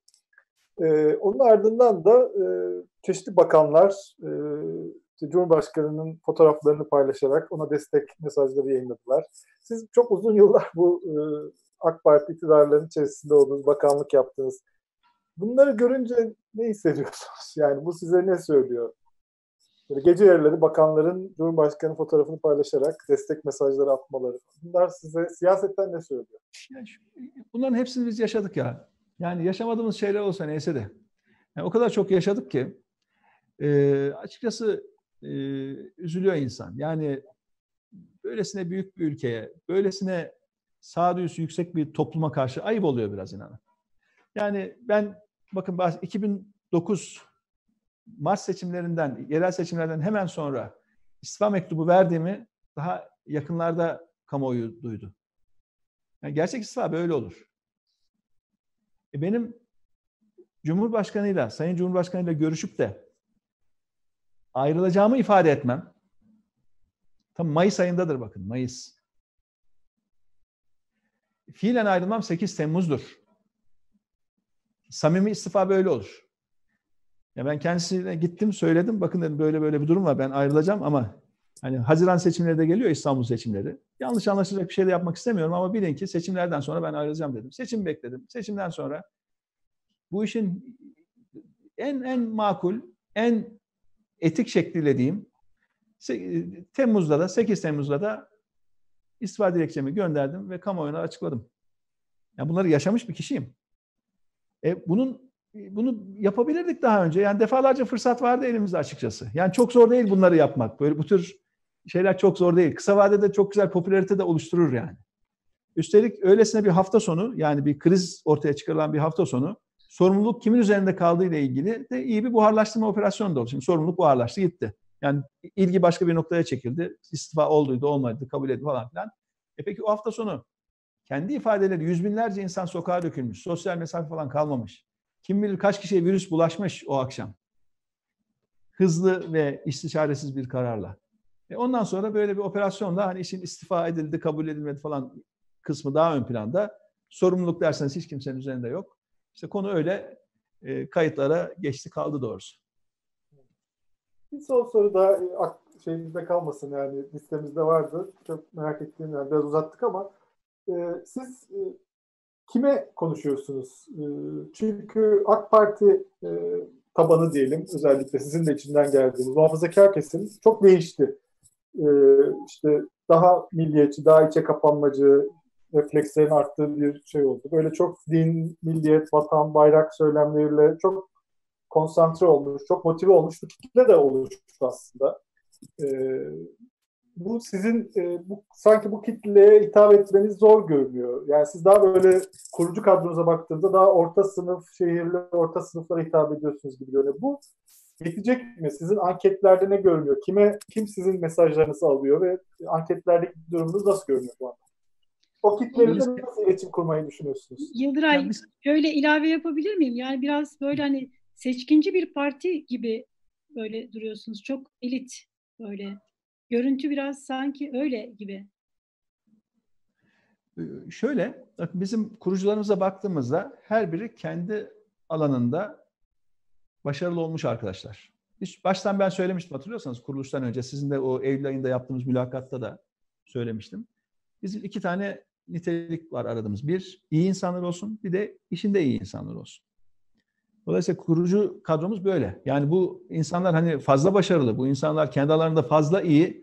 Onun ardından da çeşitli bakanlar Cumhurbaşkanı'nın fotoğraflarını paylaşarak ona destek mesajları yayınladılar. Siz çok uzun yıllar bu AK Parti iktidarlarının içerisinde olduğunuz, bakanlık yaptınız. Bunları görünce ne hissediyorsunuz? Yani bu size ne söylüyor? Böyle gece yarıları bakanların Cumhurbaşkanı fotoğrafını paylaşarak destek mesajları atmaları. Bunlar size siyasetten ne söylüyor? Yani şu, bunların hepsini biz yaşadık ya. Yani yaşamadığımız şeyler olsa neyse de. Yani o kadar çok yaşadık ki e, açıkçası e, üzülüyor insan. Yani böylesine büyük bir ülkeye, böylesine sağduyusu yüksek bir topluma karşı ayıp oluyor biraz inanın. Yani ben bakın iki bin dokuz Mart seçimlerinden, yerel seçimlerden hemen sonra istifa mektubu verdiğimi daha yakınlarda kamuoyu duydu. Yani gerçek istifa böyle olur. E benim Cumhurbaşkanıyla, Sayın Cumhurbaşkanıyla görüşüp de ayrılacağımı ifade etmem. Tam Mayıs ayındadır bakın, Mayıs. Fiilen ayrılmam sekiz Temmuz'dur. Samimi istifa böyle olur. Ya ben kendisine gittim, söyledim. Bakın dedim böyle böyle bir durum var. Ben ayrılacağım ama hani Haziran seçimleri de geliyor, İstanbul seçimleri. Yanlış anlaşılacak bir şey de yapmak istemiyorum ama bilin ki seçimlerden sonra ben ayrılacağım dedim. Seçim bekledim. Seçimden sonra bu işin en en makul, en etik şekliyle diyeyim. Temmuz'da da, sekiz Temmuz'da da istifa dilekçemi gönderdim ve kamuoyuna açıkladım. Yani bunları yaşamış bir kişiyim. E bunun Bunu yapabilirdik daha önce. Yani defalarca fırsat vardı elimizde açıkçası. Yani çok zor değil bunları yapmak. Böyle bu tür şeyler çok zor değil. Kısa vadede çok güzel popülarite de oluşturur yani. Üstelik öylesine bir hafta sonu, yani bir kriz ortaya çıkarılan bir hafta sonu, sorumluluk kimin üzerinde kaldığı ile ilgili de iyi bir buharlaştırma operasyonu da oldu. Şimdi sorumluluk buharlaştı gitti. Yani ilgi başka bir noktaya çekildi. İstifa olduydu, olmadı, kabul edildi falan filan. E peki o hafta sonu kendi ifadeleri yüz binlerce insan sokağa dökülmüş. Sosyal mesafe falan kalmamış. Kim bilir kaç kişiye virüs bulaşmış o akşam. Hızlı ve istişaresiz bir kararla. E ondan sonra böyle bir operasyonla hani işin istifa edildi, kabul edilmedi falan kısmı daha ön planda. Sorumluluk derseniz hiç kimsenin üzerinde yok. İşte konu öyle e, kayıtlara geçti kaldı doğrusu. Bir son soru da e, şeyimizde kalmasın, yani listemizde vardı. Çok merak ettiğim, yani biraz uzattık ama e, siz e, kime konuşuyorsunuz? E, çünkü AK Parti e, tabanı diyelim, özellikle sizin de içinden geldiğiniz muhafazakar kesim çok değişti. E, işte daha milliyetçi, daha içe kapanmacı reflekslerin arttığı bir şey oldu. Böyle çok din, milliyet, vatan, bayrak söylemleriyle çok konsantre olmuş, çok motive olmuş bir kitle de oluştu aslında. Ee, bu sizin e, bu sanki bu kitleye hitap etmeniz zor görünüyor. Yani siz daha böyle kurucu kadronuza baktığınızda daha orta sınıf, şehirli orta sınıflara hitap ediyorsunuz gibi görünüyor. Bu yetecek mi? Sizin anketlerde ne görünüyor? Kime, kim sizin mesajlarınızı alıyor ve anketlerdeki durumunuz nasıl görünüyor bu anda? O kitleyle nasıl iletişim kurmayı düşünüyorsunuz? Yıldıray, yani biz... şöyle ilave yapabilir miyim? Yani biraz böyle hani seçkinci bir parti gibi böyle duruyorsunuz. Çok elit böyle. Görüntü biraz sanki öyle gibi. Şöyle, bizim kurucularımıza baktığımızda her biri kendi alanında başarılı olmuş arkadaşlar. Hiç baştan ben söylemiştim, hatırlıyorsanız kuruluştan önce sizin de o Eylül ayında yaptığımız mülakatta da söylemiştim. bizim iki tane nitelik var aradığımız. Bir, iyi insanlar olsun, bir de işinde iyi insanlar olsun. Dolayısıyla kurucu kadromuz böyle. Yani bu insanlar hani fazla başarılı, bu insanlar kendi alanlarında fazla iyi.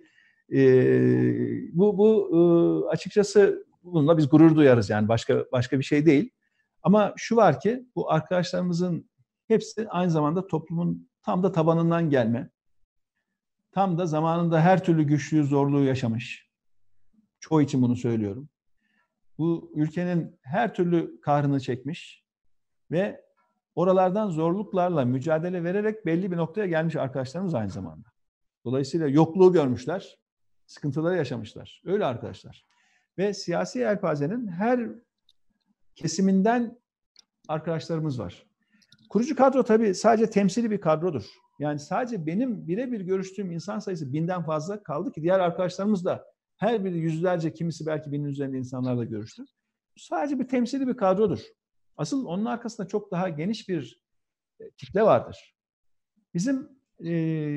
Ee, bu bu e, açıkçası bununla biz gurur duyarız yani başka başka bir şey değil. Ama şu var ki bu arkadaşlarımızın hepsi aynı zamanda toplumun tam da tabanından gelme. Tam da zamanında her türlü güçlüğü, zorluğu yaşamış. Çoğu için bunu söylüyorum. Bu ülkenin her türlü kahrını çekmiş ve oralardan zorluklarla mücadele vererek belli bir noktaya gelmiş arkadaşlarımız aynı zamanda. Dolayısıyla yokluğu görmüşler, sıkıntıları yaşamışlar. Öyle arkadaşlar. Ve siyasi yelpazenin her kesiminden arkadaşlarımız var. Kurucu kadro tabii sadece temsili bir kadrodur. Yani sadece benim birebir görüştüğüm insan sayısı binden fazla kaldı ki diğer arkadaşlarımız da her biri yüzlerce, kimisi belki binin üzerinde insanlarla görüştü. Sadece bir temsili bir kadrodur. Asıl onun arkasında çok daha geniş bir kitle vardır. Bizim e,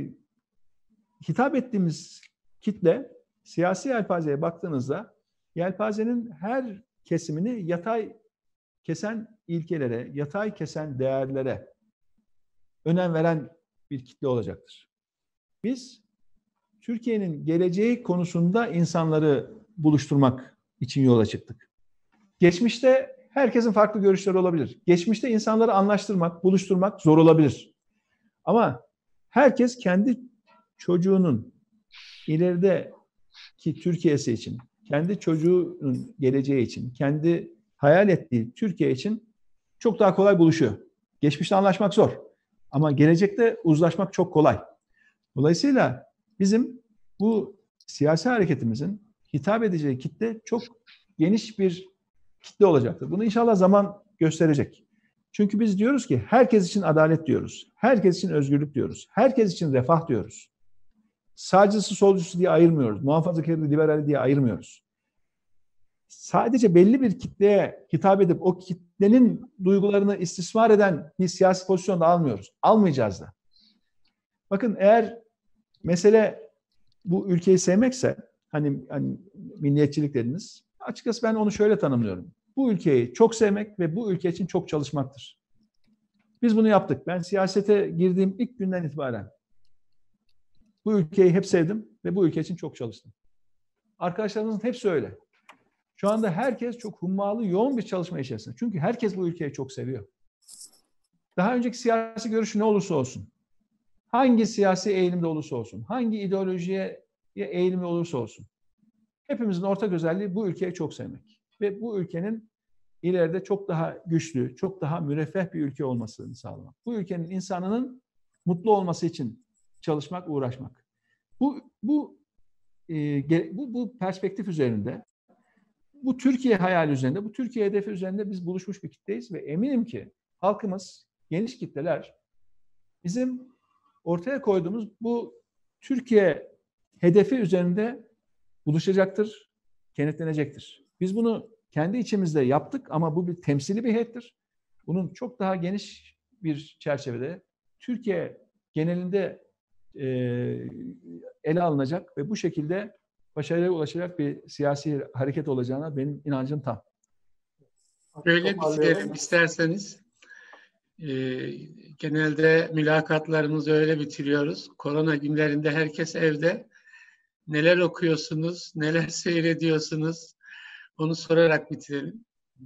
hitap ettiğimiz kitle siyasi yelpazeye baktığınızda yelpazenin her kesimini yatay kesen ilkelere, yatay kesen değerlere önem veren bir kitle olacaktır. Biz Türkiye'nin geleceği konusunda insanları buluşturmak için yola çıktık. Geçmişte herkesin farklı görüşleri olabilir. Geçmişte insanları anlaştırmak, buluşturmak zor olabilir. Ama herkes kendi çocuğunun ilerideki Türkiye'si için, kendi çocuğunun geleceği için, kendi hayal ettiği Türkiye için çok daha kolay buluşuyor. Geçmişte anlaşmak zor. Ama gelecekte uzlaşmak çok kolay. Dolayısıyla bizim bu siyasi hareketimizin hitap edeceği kitle çok geniş bir kitle olacaktır. Bunu inşallah zaman gösterecek. Çünkü biz diyoruz ki herkes için adalet diyoruz. Herkes için özgürlük diyoruz. Herkes için refah diyoruz. Sağcısı solcusu diye ayırmıyoruz. Muhafazakarı liberali diye ayırmıyoruz. Sadece belli bir kitleye hitap edip o kitlenin duygularını istismar eden bir siyasi pozisyon da almıyoruz. Almayacağız da. Bakın eğer mesele bu ülkeyi sevmekse, hani, hani milliyetçilik dediniz, açıkçası ben onu şöyle tanımlıyorum. Bu ülkeyi çok sevmek ve bu ülke için çok çalışmaktır. Biz bunu yaptık. Ben siyasete girdiğim ilk günden itibaren bu ülkeyi hep sevdim ve bu ülke için çok çalıştım. Arkadaşlarımızın hepsi öyle. Şu anda herkes çok hummalı, yoğun bir çalışma içerisinde. Çünkü herkes bu ülkeyi çok seviyor. Daha önceki siyasi görüşü ne olursa olsun, hangi siyasi eğilimde olursa olsun, hangi ideolojiye eğilimi olursa olsun, hepimizin ortak özelliği bu ülkeyi çok sevmek. Ve bu ülkenin ileride çok daha güçlü, çok daha müreffeh bir ülke olmasını sağlamak. Bu ülkenin insanının mutlu olması için çalışmak, uğraşmak. Bu bu e, bu, bu perspektif üzerinde, bu Türkiye hayali üzerinde, bu Türkiye hedefi üzerinde biz buluşmuş bir kitleyiz ve eminim ki halkımız, geniş kitleler bizim ortaya koyduğumuz bu Türkiye hedefi üzerinde buluşacaktır, kenetlenecektir. Biz bunu kendi içimizde yaptık ama bu bir temsili bir heyettir. Bunun çok daha geniş bir çerçevede Türkiye genelinde e, ele alınacak ve bu şekilde başarıya ulaşacak bir siyasi hareket olacağına benim inancım tam. Öyle bitirelim isterseniz. Ee, genelde mülakatlarımızı öyle bitiriyoruz. Korona günlerinde herkes evde. Neler okuyorsunuz, neler seyrediyorsunuz? Onu sorarak bitirelim.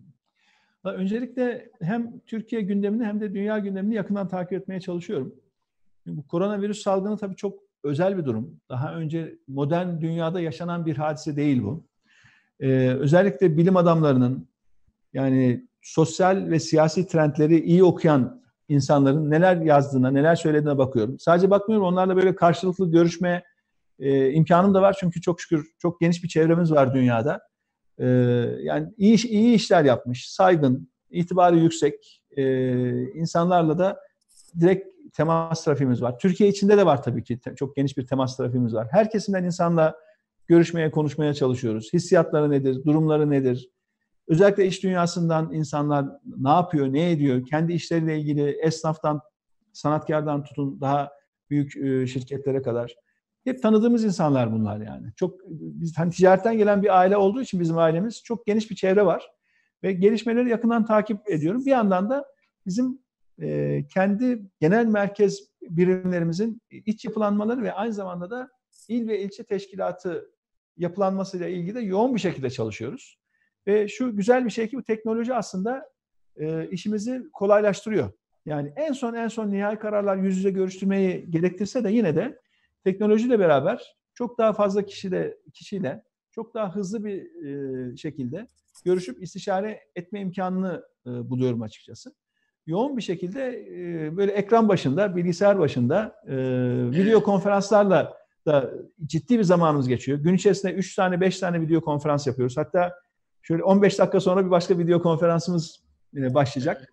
Öncelikle hem Türkiye gündemini hem de dünya gündemini yakından takip etmeye çalışıyorum. Bu koronavirüs salgını tabii çok özel bir durum. Daha önce modern dünyada yaşanan bir hadise değil bu. Ee, özellikle bilim adamlarının, yani sosyal ve siyasi trendleri iyi okuyan insanların neler yazdığına, neler söylediğine bakıyorum. Sadece bakmıyorum, onlarla böyle karşılıklı görüşme e, imkanım da var. Çünkü çok şükür çok geniş bir çevremiz var dünyada. E, yani iyi, iyi işler yapmış, saygın, itibarı yüksek e, insanlarla da direkt temas trafiğimiz var. Türkiye içinde de var tabii ki çok geniş bir temas trafiğimiz var. Her kesimden insanla görüşmeye, konuşmaya çalışıyoruz. Hissiyatları nedir, durumları nedir? Özellikle iş dünyasından insanlar ne yapıyor, ne ediyor? Kendi işleriyle ilgili esnaftan, sanatkardan tutun daha büyük şirketlere kadar Hep tanıdığımız insanlar bunlar yani. Çok biz hani ticaretten gelen bir aile olduğu için bizim ailemiz çok geniş bir çevre var ve gelişmeleri yakından takip ediyorum. Bir yandan da bizim e, kendi genel merkez birimlerimizin iç yapılanmaları ve aynı zamanda da il ve ilçe teşkilatı yapılanmasıyla ilgili de yoğun bir şekilde çalışıyoruz. Ve şu güzel bir şey ki bu teknoloji aslında e, işimizi kolaylaştırıyor. Yani en son en son nihai kararlar yüz yüze görüştürmeyi gerektirse de yine de teknolojiyle beraber çok daha fazla kişiyle, kişiyle çok daha hızlı bir e, şekilde görüşüp istişare etme imkanını e, buluyorum açıkçası. Yoğun bir şekilde e, böyle ekran başında, bilgisayar başında e, video konferanslarla da ciddi bir zamanımız geçiyor. Gün içerisinde üç tane, beş tane video konferans yapıyoruz. Hatta şöyle on beş dakika sonra bir başka video konferansımız yine başlayacak.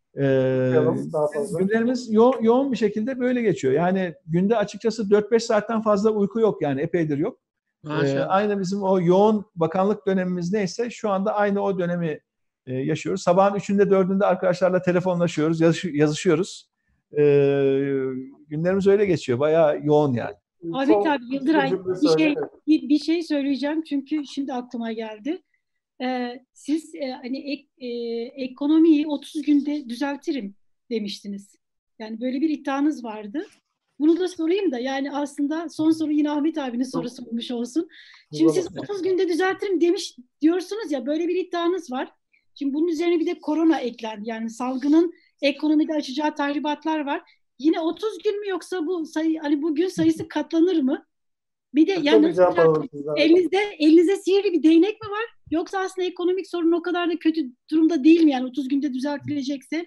Ee, günlerimiz yo- yoğun bir şekilde böyle geçiyor. Yani günde açıkçası dört beş saatten fazla uyku yok yani epeydir yok. Ee, aynı bizim o yoğun bakanlık dönemimiz neyse şu anda aynı o dönemi e, yaşıyoruz. Sabahın üçünde dördünde arkadaşlarla telefonlaşıyoruz, yazış- yazışıyoruz. Ee, günlerimiz öyle geçiyor. Bayağı yoğun yani. Ahmet abi Yıldıray bir şey bir, bir şey söyleyeceğim çünkü şimdi aklıma geldi. Ee, siz e, hani ek, e, ekonomiyi otuz günde düzeltirim demiştiniz. Yani böyle bir iddianız vardı. Bunu da sorayım da yani aslında son soru yine Ahmet abinin sorusu olmuş olsun. Şimdi siz otuz günde düzeltirim demiş diyorsunuz ya böyle bir iddianız var. Şimdi bunun üzerine bir de korona eklendi. Yani salgının ekonomide açacağı tahribatlar var. Yine otuz gün mü yoksa bu sayı hani bugün sayısı katlanır mı? Bir de yani elinizde elinizde sihirli bir değnek mi var? Yoksa aslında ekonomik sorun o kadar da kötü durumda değil mi? Yani otuz günde düzeltilecekse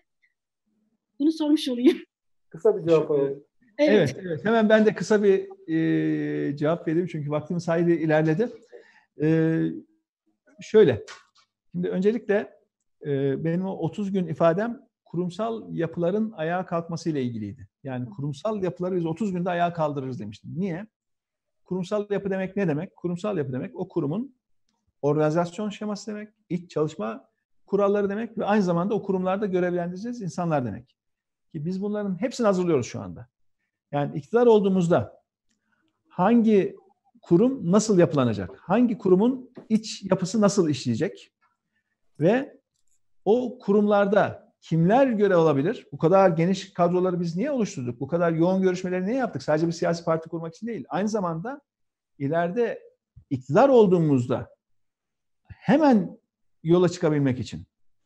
bunu sormuş olayım. Kısa bir cevap alalım. Evet. evet, evet. Hemen ben de kısa bir e, cevap vereyim çünkü vaktimiz hayli ilerledi. E, şöyle, şimdi öncelikle e, benim o otuz gün ifadem kurumsal yapıların ayağa kalkmasıyla ilgiliydi. Yani kurumsal yapıları biz otuz günde ayağa kaldırırız demiştim. Niye? Kurumsal yapı demek ne demek? Kurumsal yapı demek o kurumun organizasyon şeması demek, iç çalışma kuralları demek ve aynı zamanda o kurumlarda görevlendireceğiz insanlar demek. Ki biz bunların hepsini hazırlıyoruz şu anda. Yani iktidar olduğumuzda hangi kurum nasıl yapılanacak? Hangi kurumun iç yapısı nasıl işleyecek? Ve o kurumlarda kimler görev alabilir? Bu kadar geniş kadroları biz niye oluşturduk? Bu kadar yoğun görüşmeleri niye yaptık? Sadece bir siyasi parti kurmak için değil. Aynı zamanda ileride iktidar olduğumuzda hemen yola çıkabilmek için,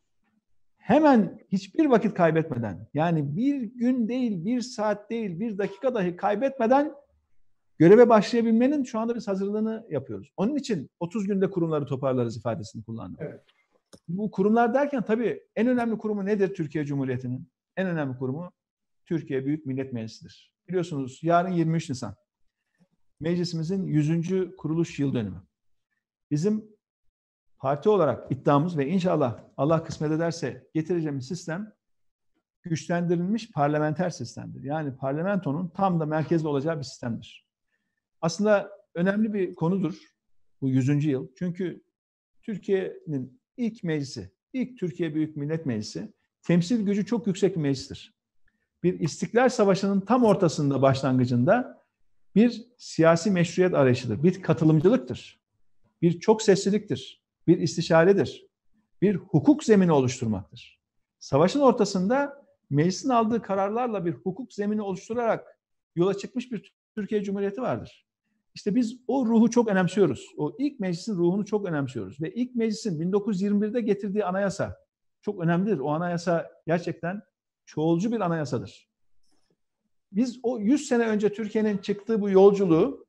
hemen hiçbir vakit kaybetmeden, yani bir gün değil, bir saat değil, bir dakika dahi kaybetmeden göreve başlayabilmenin şu anda biz hazırlığını yapıyoruz. Onun için otuz günde kurumları toparlarız ifadesini kullandım. Evet. Bu kurumlar derken tabii en önemli kurumu nedir Türkiye Cumhuriyeti'nin? En önemli kurumu Türkiye Büyük Millet Meclisi'dir. Biliyorsunuz yarın yirmi üç Nisan. Meclisimizin yüzüncü kuruluş yıl dönümü. Bizim parti olarak iddiamız ve inşallah Allah kısmet ederse getireceğimiz sistem güçlendirilmiş parlamenter sistemdir. Yani parlamentonun tam da merkezde olacağı bir sistemdir. Aslında önemli bir konudur bu yüzüncü yıl. Çünkü Türkiye'nin ilk meclisi, ilk Türkiye Büyük Millet Meclisi temsil gücü çok yüksek bir meclistir. Bir İstiklal Savaşı'nın tam ortasında, başlangıcında bir siyasi meşruiyet arayışıdır. Bir katılımcılıktır. Bir çok sesliliktir. Bir istişaredir. Bir hukuk zemini oluşturmaktır. Savaşın ortasında meclisin aldığı kararlarla bir hukuk zemini oluşturarak yola çıkmış bir Türkiye Cumhuriyeti vardır. İşte biz o ruhu çok önemsiyoruz. O ilk meclisin ruhunu çok önemsiyoruz. Ve ilk meclisin bin dokuz yüz yirmi birde getirdiği anayasa çok önemlidir. O anayasa gerçekten çoğulcu bir anayasadır. Biz o yüz sene önce Türkiye'nin çıktığı bu yolculuğu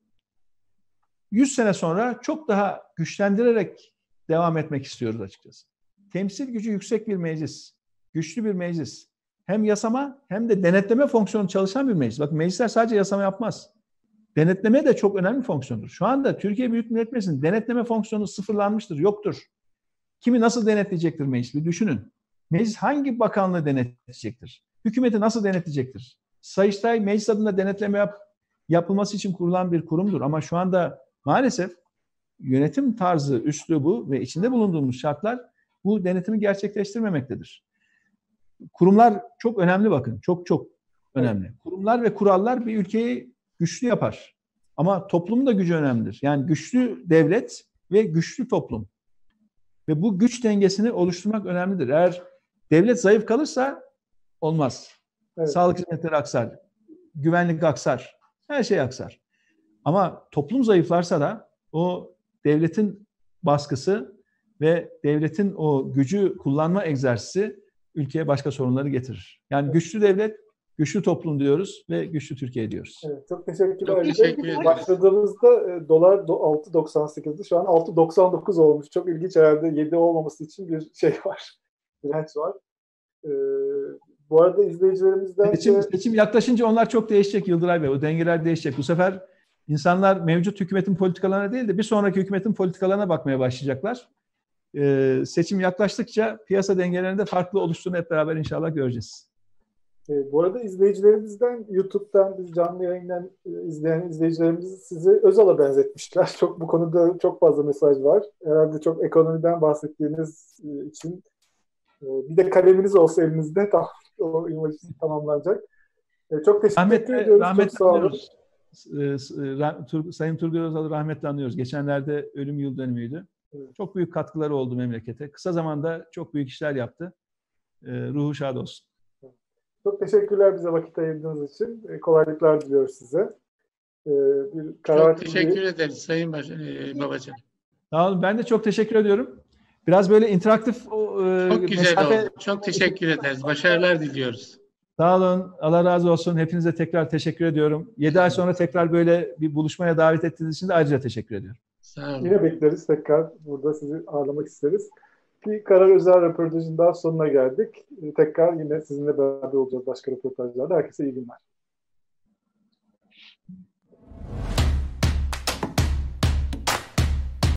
yüz sene sonra çok daha güçlendirerek devam etmek istiyoruz açıkçası. Temsil gücü yüksek bir meclis, güçlü bir meclis. Hem yasama hem de denetleme fonksiyonu çalışan bir meclis. Bakın meclisler sadece yasama yapmaz. Denetleme de çok önemli fonksiyondur. Şu anda Türkiye Büyük Millet Meclisi'nin denetleme fonksiyonu sıfırlanmıştır, yoktur. Kimi nasıl denetleyecektir meclis? Bir düşünün. Meclis hangi bakanlığı denetleyecektir? Hükümeti nasıl denetleyecektir? Sayıştay meclis adına denetleme yap, yapılması için kurulan bir kurumdur. Ama şu anda maalesef yönetim tarzı, üslubu ve içinde bulunduğumuz şartlar bu denetimi gerçekleştirmemektedir. Kurumlar çok önemli bakın. Çok çok önemli. Evet. Kurumlar ve kurallar bir ülkeyi güçlü yapar. Ama toplumun da gücü önemlidir. Yani güçlü devlet ve güçlü toplum. Ve bu güç dengesini oluşturmak önemlidir. Eğer devlet zayıf kalırsa olmaz. Evet. Sağlık hizmetleri aksar, güvenlik aksar, her şey aksar. Ama toplum zayıflarsa da o devletin baskısı ve devletin o gücü kullanma egzersizi ülkeye başka sorunları getirir. Yani evet. Güçlü devlet, güçlü toplum diyoruz ve güçlü Türkiye diyoruz. Evet, çok teşekkürler. Çok teşekkür ederim. Başladığımızda e, dolar altı doksan sekizdi. Şu an altı doksan dokuz olmuş. Çok ilginç, herhalde yedi olmaması için bir şey var. Direnç var. Ee, bu arada izleyicilerimizden seçim, de... seçim yaklaşınca onlar çok değişecek Yıldıray Bey. O dengeler değişecek. Bu sefer insanlar mevcut hükümetin politikalarına değil de bir sonraki hükümetin politikalarına bakmaya başlayacaklar. Ee, seçim yaklaştıkça piyasa dengelerinde farklı oluştuğunu hep beraber inşallah göreceğiz. E, bu arada izleyicilerimizden, YouTube'dan biz canlı yayından e, izleyen izleyicilerimiz sizi Özal'a benzetmişler. Çok bu konuda çok fazla mesaj var. Herhalde çok ekonomiden bahsettiğiniz e, için e, bir de kaleminiz olsa elinizde tam o imaj tamamlanacak. E, çok teşekkür rahmetle, ediyoruz. Rahmetle çok sağ olun. E, Sayın Turgut Özal'ı rahmetle anıyoruz. Geçenlerde ölüm yıl dönümüydü. Evet. Çok büyük katkıları oldu memlekete. Kısa zamanda çok büyük işler yaptı. E, ruhu şad olsun. Çok teşekkürler bize vakit ayırdığınız için. E, kolaylıklar diliyoruz size. E, bir karar çok teşekkür bir... ederiz Sayın Baş- e, Babacan. Sağ olun. Ben de çok teşekkür ediyorum. Biraz böyle interaktif... E, çok güzel mesafe... oldu. Çok teşekkür ederiz. Başarılar diliyoruz. Sağ olun. Allah razı olsun. Hepinize tekrar teşekkür ediyorum. yedi ay sonra tekrar böyle bir buluşmaya davet ettiğiniz için de ayrıca teşekkür ediyorum. Sağ olun. Yine bekleriz. Tekrar burada sizi ağırlamak isteriz. Bir Karar Özel röportajın daha sonuna geldik. Tekrar yine sizinle beraber olacağız başka röportajlarda. Herkese iyi günler.